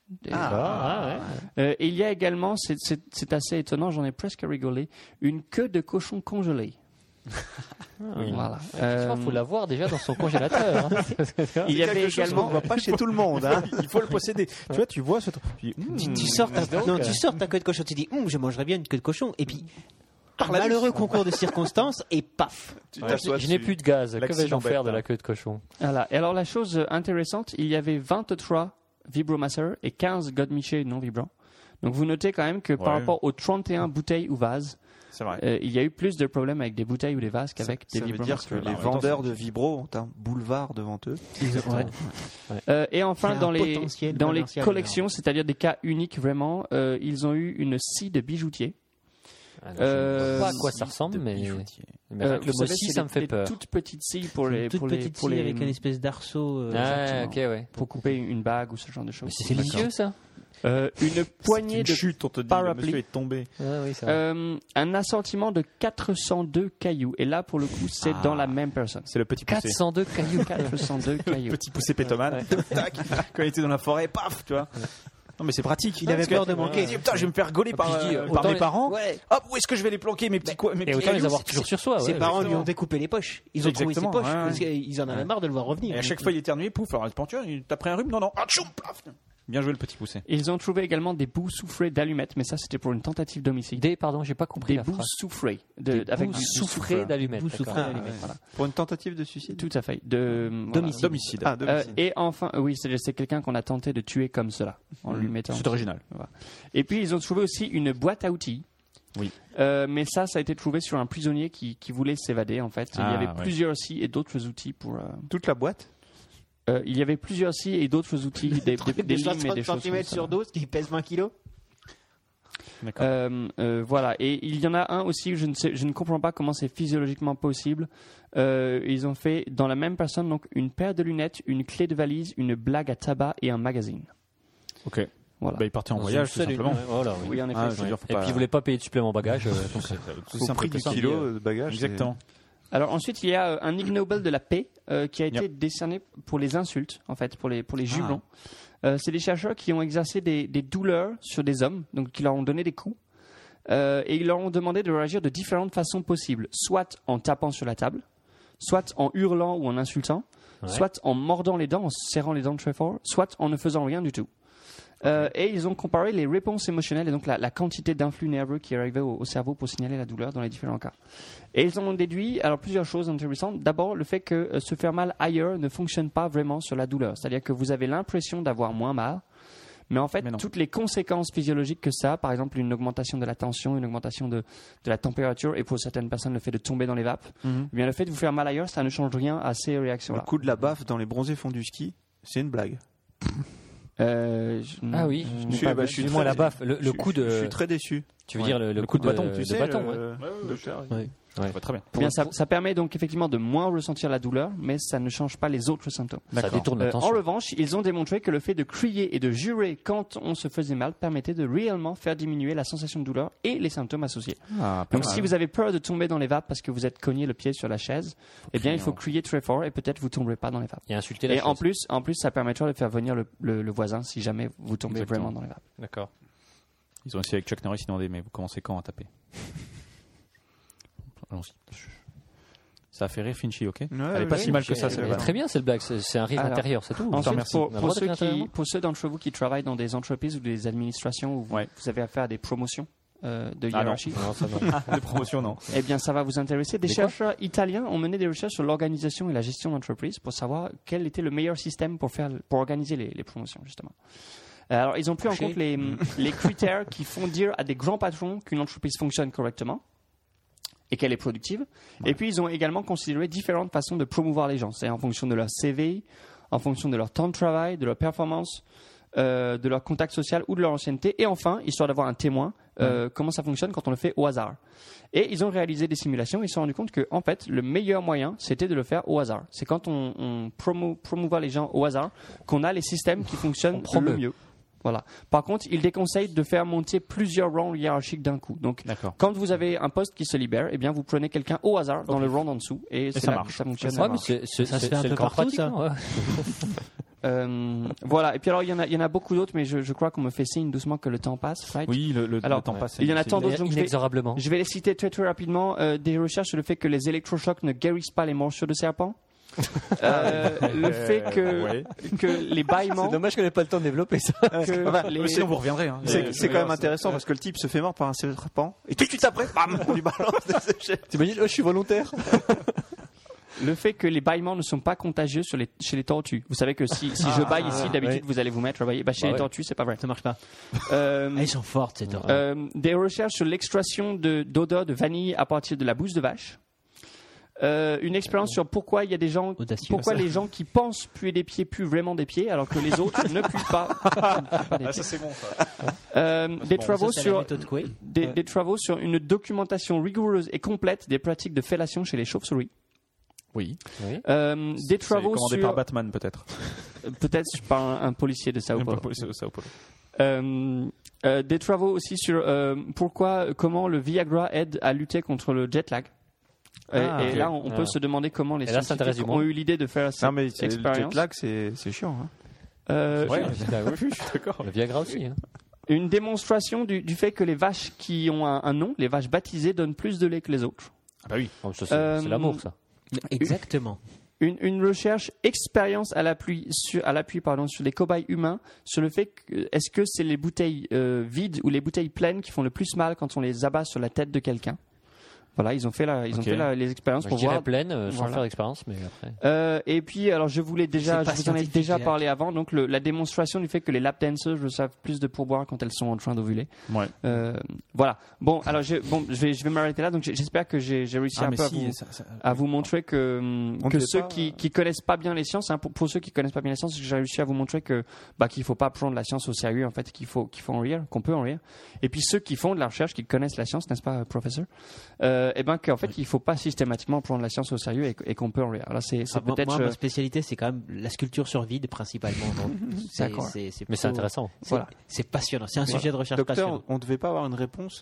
Et il y a également, c'est assez étonnant, j'en ai presque rigolé, une queue de cochon congelée. Voilà. Il faut l'avoir déjà dans son congélateur. Il y avait également. On ne voit pas chez tout le monde. Il faut le posséder. Tu vois, tu vois ce truc. Tu sors ta queue de cochon, tu dis je mangerais bien une queue de cochon, et puis malheureux concours de circonstances, et paf. Je n'ai plus de gaz. Que vais-je en faire de la queue de cochon? Voilà. Et alors la chose intéressante, il y avait 23 vibromasseurs et 15 godemichés non vibrants. Donc vous notez quand même que par rapport aux 31 bouteilles ou vases, c'est vrai. Il y a eu plus de problèmes avec des bouteilles ou des vases qu'avec des vibromasseurs. Ça veut dire que les vendeurs de vibro ont un boulevard devant eux. Et enfin, dans les collections, c'est-à-dire des cas uniques vraiment, ils ont eu une scie de bijoutier. Je ne sais pas à quoi ça ressemble, mais le mot scie, ça me fait peur. Toute petite scie pour les avec une espèce d'arceau pour couper une bague ou ce genre de choses. C'est vicieux, ça. Une poignée de chute, on te dit, parapluies. Le monsieur est tombé. Un assortiment de 402 cailloux. Et là, pour le coup, c'est dans la même personne. C'est le petit poussé. 402 cailloux. 402 cailloux. Le petit poussé pétomane. Tac. Quand il était dans la forêt, paf, tu vois. Non mais c'est pratique. Il avait peur de manquer. Putain, je vais me faire gauler par mes parents. Hop, où est-ce que je vais les planquer mes petits Et autant les avoir toujours sur soi. Ses parents lui ont découpé les poches. Ils ont trouvé ses poches parce qu'ils en avaient marre de le voir revenir. Et à chaque fois il éternuait, pouf. Alors t'as pris un rhume? Non. Ah, tchoum, paf. Bien joué le petit poussé. Ils ont trouvé également des bouts soufrés d'allumettes, mais ça c'était pour une tentative d'homicide. J'ai pas compris. Des bouts soufrés. Avec du soufré d'allumettes. Voilà. Pour une tentative de suicide. Tout à fait. D'homicide. Et enfin, oui, c'est quelqu'un qu'on a tenté de tuer comme cela, en lui mettant. C'est original. Voilà. Et puis ils ont trouvé aussi une boîte à outils. Oui. Mais ça a été trouvé sur un prisonnier qui voulait s'évader en fait. Il y avait plusieurs scies et d'autres outils pour. Toute la boîte. Il y avait plusieurs scies et d'autres outils, des limes et des choses. cm sur 12 qui pèse 20 kilos. D'accord. Voilà. Et il y en a un aussi, je ne comprends pas comment c'est physiologiquement possible. Ils ont fait dans la même personne donc une paire de lunettes, une clé de valise, une blague à tabac et un magazine. Ok. Voilà. Il partait en voyage tout simplement. Voilà, oui, en effet. Et puis il voulait pas payer de supplément bagage. C'est un prix du kilo de bagage. Exactement. Alors ensuite, il y a un Ig Nobel de la paix qui a été décerné pour les insultes, en fait, pour les jublons. C'est des chercheurs qui ont exercé des douleurs sur des hommes, donc qui leur ont donné des coups, et ils leur ont demandé de réagir de différentes façons possibles, soit en tapant sur la table, soit en hurlant ou en insultant, soit en mordant les dents, en serrant les dents très fort, soit en ne faisant rien du tout. Et ils ont comparé les réponses émotionnelles et donc la quantité d'influx nerveux qui arrivait au cerveau pour signaler la douleur dans les différents cas. Et ils ont déduit plusieurs choses intéressantes. D'abord, le fait que se faire mal ailleurs ne fonctionne pas vraiment sur la douleur. C'est-à-dire que vous avez l'impression d'avoir moins mal, mais en fait, toutes les conséquences physiologiques que ça, par exemple une augmentation de la tension, une augmentation de la température, et pour certaines personnes le fait de tomber dans les vapes, eh bien le fait de vous faire mal ailleurs, ça ne change rien à ces réactions-là. Le coup de la baffe dans les bronzés fonds du ski, c'est une blague. Oui, je suis moins la baffe. Le coup de. Je suis très déçu. Tu veux dire le coup de bâton, tu sais, bâton, très bien. Eh bien, ça permet donc effectivement de moins ressentir la douleur, mais ça ne change pas les autres symptômes. Ça détourne la tension. En revanche, ils ont démontré que le fait de crier et de jurer quand on se faisait mal permettait de réellement faire diminuer la sensation de douleur et les symptômes associés. Donc si vous avez peur de tomber dans les vapes parce que vous êtes cogné le pied sur la chaise, eh bien il faut crier très fort et peut-être vous tomberez pas dans les vapes. Et insulter la chaise. En plus, ça permettra de faire venir le voisin si jamais vous tombez vraiment dans les vapes. D'accord. Ils ont essayé avec Chuck Norris, ils demandaient mais vous commencez quand à taper? Allons-y. Ça a fait rire Finchy, ok? Elle est pas si mal que ça. Très bien cette blague, c'est un rire intérieur, c'est tout. Ensuite, pour ceux d'entre vous qui travaillent dans des entreprises ou des administrations où vous avez affaire à des promotions de hiérarchie. Non, ça non. Des promotions, non. Eh bien, ça va vous intéresser. Des chercheurs italiens ont mené des recherches sur l'organisation et la gestion d'entreprise pour savoir quel était le meilleur système pour organiser les promotions, justement. Alors, ils ont pris en compte les critères qui font dire à des grands patrons qu'une entreprise fonctionne correctement et qu'elle est productive. Et puis, ils ont également considéré différentes façons de promouvoir les gens. C'est en fonction de leur CV, en fonction de leur temps de travail, de leur performance, de leur contact social ou de leur ancienneté. Et enfin, histoire d'avoir un témoin, comment ça fonctionne quand on le fait au hasard. Et ils ont réalisé des simulations et ils se sont rendus compte que, en fait, le meilleur moyen, c'était de le faire au hasard. C'est quand on promouvoit les gens au hasard qu'on a les systèmes qui fonctionnent le mieux. Voilà. Par contre, il déconseille de faire monter plusieurs rangs hiérarchiques d'un coup. Donc, quand vous avez un poste qui se libère, eh bien, vous prenez quelqu'un au hasard dans le rang en dessous et c'est ça là marche. Que ça fonctionne. Ça se fait un peu partout, ça. Voilà. Et puis alors, il y en a beaucoup d'autres, mais je crois qu'on me fait signe doucement que le temps passe. Right? Oui, le temps passe. Il y en a tant d'autres. Donc inexorablement. Je vais les citer très très rapidement. Des recherches sur le fait que les électrochocs ne guérissent pas les morsures de serpents. Le fait que les bâillements. C'est dommage qu'on n'ait pas le temps de développer ça. Sinon vous reviendrez. Hein. C'est quand même intéressant parce que le type se fait mort par un serpent et tout de suite après, bam, on lui balance des échecs. T'imagines, je suis volontaire. Le fait que les bâillements ne sont pas contagieux chez les tortues. Vous savez que si je bâille ici, d'habitude vous allez vous mettre à bailler. Chez les tortues, c'est pas vrai. Ça marche pas. Elles sont fortes ces tortues. Des recherches sur l'extraction d'odeur de vanille à partir de la bouse de vache. Une expérience sur pourquoi il y a des gens, les gens qui pensent puer des pieds puent vraiment des pieds, alors que les autres ne puent pas. Ça c'est bon. Ça. Des travaux sur une documentation rigoureuse et complète des pratiques de fellation chez les chauves-souris. Oui. Des travaux commandé sur par Batman peut-être. Peut-être par un policier de Sao Paulo. Des travaux aussi sur comment le Viagra aide à lutter contre le jet lag. Et là, on peut se demander comment les scientifiques ont eu l'idée de faire cette expérience. Le jet lag, c'est chiant. je suis d'accord. Le Viagra aussi. Hein. Une démonstration du fait que les vaches qui ont un nom, les vaches baptisées, donnent plus de lait que les autres. Ah bah oui, c'est l'amour ça. Exactement. Une recherche expérience à l'appui sur les cobayes humains sur le fait que est-ce que c'est les bouteilles vides ou les bouteilles pleines qui font le plus mal quand on les abat sur la tête de quelqu'un. Voilà, ils ont fait les expériences pour voir. Je dirais pleine, sans faire d'expérience, mais après. Et puis, alors, je vous en ai déjà parlé avant. Donc, la démonstration du fait que les lap dancers reçoivent plus de pourboire quand elles sont en train d'ovuler. Ouais. Voilà. Bon, alors, je vais m'arrêter là. Donc, j'espère que j'ai réussi un peu à vous montrer que ceux qui connaissent pas bien les sciences, hein, pour ceux qui connaissent pas bien les sciences, j'ai réussi à vous montrer que qu'il faut pas prendre la science au sérieux, en fait, qu'il faut en rire, qu'on peut en rire. Et puis, ceux qui font de la recherche, qui connaissent la science, n'est-ce pas, professeur? Qu'en fait, il ne faut pas systématiquement prendre la science au sérieux et qu'on peut en rire. Alors, peut-être. Moi, ma spécialité, c'est quand même la sculpture sur vide, principalement. D'accord. Mais c'est intéressant. C'est passionnant. C'est un sujet de recherche Docteur, passionnant. On ne devait pas avoir une réponse,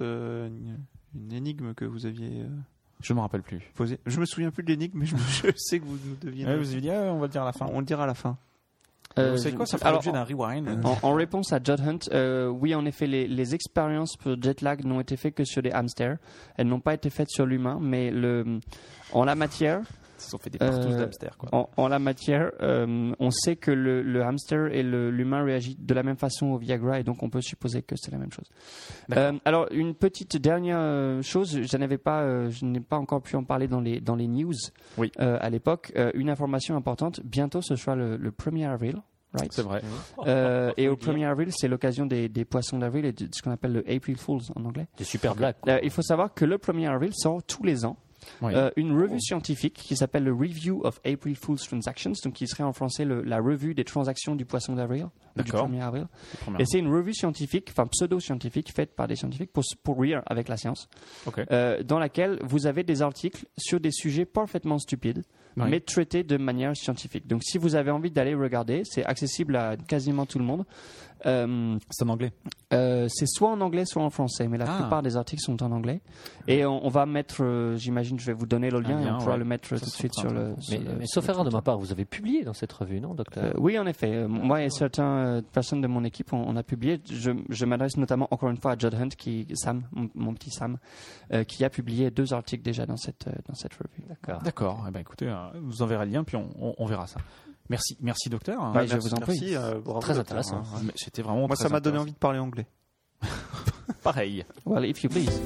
une énigme que vous aviez. Je me rappelle plus. Posée. Je me souviens plus de l'énigme, mais je sais que vous nous deviez. Vous avez dit, on va le dire à la fin. On le dira à la fin. C'est quoi, ça fait l'objet d'un rewind? En réponse à Judd Hunt, oui, en effet, les expériences pour jet lag n'ont été faites que sur des hamsters. Elles n'ont pas été faites sur l'humain, mais en la matière. Ils ont fait des partous d'hamsters, quoi. En la matière, on sait que le hamster et l'humain réagissent de la même façon au Viagra, et donc on peut supposer que c'est la même chose. Alors, une petite dernière chose, je n'ai pas encore pu en parler dans les news à l'époque. Une information importante, bientôt ce sera le 1er avril. Right. C'est vrai. Et au 1er avril, c'est l'occasion des poissons d'avril et de ce qu'on appelle le April Fools en anglais. Des super blagues. Il faut savoir que le 1er avril sort tous les ans. Une revue scientifique qui s'appelle le Review of April Fool's Transactions, donc qui serait en français la revue des transactions du poisson d'avril, du 1er avril. Et c'est une revue scientifique, enfin pseudo-scientifique, faite par des scientifiques pour rire avec la science, dans laquelle vous avez des articles sur des sujets parfaitement stupides, mais traités de manière scientifique. Donc si vous avez envie d'aller regarder, c'est accessible à quasiment tout le monde. C'est en anglais. C'est soit en anglais, soit en français, mais la plupart des articles sont en anglais. Et on va mettre, j'imagine, je vais vous donner le lien et on pourra le mettre tout de suite sur le. Mais sauf erreur de ma part, vous avez publié dans cette revue, non, docteur? Oui, en effet. Moi et certaines personnes de mon équipe, on a publié. Je m'adresse notamment encore une fois à Judd Hunt, mon petit Sam, qui a publié 2 articles déjà dans cette revue. D'accord. Eh ben, écoutez, vous enverrez le lien, puis on verra ça. Merci docteur. Je vous en prie. Bravo, très intéressant. C'était vraiment. Moi, ça m'a donné envie de parler anglais. Pareil. Well, if you please.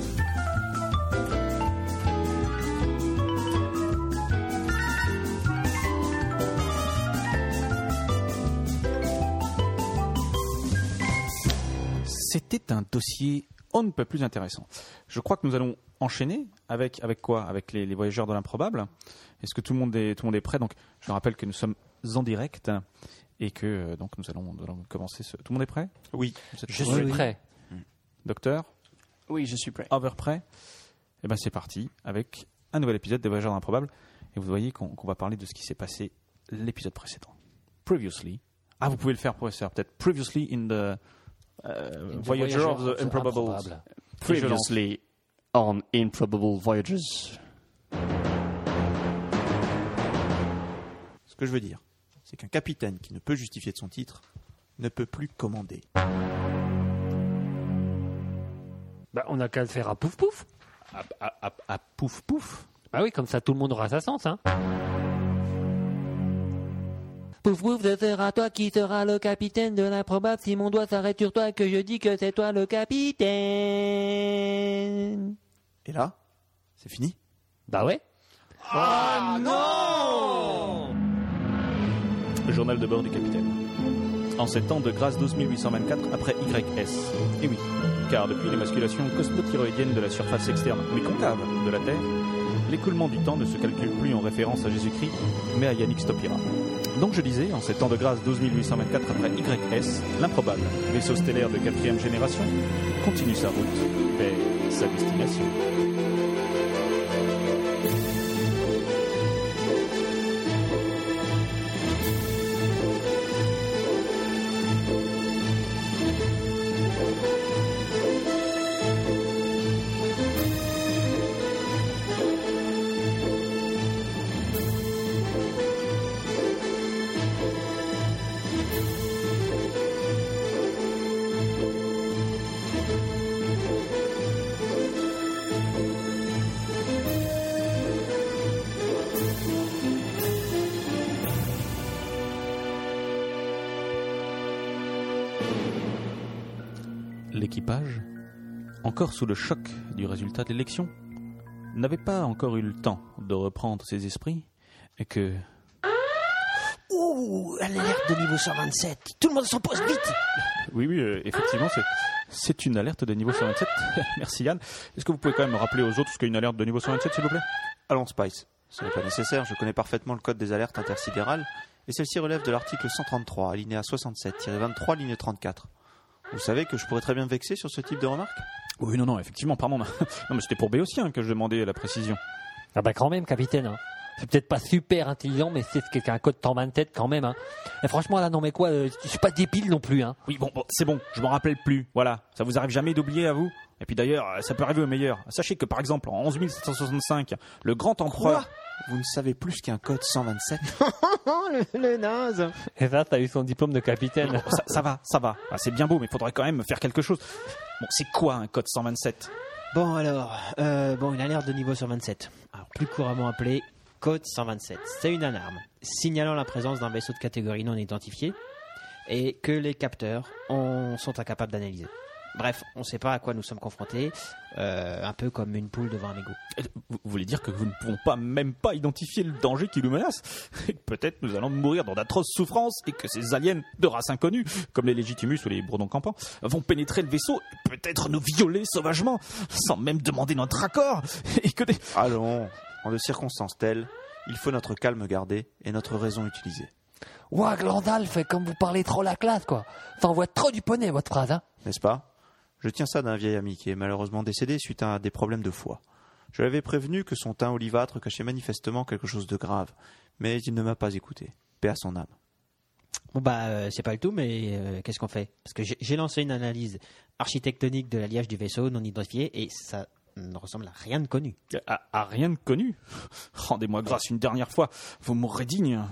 C'était un dossier on ne peut plus intéressant. Je crois que nous allons enchaîner avec quoi? Avec les voyageurs de l'improbable. Est-ce que tout le monde est prêt? Donc, je rappelle que nous sommes en direct et que donc nous allons commencer. Tout le monde est prêt? Oui. Je suis prêt. Docteur? Oui, je suis prêt. Over prêt? Eh bien, c'est parti avec un nouvel épisode des voyageurs de l'improbable. Et vous voyez qu'on va parler de ce qui s'est passé l'épisode précédent. Previously. Ah, vous pouvez le faire, professeur. Peut-être previously in the Voyager of the Improbables. Previously on Improbable Voyagers. Ce que je veux dire, c'est qu'un capitaine qui ne peut justifier de son titre ne peut plus commander. On n'a qu'à le faire à pouf pouf. À pouf pouf. Ah oui, comme ça tout le monde aura sa sens, hein. Pouf pouf, ce sera toi qui seras le capitaine de l'improbable. Si mon doigt s'arrête sur toi, que je dis que c'est toi le capitaine. Et là, c'est fini? Bah ouais. Ah non! Le journal de bord du capitaine. En 7 ans de grâce 12824 après YS. Et oui, car depuis l'émasculation cosmothyroïdienne de la surface externe, mais concave, de la Terre, l'écoulement du temps ne se calcule plus en référence à Jésus-Christ, mais à Yannick Stopira. Donc je disais, en 7 ans de grâce 12824 après YS, l'improbable, vaisseau stellaire de 4e génération, continue sa route vers sa destination. L'équipage, encore sous le choc du résultat de l'élection, n'avait pas encore eu le temps de reprendre ses esprits et que... Ouh, l'alerte de niveau 127. Tout le monde s'en pose vite. Oui, effectivement, c'est une alerte de niveau 127. Merci Yann. Est-ce que vous pouvez quand même rappeler aux autres ce qu'est une alerte de niveau 127, s'il vous plaît? Allons, Spice. Ce n'est pas nécessaire, je connais parfaitement le code des alertes intersidérales et celle-ci relève de l'article 133, alinéa 67-23, ligne 34. Vous savez que je pourrais très bien me vexer sur ce type de remarque? Oui, non, effectivement, pardon. Non, mais c'était pour Béotien que je demandais la précision. Ah bah quand même, capitaine, hein. C'est peut-être pas super intelligent, mais c'est ce qu'un code 127 quand même. Hein. Et franchement, là, non, mais quoi, je suis pas débile non plus. Hein. Oui, bon, c'est bon, je m'en rappelle plus. Voilà, ça vous arrive jamais d'oublier à vous? Et puis d'ailleurs, ça peut arriver aux meilleurs. Sachez que par exemple, en 11765, le grand empereur... Quoi? Vous ne savez plus qu'un code 127? le naze. Et ça, t'as eu son diplôme de capitaine. Bon, ça va. Ah, c'est bien beau, mais il faudrait quand même faire quelque chose. Bon, c'est quoi un code 127? Bon, alors, une alerte de niveau 127. Alors, plus couramment appelée... Code 127, c'est une alarme signalant la présence d'un vaisseau de catégorie non identifié et que les capteurs sont incapables d'analyser. Bref, on ne sait pas à quoi nous sommes confrontés, un peu comme une poule devant un égout. Vous voulez dire que nous ne pouvons même pas identifier le danger qui nous menace? Et peut-être nous allons mourir dans d'atroces souffrances et que ces aliens de race inconnue, comme les Légitimus ou les Bourdons campants, vont pénétrer le vaisseau et peut-être nous violer sauvagement, sans même demander notre accord, et que des... Allons. En de circonstances telles, il faut notre calme garder et notre raison utilisée. Ouah, Glandalf, comme vous parlez trop la classe, quoi. Ça envoie trop du poney, votre phrase, hein. N'est-ce pas? Je tiens ça d'un vieil ami qui est malheureusement décédé suite à des problèmes de foie. Je l'avais prévenu que son teint olivâtre cachait manifestement quelque chose de grave, mais il ne m'a pas écouté. Paix à son âme. Bon c'est pas le tout, mais qu'est-ce qu'on fait? Parce que j'ai lancé une analyse architectonique de l'alliage du vaisseau non identifié et ça... ne ressemble à rien de connu. À rien de connu? Rendez-moi grâce une dernière fois, vous mourrez digne.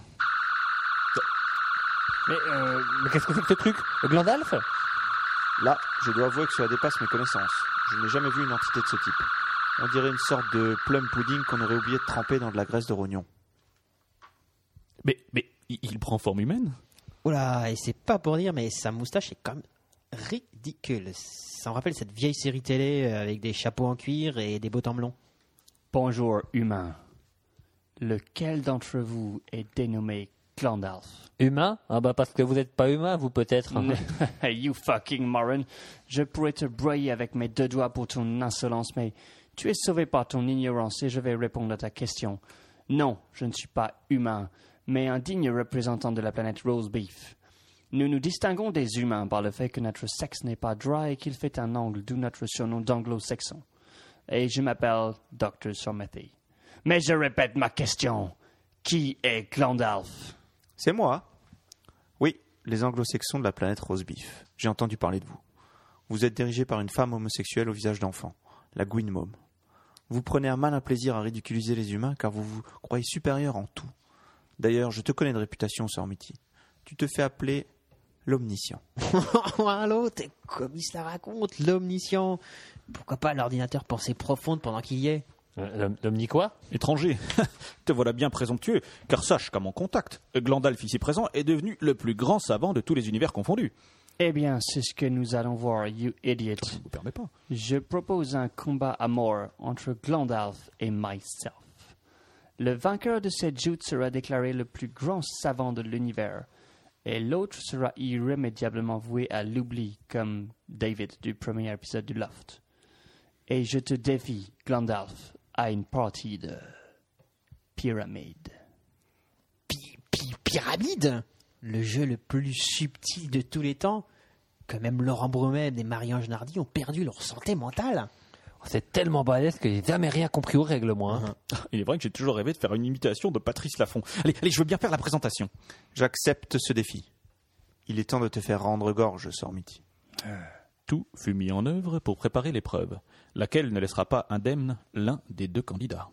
Mais qu'est-ce que c'est que ce truc? Glandalf? Là, je dois avouer que cela dépasse mes connaissances. Je n'ai jamais vu une entité de ce type. On dirait une sorte de plum pudding qu'on aurait oublié de tremper dans de la graisse de rognon. Mais il prend forme humaine? Oula, et c'est pas pour dire, mais sa moustache est quand même ridicule. Ça me rappelle cette vieille série télé avec des chapeaux en cuir et des bottes en melon. Bonjour, humain. Lequel d'entre vous est dénommé Glandalf? Humain? Ah bah parce que vous n'êtes pas humain, vous peut-être. You fucking moron. Je pourrais te broyer avec mes deux doigts pour ton insolence, mais tu es sauvé par ton ignorance et je vais répondre à ta question. Non, je ne suis pas humain, mais un digne représentant de la planète Rose Beef. Nous nous distinguons des humains par le fait que notre sexe n'est pas dry et qu'il fait un angle, d'où notre surnom d'anglo-saxon. Et je m'appelle Dr. Sormethy. Mais je répète ma question. Qui est Glandalf? C'est moi. Oui, les anglo-saxons de la planète Rose Beef. J'ai entendu parler de vous. Vous êtes dirigé par une femme homosexuelle au visage d'enfant, la Gwyn Mom. Vous prenez un malin plaisir à ridiculiser les humains car vous vous croyez supérieur en tout. D'ailleurs, je te connais de réputation, Sormethy. Tu te fais appeler... l'omniscient. L'autre, comme il se la raconte, l'omniscient. Pourquoi pas l'ordinateur pensée profonde pendant qu'il y est? L'omni quoi? Étranger. Te voilà bien présomptueux, car sache qu'à mon contact, Glandalf ici présent est devenu le plus grand savant de tous les univers confondus. Eh bien, c'est ce que nous allons voir, you idiot. Ça ne vous permet pas. Je propose un combat à mort entre Glandalf et myself. Le vainqueur de cette joute sera déclaré le plus grand savant de l'univers. Et l'autre sera irrémédiablement voué à l'oubli, comme David du premier épisode du Loft. Et je te défie, Glandalf, à une partie de pyramide. Pyramide? Le jeu le plus subtil de tous les temps? Que même Laurent Bromède et Marie-Ange Nardi ont perdu leur santé mentale. C'est tellement balèze que j'ai jamais rien compris aux règles, moi. Hein. Il est vrai que j'ai toujours rêvé de faire une imitation de Patrice Laffont. Allez, je veux bien faire la présentation. J'accepte ce défi. Il est temps de te faire rendre gorge, Sormethy. Tout fut mis en œuvre pour préparer l'épreuve, laquelle ne laissera pas indemne l'un des deux candidats.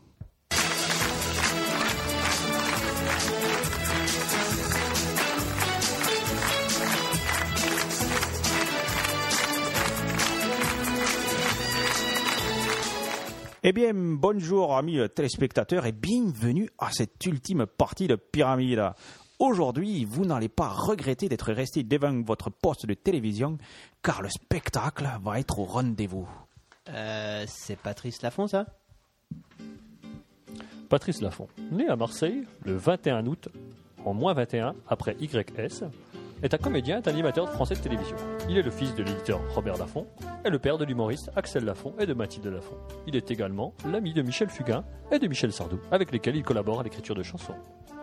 Eh bien, bonjour amis téléspectateurs et bienvenue à cette ultime partie de Pyramide. Aujourd'hui, vous n'allez pas regretter d'être resté devant votre poste de télévision, car le spectacle va être au rendez-vous. C'est Patrice Laffont, ça? Patrice Laffont, né à Marseille le 21 août, en -21, après YS, est un comédien et animateur français de télévision. Il est le fils de l'éditeur Robert Laffont et le père de l'humoriste Axel Laffont et de Mathilde Laffont. Il est également l'ami de Michel Fugain et de Michel Sardou, avec lesquels il collabore à l'écriture de chansons.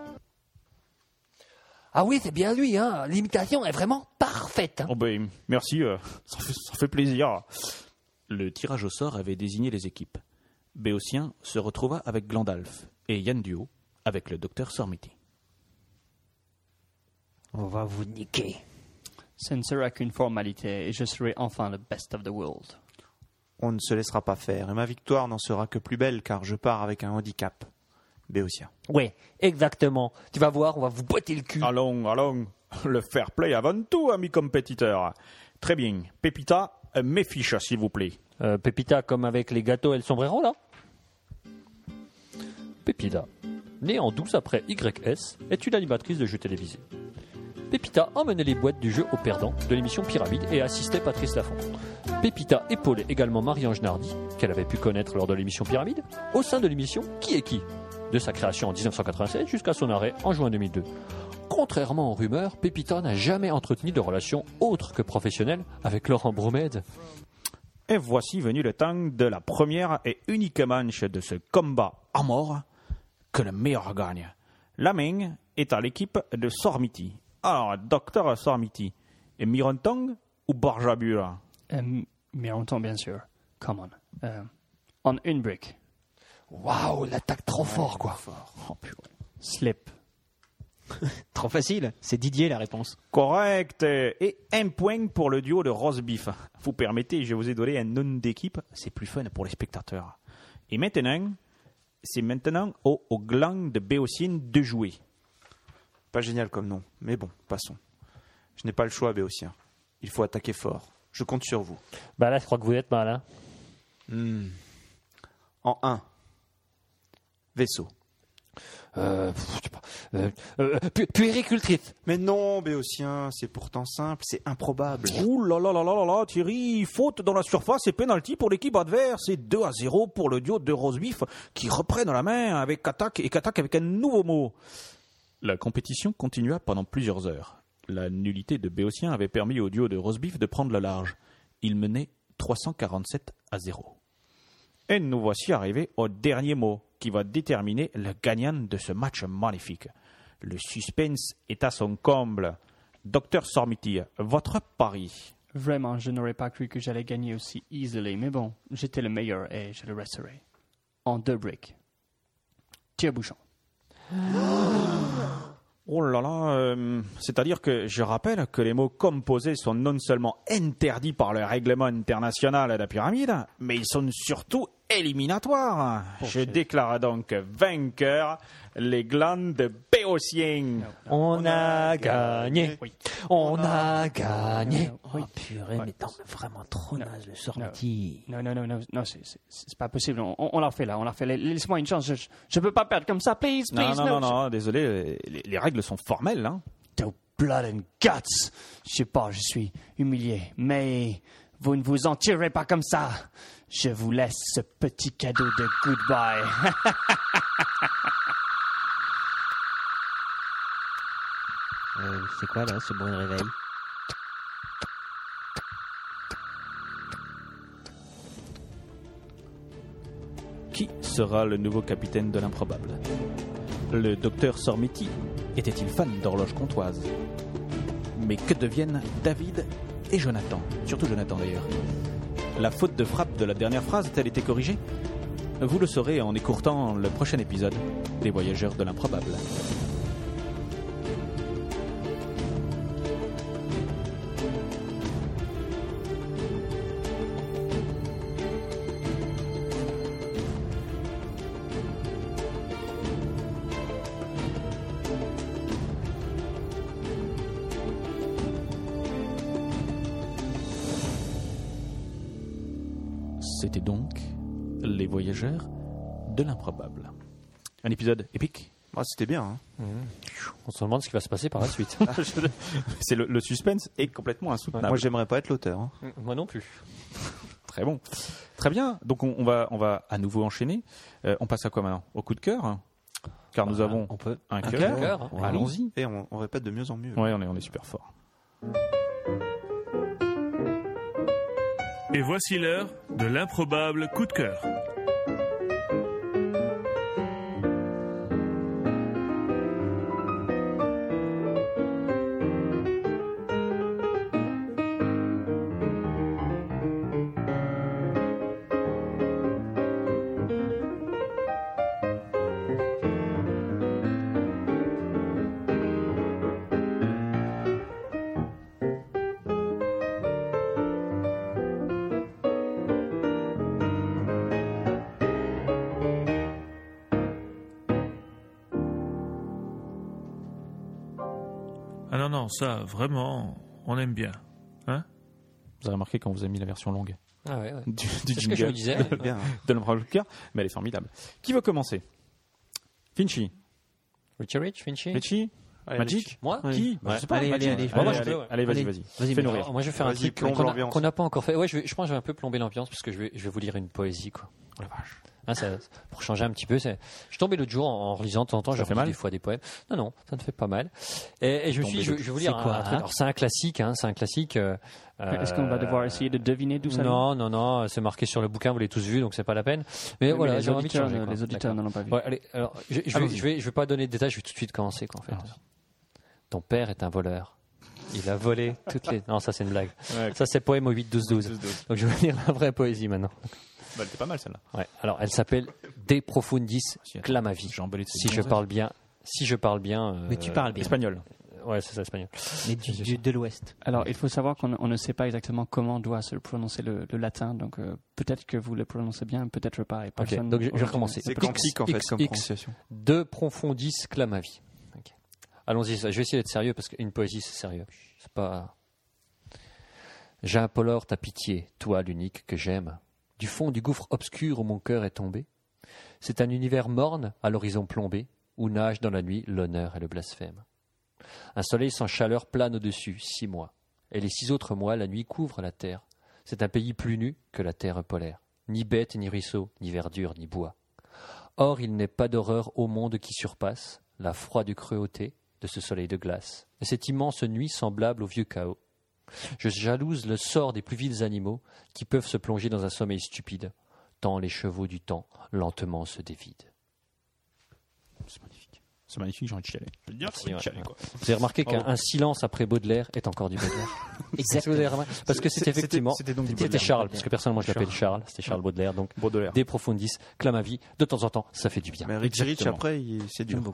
Ah oui, c'est bien lui, hein. L'imitation est vraiment parfaite. Hein. Oh ben, merci, ça fait plaisir. Le tirage au sort avait désigné les équipes. Béotien se retrouva avec Glandalf et Yann Duo avec le docteur Sormiti. On va vous niquer. Ce ne sera qu'une formalité et je serai enfin le best of the world. On ne se laissera pas faire et ma victoire n'en sera que plus belle car je pars avec un handicap. Béotien. Oui, exactement. Tu vas voir, on va vous botter le cul. Allons, le fair play avant tout, ami compétiteur. Très bien. Pépita, mes fiches, s'il vous plaît. Pépita, comme avec les gâteaux et le sombrero, là. Pépita, née en 12 après YS, est une animatrice de jeux télévisés. Pépita emmenait les boîtes du jeu au perdant de l'émission Pyramide et assistait Patrice Laffont. Pépita épaulait également Marie-Ange Nardi, qu'elle avait pu connaître lors de l'émission Pyramide, au sein de l'émission Qui est qui, de sa création en 1996 jusqu'à son arrêt en juin 2002. Contrairement aux rumeurs, Pépita n'a jamais entretenu de relation autre que professionnelle avec Laurent Bromède. Et voici venu le temps de la première et unique manche de ce combat à mort, que le meilleur gagne. La main est à l'équipe de Sormiti. Alors, docteur Sormiti, et Mironton ou Barjabura? Mironton, bien sûr. Come on. En une brique. Waouh, l'attaque trop fort, quoi. Oh, slip. Trop facile, c'est Didier la réponse. Correct. Et un point pour le duo de Rosebif. Vous permettez, je vous ai donné un nom d'équipe, c'est plus fun pour les spectateurs. Et maintenant, c'est au gland de Béotien de jouer. Pas génial comme nom, mais bon, passons. Je n'ai pas le choix, Béotien. Il faut attaquer fort. Je compte sur vous. Bah là, je crois que vous êtes mal, hein. En 1. Vaisseau. Puéricultrice. Mais non, Béotien, c'est pourtant simple, c'est improbable. Ouh là là là là là, Thierry, faute dans la surface et penalty pour l'équipe adverse. C'est 2-0 pour le duo de Rosebif qui reprennent la main avec attaque avec un nouveau mot. La compétition continua pendant plusieurs heures. La nullité de Béotien avait permis au duo de Rosebif de prendre le large. Il menait 347-0. Et nous voici arrivés au dernier mot qui va déterminer le gagnant de ce match magnifique. Le suspense est à son comble. Docteur Sormiti, votre pari? Vraiment, je n'aurais pas cru que j'allais gagner aussi easily, mais bon, j'étais le meilleur et je le resterai. En 2 briques. Tire-bouchon. Oh là là, c'est-à-dire que je rappelle que les mots composés sont non seulement interdits par le règlement international de la pyramide, mais ils sont surtout éliminatoires. Je déclare donc vainqueur les glandes de Béotien. On a gagné. Oui. On a gagné. Oh purée, mais t'en es vraiment trop naze, le Sormiti. Non, c'est pas possible. On l'a fait là, Laisse-moi une chance. Je peux pas perdre comme ça, please. Non, désolé, les règles sont formelles, hein. Blood and guts. Je sais pas, je suis humilié, mais vous ne vous en tirerez pas comme ça. Je vous laisse ce petit cadeau de goodbye. C'est quoi là, ce bruit de réveil? Qui sera le nouveau capitaine de l'improbable? Le docteur Sormiti était-il fan d'horloge comptoise? Mais que deviennent David et Jonathan? Surtout Jonathan d'ailleurs. La faute de frappe de la dernière phrase a-t-elle été corrigée? Vous le saurez en écourtant le prochain épisode des Voyageurs de l'improbable. C'était donc Les Voyageurs de l'improbable. Un épisode épique, C'était bien. Hein. On se demande ce qui va se passer par la suite. C'est le suspense est complètement insoutenable. Moi, j'aimerais pas être l'auteur. Hein. Moi non plus. Très bon. Très bien. Donc, on va à nouveau enchaîner. On passe à quoi maintenant ? Au coup de cœur ? Car nous avons un cœur. Allons-y. Et on répète de mieux en mieux. Oui, on est super fort. Et voici l'heure de l'improbable coup de cœur. Ah non, ça, vraiment, on aime bien. Hein ? Vous avez remarqué quand vous avez mis la version longue du c'est ce que je me disais. De l'improbable cœur, mais elle est formidable. Qui veut commencer ? Finchy. Richie Magic ? Moi ? Qui ? Je sais pas. Allez, vas-y. Fais-nous rire. Moi, je vais faire un truc qu'on n'a pas encore fait. Ouais, je pense que je vais un peu plomber l'ambiance parce que je vais vous lire une poésie, quoi. Oh la vache. Pour changer un petit peu, je suis tombé l'autre jour en relisant de temps en temps, j'ai fait mal des fois des poèmes. Non, ça ne fait pas mal. Et je vais vous lire un truc. Alors c'est un classique, Est-ce qu'on va devoir essayer de deviner d'où ça vient ? Non, c'est marqué sur le bouquin, vous l'avez tous vu, donc c'est pas la peine. Mais voilà, les auditeurs ne l'ont pas vu. Allez, alors je vais pas donner de détails, je vais tout de suite commencer, quoi, en fait. Ton père est un voleur. Il a volé toutes les. Non, ça c'est une blague. Ça c'est poème au 8-12-12. Donc je vais lire la vraie poésie maintenant. Elle était pas mal celle-là. Ouais. Alors, elle s'appelle De Profundis Clamavi. Si je parle bien. Mais tu parles bien. Espagnol. Ouais, c'est ça, espagnol. Mais de l'Ouest. Alors, il faut savoir qu'on ne sait pas exactement comment doit se prononcer le latin, donc peut-être que vous le prononcez bien, peut-être pas. Ok, donc je vais recommencer. C'est quantique en fait comme prononciation. De Profundis Clamavi. Okay. Allons-y, je vais essayer d'être sérieux parce qu'une poésie c'est sérieux. C'est pas. J'implore ta pitié, toi l'unique que j'aime. Du fond du gouffre obscur où mon cœur est tombé, c'est un univers morne à l'horizon plombé, où nage dans la nuit l'honneur et le blasphème. Un soleil sans chaleur plane au-dessus, 6 mois, et les 6 autres mois, la nuit couvre la terre. C'est un pays plus nu que la terre polaire, ni bête, ni ruisseau, ni verdure, ni bois. Or, il n'est pas d'horreur au monde qui surpasse la froide cruauté de ce soleil de glace, et cette immense nuit semblable au vieux chaos. Je jalouse le sort des plus vils animaux qui peuvent se plonger dans un sommeil stupide, tant les chevaux du temps lentement se dévident. C'est magnifique, j'ai envie de chialer. Vous avez remarqué qu'un silence après Baudelaire est encore du Baudelaire. Exactement. Parce que c'était effectivement. C'était Charles, parce que personnellement je l'appelle Charles. C'était Charles Baudelaire. Donc Baudelaire. De Profundis Clamavi. De temps en temps, ça fait du bien. Mais Rich après, c'est dur.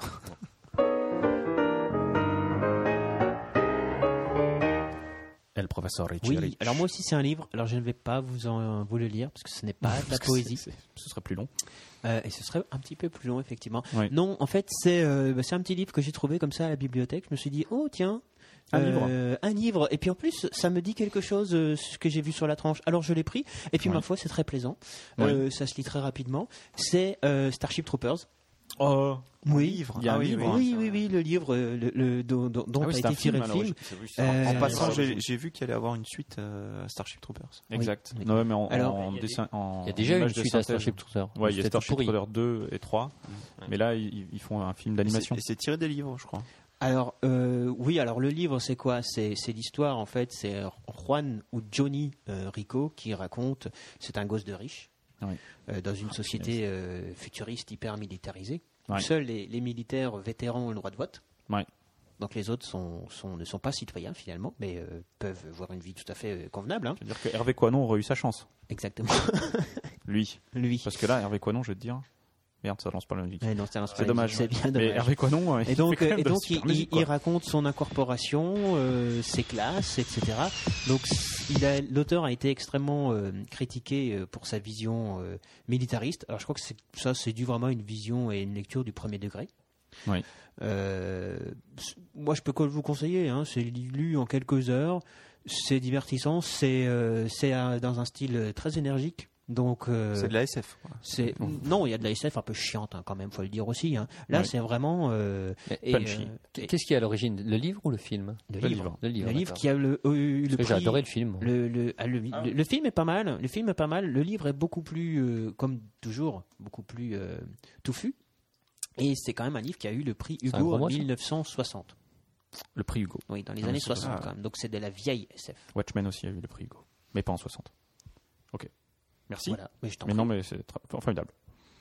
Le professeur Rich. Oui, alors moi aussi c'est un livre. Alors je ne vais pas vous le lire parce que ce n'est pas de la poésie. Ce serait plus long. Et ce serait un petit peu plus long effectivement. Oui. Non, en fait c'est un petit livre que j'ai trouvé comme ça à la bibliothèque. Je me suis dit oh tiens. Un livre. Et puis en plus, ça me dit quelque chose ce que j'ai vu sur la tranche. Alors je l'ai pris. Et puis ma foi, c'est très plaisant. Ça se lit très rapidement. C'est Starship Troopers. Oh, oui, livre. Il y a un livre. Oui, le livre dont a été tiré le film. En passant, j'ai vu qu'il allait avoir une suite à Starship Troopers. Exact. Oui. Non, mais en dessin. Il y a déjà une suite à Starship Troopers. Oui, il y a Starship Troopers 2 et 3. Mais là, ils font un film d'animation. Et c'est tiré des livres, je crois. Alors, oui, alors le livre, c'est quoi ? C'est l'histoire, en fait, c'est Juan ou Johnny Rico qui raconte, c'est un gosse de riche, dans une société futuriste hyper militarisée, où seuls les militaires vétérans ont le droit de vote. Donc les autres ne sont pas citoyens finalement, mais peuvent avoir une vie tout à fait convenable. Hein. C'est-à-dire que Hervé Coinon aurait eu sa chance. Exactement. Lui. Parce que là, Hervé Coinon, je vais te dire... Merde, ça lance pas la musique. Non, c'est dommage. C'est bien dommage. Mais Hervé Coinon, et donc il raconte son incorporation, ses classes, etc. Donc l'auteur a été extrêmement critiqué pour sa vision militariste. Alors je crois que c'est dû vraiment à une vision et une lecture du premier degré. Oui. Moi, je peux que vous conseiller. Hein, c'est lu en quelques heures. C'est divertissant. C'est dans un style très énergique. Donc c'est de la SF. Non, il y a de la SF un peu chiante quand même, faut le dire aussi. Là, c'est vraiment punchy. Qu'est-ce qui est à l'origine, le livre ou le film? Le livre qui a eu le prix. J'ai adoré le film. Le film est pas mal. Le livre est beaucoup plus, comme toujours, beaucoup plus touffu. Et c'est quand même un livre qui a eu le prix Hugo en 1960. Le prix Hugo. Oui, dans les années 60 quand même. Donc c'est de la vieille SF. Watchmen aussi a eu le prix Hugo, mais pas en 60. Ok. Merci. Voilà. Mais non, mais c'est formidable.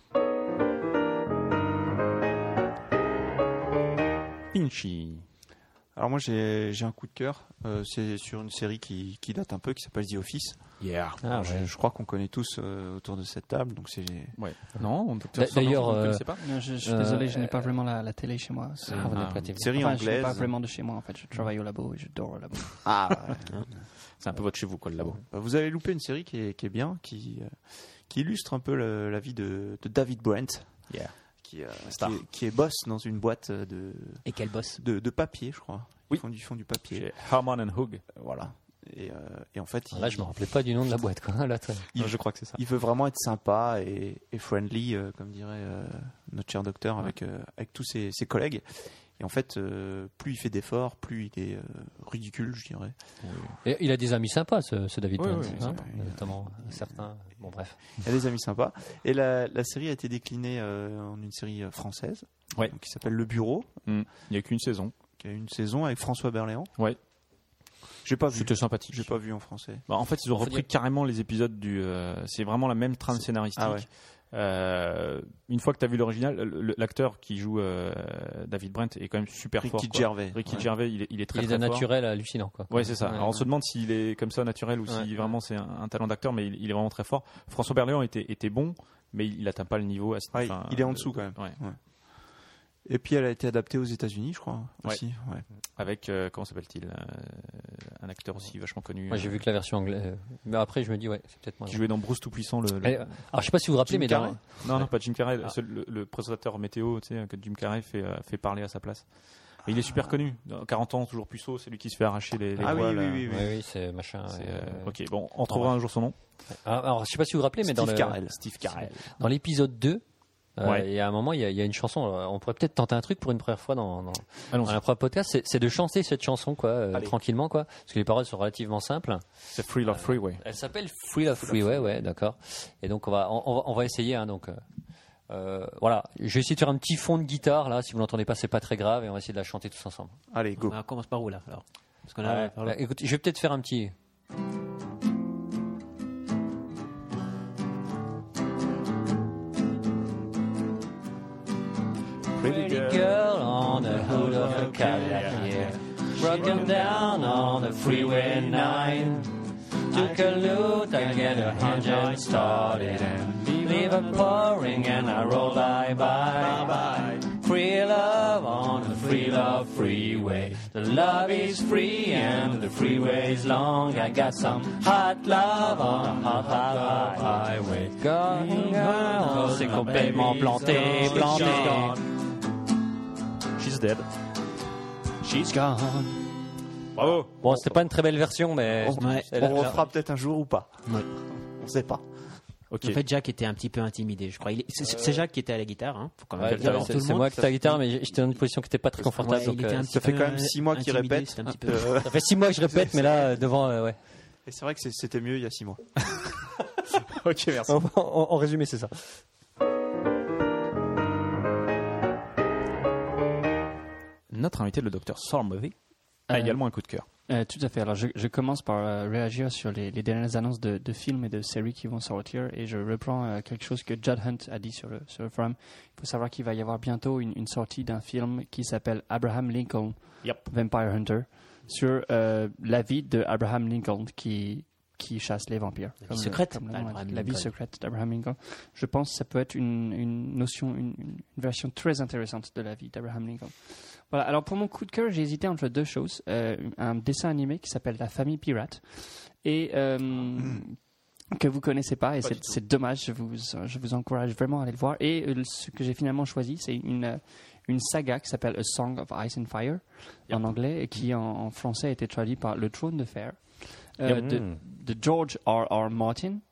Pinchy. Alors moi j'ai un coup de cœur. C'est sur une série qui date un peu, qui s'appelle The Office. Yeah. Je crois qu'on connaît tous autour de cette table, donc c'est. Ouais. Non. D'ailleurs, je suis désolé, je n'ai pas vraiment la télé chez moi. Série anglaise. Je n'ai pas vraiment de chez moi en fait. Je travaille au labo et je dors au labo. C'est un peu votre chez vous, quoi, le labo. Vous avez loupé une série qui est bien, qui illustre un peu la vie de David Brent. Yeah. Qui est boss dans une boîte de. Et quel boss de papier, je crois. Oui. Ils font du papier. Chez Harman & Hug. Voilà. Et en fait, là, je me rappelais pas du nom de la boîte, quoi. Là, je crois que c'est ça. Il veut vraiment être sympa et friendly, comme dirait notre cher docteur, avec tous ses collègues. Et en fait, plus il fait d'efforts, plus il est ridicule, je dirais. Et il a des amis sympas, ce David Brent, notamment certains. Bon, bref. Il a des amis sympas. Et la série a été déclinée en une série française, qui s'appelle Le Bureau. Il n'y a qu'une saison. Qui a une saison avec François Berléand. Ouais. J'ai pas vu. C'était sympathique. J'ai pas vu en français. En fait, ils ont repris carrément les épisodes du. C'est vraiment la même trame scénaristique. Une fois que tu as vu l'original, l'acteur qui joue David Brent est quand même super fort. Ricky Gervais. Ricky Gervais, il est très très fort. Il est naturel, hallucinant, quoi. Ouais, c'est ça. Alors on se demande s'il est comme ça naturel ou si vraiment c'est un talent d'acteur, mais il est vraiment très fort. François Berléand était bon, mais il n'atteint pas le niveau. Il est en dessous quand même. Ouais. Et puis elle a été adaptée aux États-Unis, je crois. Aussi. Ouais. Avec comment s'appelle-t-il, un acteur aussi vachement connu. Moi j'ai vu que la version anglaise, mais après je me dis c'est peut-être moi. Qui jouait dans Bruce Tout-Puissant. Alors je sais pas si vous vous rappelez, mais non, pas Jim Carrey. Le présentateur météo, tu sais, que Jim Carrey fait parler à sa place. Et il est super connu. 40 ans, toujours puceau, c'est lui qui se fait arracher les poils. Oui, c'est machin. Ok, bon, on retrouvera un jour son nom. Alors je sais pas si vous vous rappelez, mais Steve Carell. Dans l'épisode 2. Il y a un moment, il y a une chanson. On pourrait peut-être tenter un truc pour une première fois dans la première podcast. C'est de chanter cette chanson, tranquillement, quoi. Parce que les paroles sont relativement simples. C'est Free Love Freeway. Elle s'appelle Free Love Freeway, ouais, d'accord. Et donc on va essayer, donc. Voilà, je vais essayer de faire un petit fond de guitare là. Si vous l'entendez pas, c'est pas très grave, et on va essayer de la chanter tous ensemble. Allez, go. On commence par où là alors? Parce que là, écoute, je vais peut-être faire un petit. Pretty girl on the hood of a Cadillac, yeah. Broken down on the freeway 9. Took a loot and get 100 started and leave her pouring and I roll bye. Free love on the free love freeway. The love is free and the freeway's long. I got some hot love on a hot highway. Girl, c'est complètement planté. She's dead. She's gone. Bravo. Bon, c'était pas une très belle version, mais on refera peut-être un jour ou pas. Ouais. On sait pas. Okay. En fait, Jack était un petit peu intimidé, je crois. C'est Jacques qui était à la guitare. Hein. Faut quand même c'est moi qui étais à la guitare, mais j'étais dans une position qui n'était pas très confortable. Ça fait quand même 6 mois qu'il répète. Ça fait 6 mois que je répète, mais là, devant, ouais. Et c'est vrai que c'était mieux il y a 6 mois. Ok, merci. En résumé, c'est ça. Notre invité, le docteur Sormovey, a également un coup de cœur. Tout à fait. Alors, je commence par réagir sur les dernières annonces de films et de séries qui vont sortir, et je reprends quelque chose que Judd Hunt a dit sur le forum. Il faut savoir qu'il va y avoir bientôt une sortie d'un film qui s'appelle Abraham Lincoln, Vampire Hunter, sur la vie de Abraham Lincoln qui chasse les vampires. La vie secrète. La vie secrète d'Abraham Lincoln. Je pense que ça peut être une version très intéressante de la vie d'Abraham Lincoln. Voilà. Alors pour mon coup de cœur, j'ai hésité entre deux choses. Un dessin animé qui s'appelle La Famille Pirate et que vous connaissez pas, et c'est dommage. Je vous encourage vraiment à aller le voir. Et ce que j'ai finalement choisi, c'est une saga qui s'appelle A Song of Ice and Fire en anglais, et qui en français a été traduit par Le Trône de Fer. De George R.R. Martin,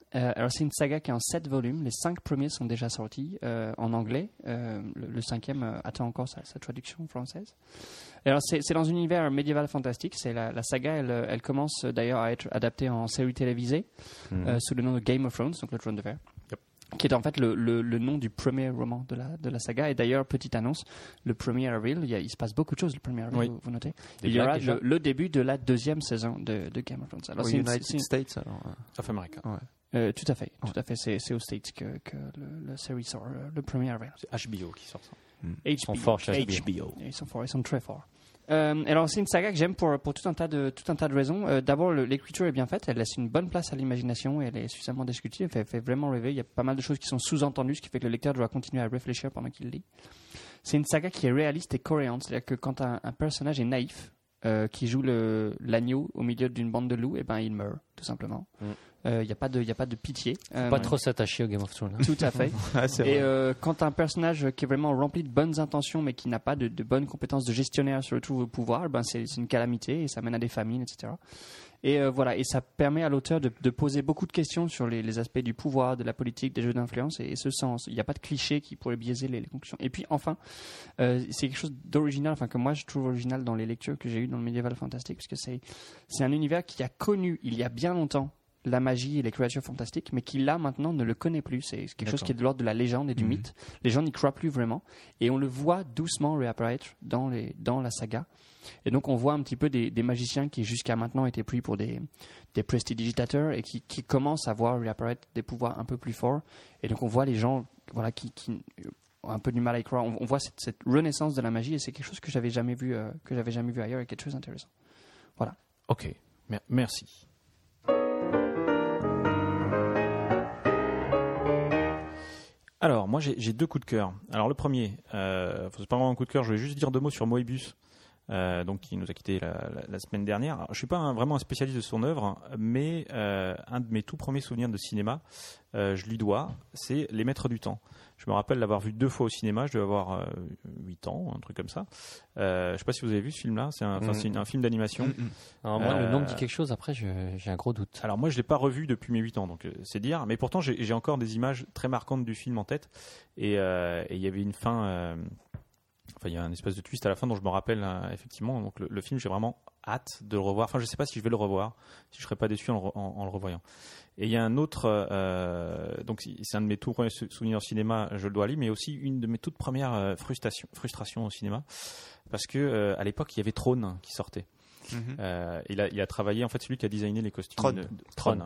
Alors c'est une saga qui est en 7 volumes. Les 5 premiers sont déjà sortis en anglais. Le 5e attend encore sa traduction française. Alors c'est dans un univers médiéval fantastique. C'est la saga, elle commence d'ailleurs à être adaptée en série télévisée sous le nom de Game of Thrones, donc le Trône de Fer. Qui est en fait le nom du premier roman de la saga. Et d'ailleurs, petite annonce, le 1er avril, il se passe beaucoup de choses le 1er avril, vous notez. Il y aura le début de la 2e saison de Game of Thrones. Alors, United States, alors. Of America. Ouais. Tout à fait. C'est aux States que la série sort le 1er avril. C'est HBO qui sort ça. Ils sont forts chez HBO. Ils sont très forts. Alors c'est une saga que j'aime pour tout un tas de raisons. D'abord, l'écriture est bien faite, elle laisse une bonne place à l'imagination, elle est suffisamment descriptive, elle fait vraiment rêver. Il y a pas mal de choses qui sont sous-entendues, ce qui fait que le lecteur doit continuer à réfléchir pendant qu'il lit. C'est une saga qui est réaliste et cohérente, c'est-à-dire que quand un personnage est naïf, qui joue l'agneau au milieu d'une bande de loups, et ben il meurt tout simplement. Il n'y a pas de pitié. Faut pas trop s'attacher au Game of Thrones. Tout à fait. Quand un personnage qui est vraiment rempli de bonnes intentions, mais qui n'a pas de bonnes compétences de gestionnaire se retrouve au pouvoir, ben c'est une calamité et ça mène à des famines, etc. Et voilà, et ça permet à l'auteur de poser beaucoup de questions sur les aspects du pouvoir, de la politique, des jeux d'influence et ce sens. Il n'y a pas de clichés qui pourraient biaiser les conclusions. Et puis enfin, c'est quelque chose d'original, enfin que moi je trouve original dans les lectures que j'ai eues dans le médiéval fantastique, parce que c'est un univers qui a connu il y a bien longtemps la magie et les créatures fantastiques, mais qui là maintenant ne le connaît plus. C'est quelque chose qui est de l'ordre de la légende et du mythe. Les gens n'y croient plus vraiment, et on le voit doucement réapparaître dans la saga. Et donc on voit un petit peu des magiciens qui jusqu'à maintenant étaient pris pour des prestidigitateurs et qui commencent à voir réapparaître des pouvoirs un peu plus forts. Et donc on voit les gens qui ont un peu du mal à y croire. On voit cette renaissance de la magie, et c'est quelque chose que j'avais jamais vu ailleurs, et quelque chose d'intéressant. Voilà. Ok, merci. Alors, moi, j'ai 2 coups de cœur. Alors, le premier, c'est pas vraiment un coup de cœur, je voulais juste dire 2 mots sur Moebius, donc qui nous a quittés la semaine dernière. Alors, je suis pas vraiment un spécialiste de son œuvre, mais un de mes tout premiers souvenirs de cinéma, je lui dois, c'est Les Maîtres du Temps. Je me rappelle l'avoir vu 2 fois au cinéma, je devais avoir 8 ans, un truc comme ça. Je sais pas si vous avez vu ce film-là, c'est un film d'animation. Alors moi, le nom me dit quelque chose, après j'ai un gros doute. Alors moi, je l'ai pas revu depuis mes 8 ans, donc c'est dire, mais pourtant j'ai encore des images très marquantes du film en tête, et il y avait une fin... il y a un espèce de twist à la fin dont je me rappelle effectivement. Donc le film, j'ai vraiment hâte de le revoir. Enfin, je sais pas si je vais le revoir, si je serais pas déçu en le revoyant. Et il y a un autre, donc c'est un de mes tout premiers souvenirs au cinéma, je le dois à lui, mais aussi une de mes toutes premières frustrations au cinéma, parce que à l'époque il y avait Throne qui sortait. Il a travaillé, en fait, c'est lui qui a designé les costumes. Throne.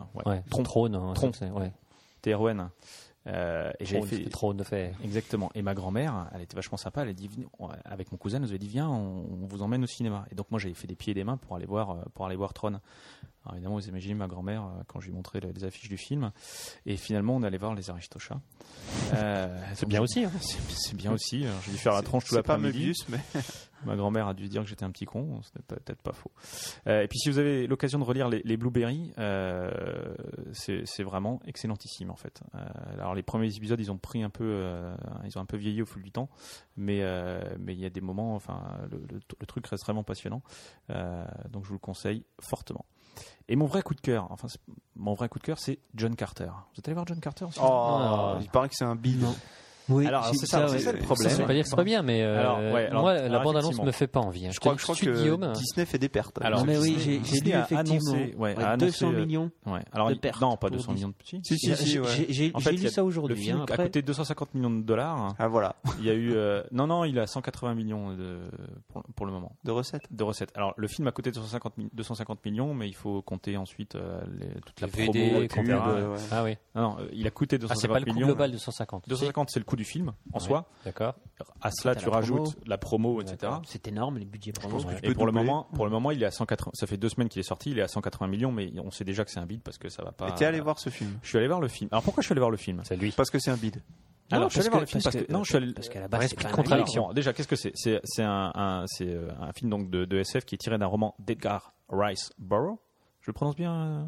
T-R-O-N. Et j'avais fait Trône de fer. Exactement. Et ma grand-mère, elle était vachement sympa. Elle a dit, avec mon cousin, elle nous avait dit, viens, on vous emmène au cinéma. Et donc moi, j'avais fait des pieds et des mains pour aller voir Tron. Alors évidemment, vous imaginez ma grand-mère quand je lui montrais les affiches du film. Et finalement, on allait voir Les Aristochats. C'est bien aussi. Hein. C'est bien aussi. Alors, j'ai dû faire la tronche tout l'après-midi. Mais ma grand-mère a dû dire que j'étais un petit con. Ce n'est peut-être pas faux. Et puis, si vous avez l'occasion de relire les Blueberry, c'est vraiment excellentissime en fait. Alors les premiers épisodes, ils ont pris un peu, ils ont un peu vieilli au fil du temps, mais il y a des moments, enfin, le truc reste vraiment passionnant. Donc je vous le conseille fortement. Et mon vrai coup de cœur, c'est John Carter. Vous êtes allé voir John Carter aussi? Il paraît que c'est un bide. Oui, alors c'est ça le problème. Ça veut pas dire que c'est pas bien, mais moi la bande-annonce me fait pas envie. Je crois que Disney fait des pertes. Alors, mais oui, j'ai lu effectivement 200 millions de pertes. Non, pas 200 millions de petits. Si. J'ai lu ça aujourd'hui. Le film a coûté 250 millions de dollars. Ah voilà. Il y a eu non, il a 180 millions pour le moment. De recettes. Alors le film a coûté 250 millions, mais il faut compter ensuite toute la promo, etc. Ah oui. Non, il a coûté 250 millions. C'est pas le coût global de 150. 250, c'est le coût du film en soi. D'accord. À cela, tu rajoutes la promo, etc. C'est énorme les budgets promo. Et pour le moment, il est à 180. Ça fait 2 semaines qu'il est sorti. Il est à 180 millions, mais on sait déjà que c'est un bide parce que ça va pas. Et t'es allé voir ce film? Je suis allé voir le film. Alors pourquoi je suis allé voir le film? C'est lui. Parce que c'est un bide. Alors je suis allé voir le film parce qu'à la base c'est une contradiction. Déjà, qu'est-ce que c'est? C'est un film donc de SF qui est tiré d'un roman d'Edgar Rice Burroughs. Je le prononce bien?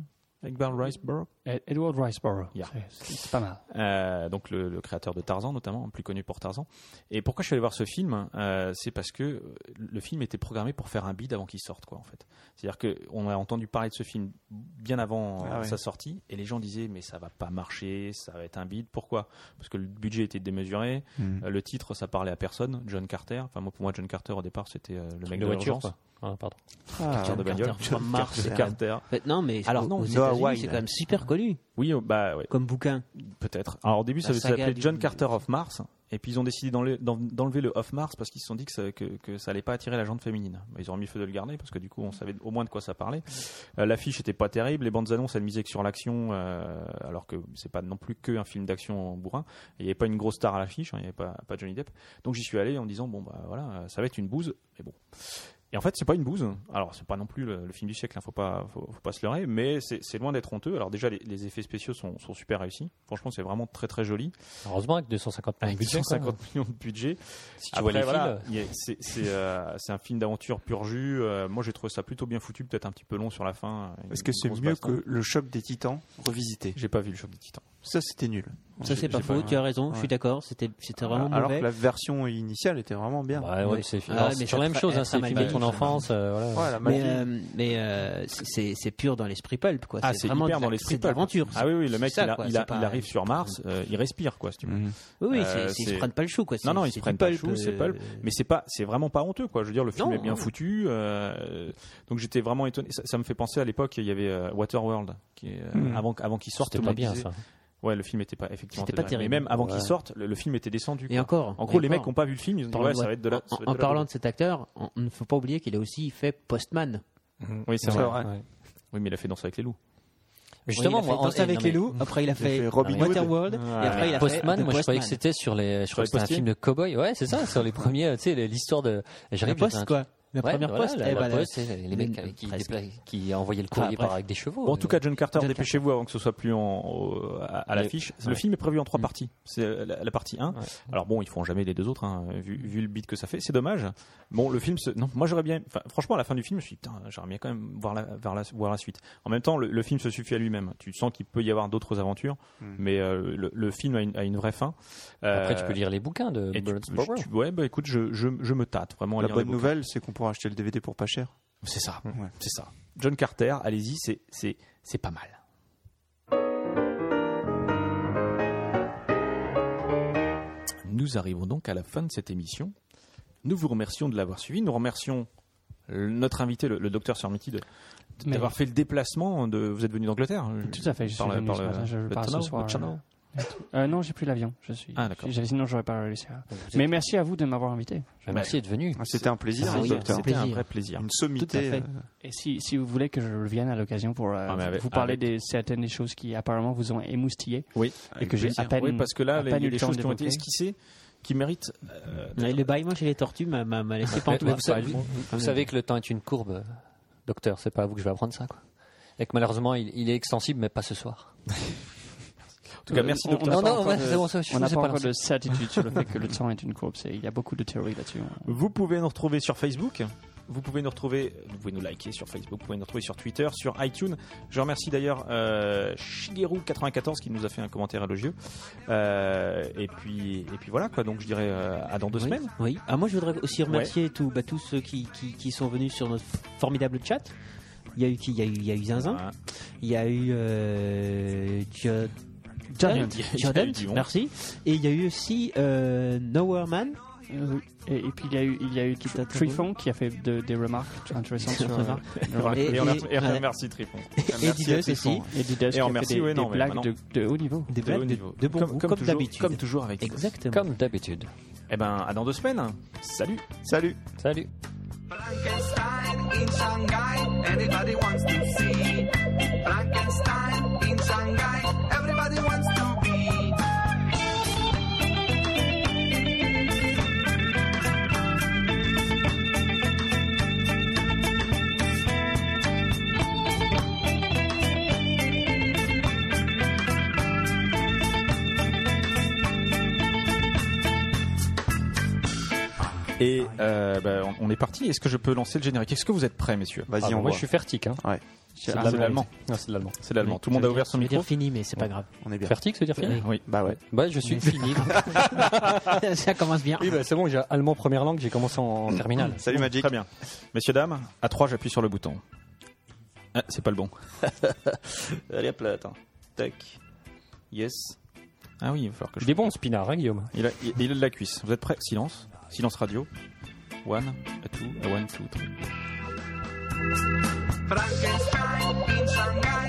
Edward Riceborough. Edward Riceborough. Yeah. C'est pas mal. Donc le créateur de Tarzan notamment, plus connu pour Tarzan. Et pourquoi je suis allé voir ce film, c'est parce que le film était programmé pour faire un bid avant qu'il sorte, quoi, en fait. C'est-à-dire qu'on a entendu parler de ce film bien avant sa sortie, et les gens disaient mais ça va pas marcher, ça va être un bid. Pourquoi ? Parce que le budget était démesuré, le titre ça parlait à personne. John Carter. Enfin pour moi John Carter au départ c'était le mec de l'urgence. Pardon. Carter de bagnole. Carter. Non, mais alors aux États-Unis, c'est quand même super connu. Oui, bah ouais. Comme bouquin. Peut-être. Alors au début, ça s'appelait John Carter of Mars, et puis ils ont décidé d'enlever le of Mars parce qu'ils se sont dit que ça allait pas attirer la gente féminine. Ils ont mis le feu de le garder parce que du coup, on savait au moins de quoi ça parlait. L'affiche était pas terrible, les bandes annonces elles misaient que sur l'action, alors que c'est pas non plus que un film d'action bourrin. Il y avait pas une grosse star à l'affiche, il y avait pas Johnny Depp. Donc j'y suis allé en disant bon bah voilà, ça va être une bouse, mais bon. Et en fait, c'est pas une bouse. Alors, c'est pas non plus le film du siècle, faut pas se leurrer, mais c'est loin d'être honteux. Alors déjà, les effets spéciaux sont super réussis. Franchement, c'est vraiment très très joli. Heureusement avec 250 millions de budget. 250 millions de budget. Si tu vois les fils. C'est un film d'aventure pur jus. Moi, j'ai trouvé ça plutôt bien foutu, peut-être un petit peu long sur la fin. Est-ce que c'est mieux que le Choc des Titans revisité ? J'ai pas vu le Choc des Titans. Ça, c'était nul. Ça, c'est pas faux, tu as raison, je suis d'accord, c'était vraiment mauvais. Alors que la version initiale était vraiment bien. C'est la même chose, c'est un film de ton enfance. Mais c'est pur dans l'esprit pulp, quoi. C'est vraiment hyper dans l'esprit pulp. Aventure. Ah oui, le mec, il arrive sur Mars, il respire, quoi, si tu veux. Oui, ils se prennent pas le chou, quoi. Non, ils se prennent pas le chou, c'est pulp. Mais c'est vraiment pas honteux, quoi. Je veux dire, le film est bien foutu. Donc j'étais vraiment étonné. Ça me fait penser à l'époque, il y avait Waterworld, avant qu'il sorte. C'était pas bien, ça. Ouais, le film était pas effectivement pas terrible. Mais même avant qu'il sorte, le film était descendu. Et encore. En gros, les mecs n'ont pas vu le film, ils ont dit ça va être de la. En parlant de cet acteur, il ne faut pas oublier qu'il a aussi fait Postman. Oui, c'est vrai. Oui, mais il a fait Danse avec les loups. Justement, moi, Danse avec les loups. Après, il a fait Waterworld. Et après, il a fait Postman. Moi, je croyais que c'était sur les. Je crois que c'était un film de cow-boy. Ouais, c'est ça, sur les premiers. Tu sais, l'histoire de. La Poste, quoi. La première poste, les mecs qui envoyaient le courrier avec des chevaux. Bon, en tout cas, John Carter, dépêchez-vous avant que ce soit plus à l'affiche. Le film est prévu en 3 parties. C'est la partie 1. Alors bon, ils feront jamais les 2 autres, vu le beat que ça fait. C'est dommage. Bon, le film, non, moi j'aurais bien. Franchement, à la fin du film, je me suis dit, putain, j'aimerais bien quand même voir la suite. En même temps, le film se suffit à lui-même. Tu sens qu'il peut y avoir d'autres aventures, mais le film a une vraie fin. Après, tu peux lire les bouquins de Bloodsport. Ouais, bah écoute, je me tâte vraiment à lire les bouquins. La bonne nouvelle, c'est qu'on pourra acheter le DVD pour pas cher. C'est ça, c'est ça. John Carter, allez-y, c'est pas mal. Nous arrivons donc à la fin de cette émission. Nous vous remercions de l'avoir suivi. Nous remercions notre invité, le docteur Surmiti, d'avoir fait le déplacement. Vous êtes venu d'Angleterre ? Tout à fait, je suis venu ce matin, je pars ce soir. Non, j'ai pris l'avion. D'accord. Sinon, j'aurais pas réussi. Mais merci à vous de m'avoir invité. Merci d'être venu. C'était un plaisir, docteur. C'était un vrai plaisir. Une sommité. Et si vous voulez que je revienne à l'occasion pour vous parler de certaines des choses qui apparemment vous ont émoustillé, et que j'ai à peine. Oui, parce que là, il y a des choses qui ont été esquissées qui méritent. Le bâillement chez les tortues m'a laissé pantoufle. Vous savez que le temps est une courbe, docteur. C'est pas à vous que je vais apprendre ça, quoi. Et que malheureusement, il est extensible, mais pas ce soir. En tout cas, merci docteur. On n'a pas encore de certitude sur le fait que le temps est une courbe. Il y a beaucoup de théories là-dessus. Vous pouvez nous retrouver sur Facebook. Vous pouvez nous liker sur Facebook, vous pouvez nous retrouver sur Twitter, sur iTunes. Je remercie d'ailleurs Shigeru94 qui nous a fait un commentaire élogieux. Et puis voilà quoi. Donc je dirais à dans 2 semaines. Oui. Moi je voudrais aussi remercier tous ceux qui sont venus sur notre formidable chat. Il y a eu Zinzin. Il y a eu Jordan, merci. Et il y a eu aussi Nowhereman. Et puis il y a eu Trifon qui a fait des remarques intéressantes sur et on remercie Trifon. Et Didos aussi. Et on remercie des blagues de haut niveau. Des blagues de bon goût, comme d'habitude. Comme toujours avec Exactement. Comme d'habitude. Eh ben, à dans 2 semaines. Salut. Salut. Frankenstein in Shanghai, anybody wants to see. Frankenstein in Shanghai, everybody wants to be. Et on est parti. Est-ce que je peux lancer le générique? Est-ce que vous êtes prêts, messieurs? Vas-y, moi je suis fertique. Hein. Ouais. C'est l'allemand. Non, c'est l'allemand. C'est l'allemand. Tout le monde a ouvert son micro. Je veux dire fini, mais c'est pas grave. On est bien. Fertique, ça veut dire fini? Oui. Bah ouais. Bah je suis fini. Ça commence bien. Oui, bah c'est bon, j'ai allemand première langue, j'ai commencé en terminale. Salut Magic. Très bien. Messieurs, dames, à 3, j'appuie sur le bouton. Ah, c'est pas le bon. Allez hop là, attends. Tac. Yes. Ah oui, il va falloir que je... Il est bon, Spinard, hein, Guillaume? Il a de la cuisse. Vous êtes prêts? Silence. Silence radio. 1, 2, 1, 2, 3. Frankenstein in Shanghai.